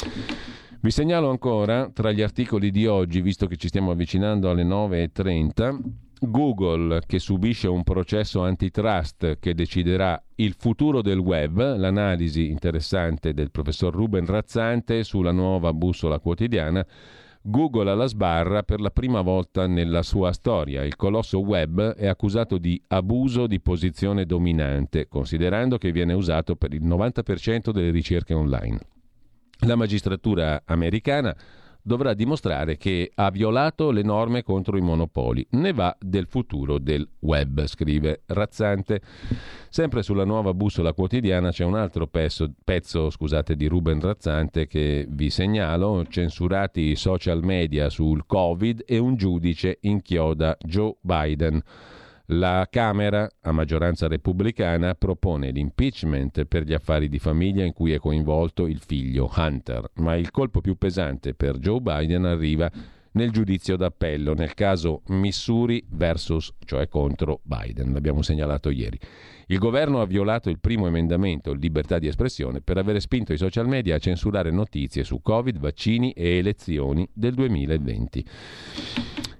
B: Vi segnalo ancora, tra gli articoli di oggi, visto che ci stiamo avvicinando alle nove e trenta, Google che subisce un processo antitrust che deciderà il futuro del web, l'analisi interessante del professor Ruben Razzante sulla nuova bussola quotidiana. Google alla sbarra per la prima volta nella sua storia. Il colosso web è accusato di abuso di posizione dominante, considerando che viene usato per il novanta per cento delle ricerche online. La magistratura americana dovrà dimostrare che ha violato le norme contro i monopoli. Ne va del futuro del web, scrive Razzante. Sempre sulla nuova bussola quotidiana c'è un altro pezzo, pezzo scusate, di Ruben Razzante che vi segnalo. Censurati i social media sul Covid e un giudice inchioda Joe Biden. La Camera, a maggioranza repubblicana, propone l'impeachment per gli affari di famiglia in cui è coinvolto il figlio Hunter, ma il colpo più pesante per Joe Biden arriva nel giudizio d'appello, nel caso Missouri versus, cioè contro Biden, l'abbiamo segnalato ieri. Il governo ha violato il primo emendamento, libertà di espressione, per aver spinto i social media a censurare notizie su Covid, vaccini e elezioni del duemilaventi.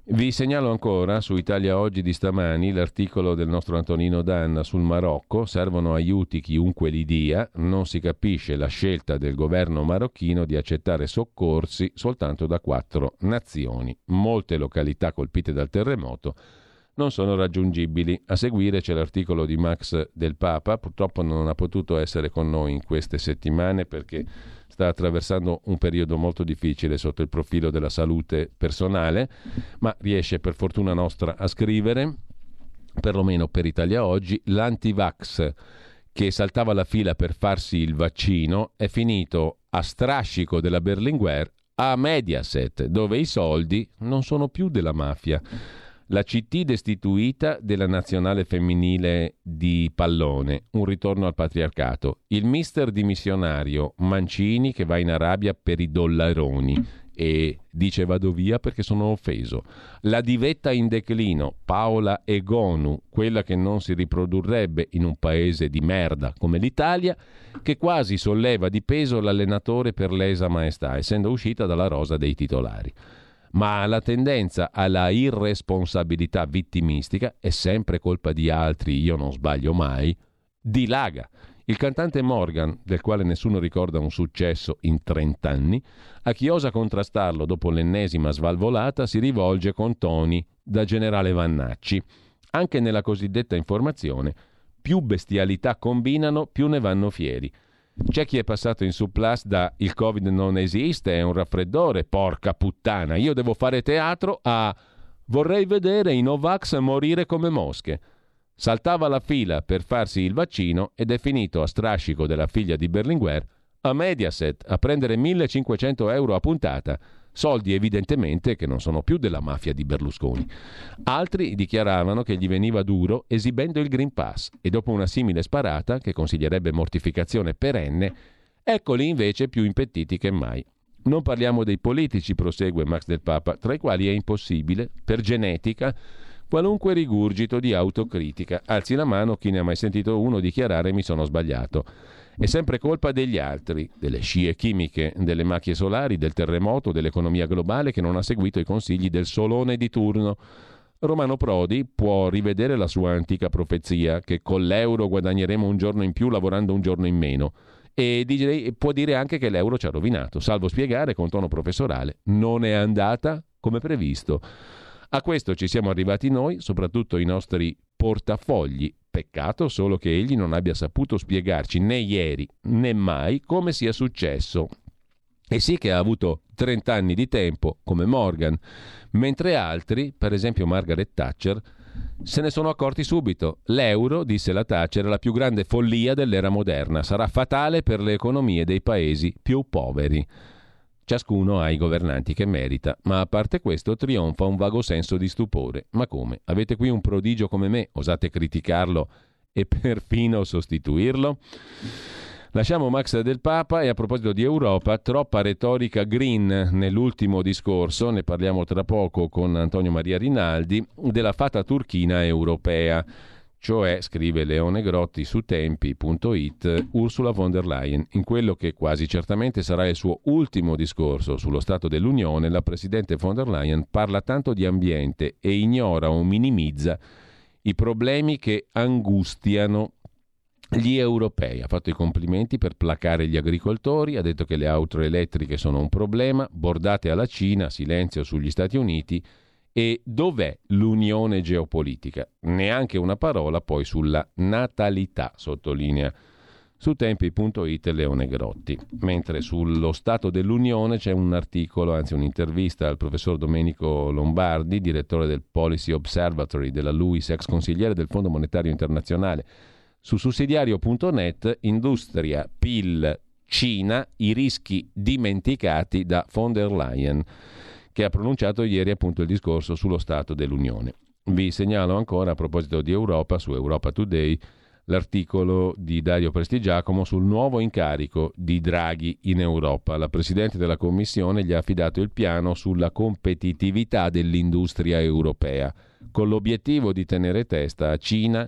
B: Vi segnalo ancora su Italia Oggi di stamani l'articolo del nostro Antonino Danna sul Marocco. Servono aiuti chiunque li dia, non si capisce la scelta del governo marocchino di accettare soccorsi soltanto da quattro nazioni. Molte località colpite dal terremoto non sono raggiungibili. A seguire c'è l'articolo di Max Del Papa, purtroppo non ha potuto essere con noi in queste settimane perché sta attraversando un periodo molto difficile sotto il profilo della salute personale, ma riesce per fortuna nostra a scrivere, perlomeno per Italia Oggi, l'antivax che saltava la fila per farsi il vaccino è finito a strascico della Berlinguer a Mediaset, dove i soldi non sono più della mafia. La C T destituita della nazionale femminile di pallone, un ritorno al patriarcato, il mister dimissionario Mancini che va in Arabia per i dollaroni e dice vado via perché sono offeso, la divetta in declino Paola Egonu, quella che non si riprodurrebbe in un paese di merda come l'Italia, che quasi solleva di peso l'allenatore per lesa maestà, essendo uscita dalla rosa dei titolari. Ma la tendenza alla irresponsabilità vittimistica, è sempre colpa di altri, io non sbaglio mai, dilaga. Il cantante Morgan, del quale nessuno ricorda un successo in trent'anni, a chi osa contrastarlo dopo l'ennesima svalvolata si rivolge con toni da generale Vannacci. Anche nella cosiddetta informazione, più bestialità combinano, più ne vanno fieri. C'è chi è passato in surplus da il Covid non esiste, è un raffreddore, porca puttana, io devo fare teatro, a vorrei vedere i Novax morire come mosche. Saltava la fila per farsi il vaccino ed è finito a strascico della figlia di Berlinguer a Mediaset a prendere millecinquecento euro a puntata, soldi evidentemente che non sono più della mafia di Berlusconi. Altri dichiaravano che gli veniva duro esibendo il Green Pass e dopo una simile sparata, che consiglierebbe mortificazione perenne, eccoli invece più impettiti che mai. Non parliamo dei politici, prosegue Max Del Papa, tra i quali è impossibile, per genetica, qualunque rigurgito di autocritica. Alzi la mano chi ne ha mai sentito uno dichiarare mi sono sbagliato. È sempre colpa degli altri, delle scie chimiche, delle macchie solari, del terremoto, dell'economia globale che non ha seguito i consigli del solone di turno. Romano Prodi può rivedere la sua antica profezia che con l'euro guadagneremo un giorno in più lavorando un giorno in meno e direi, può dire anche che l'euro ci ha rovinato, salvo spiegare con tono professorale non è andata come previsto. A questo ci siamo arrivati noi, soprattutto i nostri portafogli. Peccato solo che egli non abbia saputo spiegarci né ieri né mai come sia successo. E sì che ha avuto trent'anni di tempo, come Morgan, mentre altri, per esempio Margaret Thatcher, se ne sono accorti subito. L'euro, disse la Thatcher, è la più grande follia dell'era moderna, sarà fatale per le economie dei paesi più poveri. Ciascuno ha i governanti che merita, ma a parte questo trionfa un vago senso di stupore. Ma come? Avete qui un prodigio come me? Osate criticarlo e perfino sostituirlo? Lasciamo Max Del Papa e a proposito di Europa, troppa retorica green nell'ultimo discorso, ne parliamo tra poco con Antonio Maria Rinaldi, della fata turchina europea. Cioè, scrive Leone Grotti su tempi punto it, Ursula von der Leyen. In quello che quasi certamente sarà il suo ultimo discorso sullo Stato dell'Unione, la Presidente von der Leyen parla tanto di ambiente e ignora o minimizza i problemi che angustiano gli europei. Ha fatto i complimenti per placare gli agricoltori, ha detto che le auto elettriche sono un problema, bordate alla Cina, silenzio sugli Stati Uniti. E dov'è l'unione geopolitica? Neanche una parola poi sulla natalità, sottolinea su tempi punto it Leone Grotti. Mentre sullo Stato dell'Unione c'è un articolo, anzi un'intervista al professor Domenico Lombardi, direttore del Policy Observatory della L U I S, ex consigliere del Fondo Monetario Internazionale. Su sussidiario punto net, industria, P I L, Cina, i rischi dimenticati da von der Leyen, che ha pronunciato ieri appunto il discorso sullo Stato dell'Unione. Vi segnalo ancora, a proposito di Europa, su Europa Today, l'articolo di Dario Prestigiacomo sul nuovo incarico di Draghi in Europa. La Presidente della Commissione gli ha affidato il piano sulla competitività dell'industria europea, con l'obiettivo di tenere testa a Cina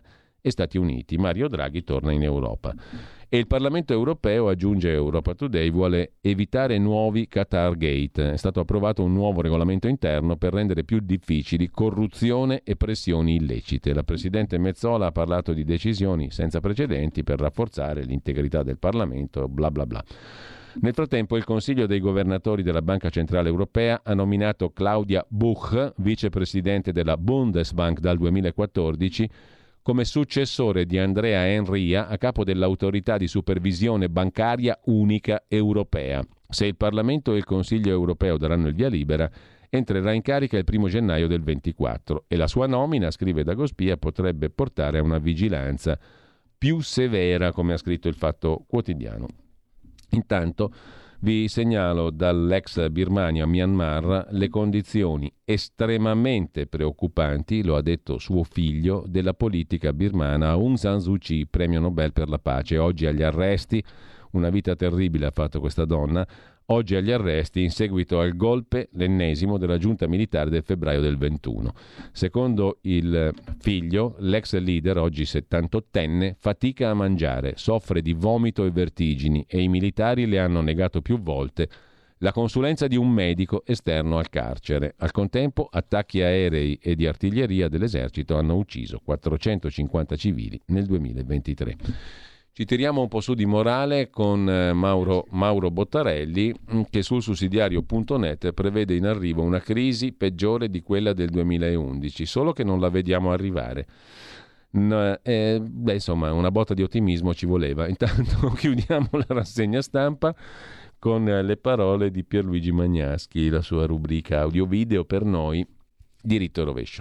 B: e Stati Uniti. Mario Draghi torna in Europa. E il Parlamento europeo, aggiunge Europa Today, vuole evitare nuovi Qatar Gate. È stato approvato un nuovo regolamento interno per rendere più difficili corruzione e pressioni illecite. La Presidente Metsola ha parlato di decisioni senza precedenti per rafforzare l'integrità del Parlamento, bla bla bla. Nel frattempo il Consiglio dei governatori della Banca Centrale Europea ha nominato Claudia Buch, vicepresidente della Bundesbank dal duemilaquattordici, come successore di Andrea Enria a capo dell'autorità di supervisione bancaria unica europea. Se il Parlamento e il Consiglio europeo daranno il via libera, entrerà in carica il primo gennaio del ventiquattro e la sua nomina, scrive Dagospia, potrebbe portare a una vigilanza più severa, come ha scritto il Fatto Quotidiano. Intanto vi segnalo dall'ex Birmania a Myanmar le condizioni estremamente preoccupanti, lo ha detto suo figlio, della politica birmana Aung San Suu Kyi, premio Nobel per la pace. Oggi agli arresti, una vita terribile ha fatto questa donna, oggi agli arresti in seguito al golpe, l'ennesimo, della giunta militare del febbraio del ventuno. Secondo il figlio, l'ex leader, oggi settantottenne, fatica a mangiare, soffre di vomito e vertigini e i militari le hanno negato più volte la consulenza di un medico esterno al carcere. Al contempo, attacchi aerei e di artiglieria dell'esercito hanno ucciso quattrocentocinquanta civili nel duemilaventitré. Ci tiriamo un po' su di morale con Mauro, Mauro Bottarelli, che sul sussidiario punto net prevede in arrivo una crisi peggiore di quella del duemilaundici, solo che non la vediamo arrivare. No, eh, beh, insomma, una botta di ottimismo ci voleva. Intanto chiudiamo la rassegna stampa con le parole di Pierluigi Magnaschi, la sua rubrica audio-video per noi, diritto e rovescio.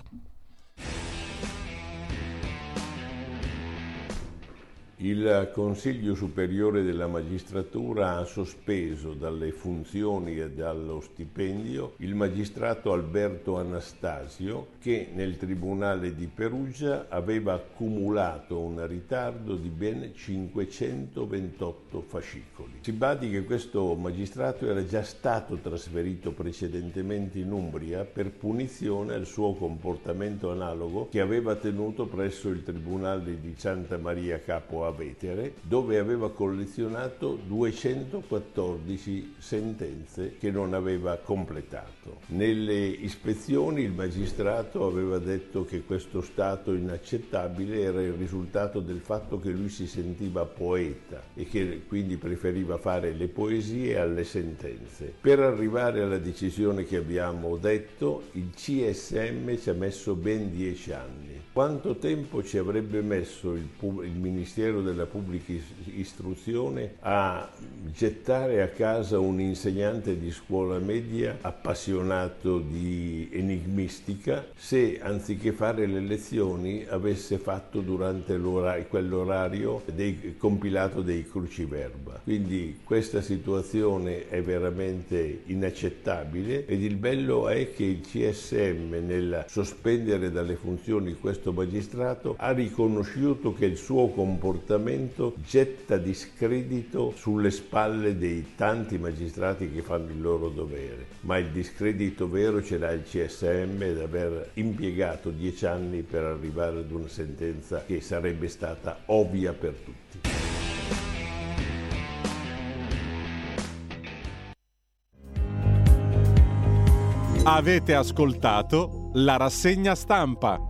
J: Il Consiglio Superiore della Magistratura ha sospeso dalle funzioni e dallo stipendio il magistrato Alberto Anastasio, che nel Tribunale di Perugia aveva accumulato un ritardo di ben cinquecentoventotto fascicoli. Si badi che questo magistrato era già stato trasferito precedentemente in Umbria per punizione al suo comportamento analogo che aveva tenuto presso il Tribunale di Santa Maria Capua a Vetere, dove aveva collezionato duecentoquattordici sentenze che non aveva completato. Nelle ispezioni il magistrato aveva detto che questo stato inaccettabile era il risultato del fatto che lui si sentiva poeta e che quindi preferiva fare le poesie alle sentenze. Per arrivare alla decisione che abbiamo detto, il C S M ci ha messo ben dieci anni. Quanto tempo ci avrebbe messo il, pub- il Ministero della Pubblica Istruzione a gettare a casa un insegnante di scuola media appassionato di enigmistica se anziché fare le lezioni avesse fatto durante quell'orario dei, compilato dei cruciverba. Quindi questa situazione è veramente inaccettabile ed il bello è che il C S M nel sospendere dalle funzioni questo magistrato ha riconosciuto che il suo comportamento getta discredito sulle spalle dei tanti magistrati che fanno il loro dovere, ma il discredito vero ce l'ha il C S M ed aver impiegato dieci anni per arrivare ad una sentenza che sarebbe stata ovvia per tutti.
A: Avete ascoltato la rassegna stampa.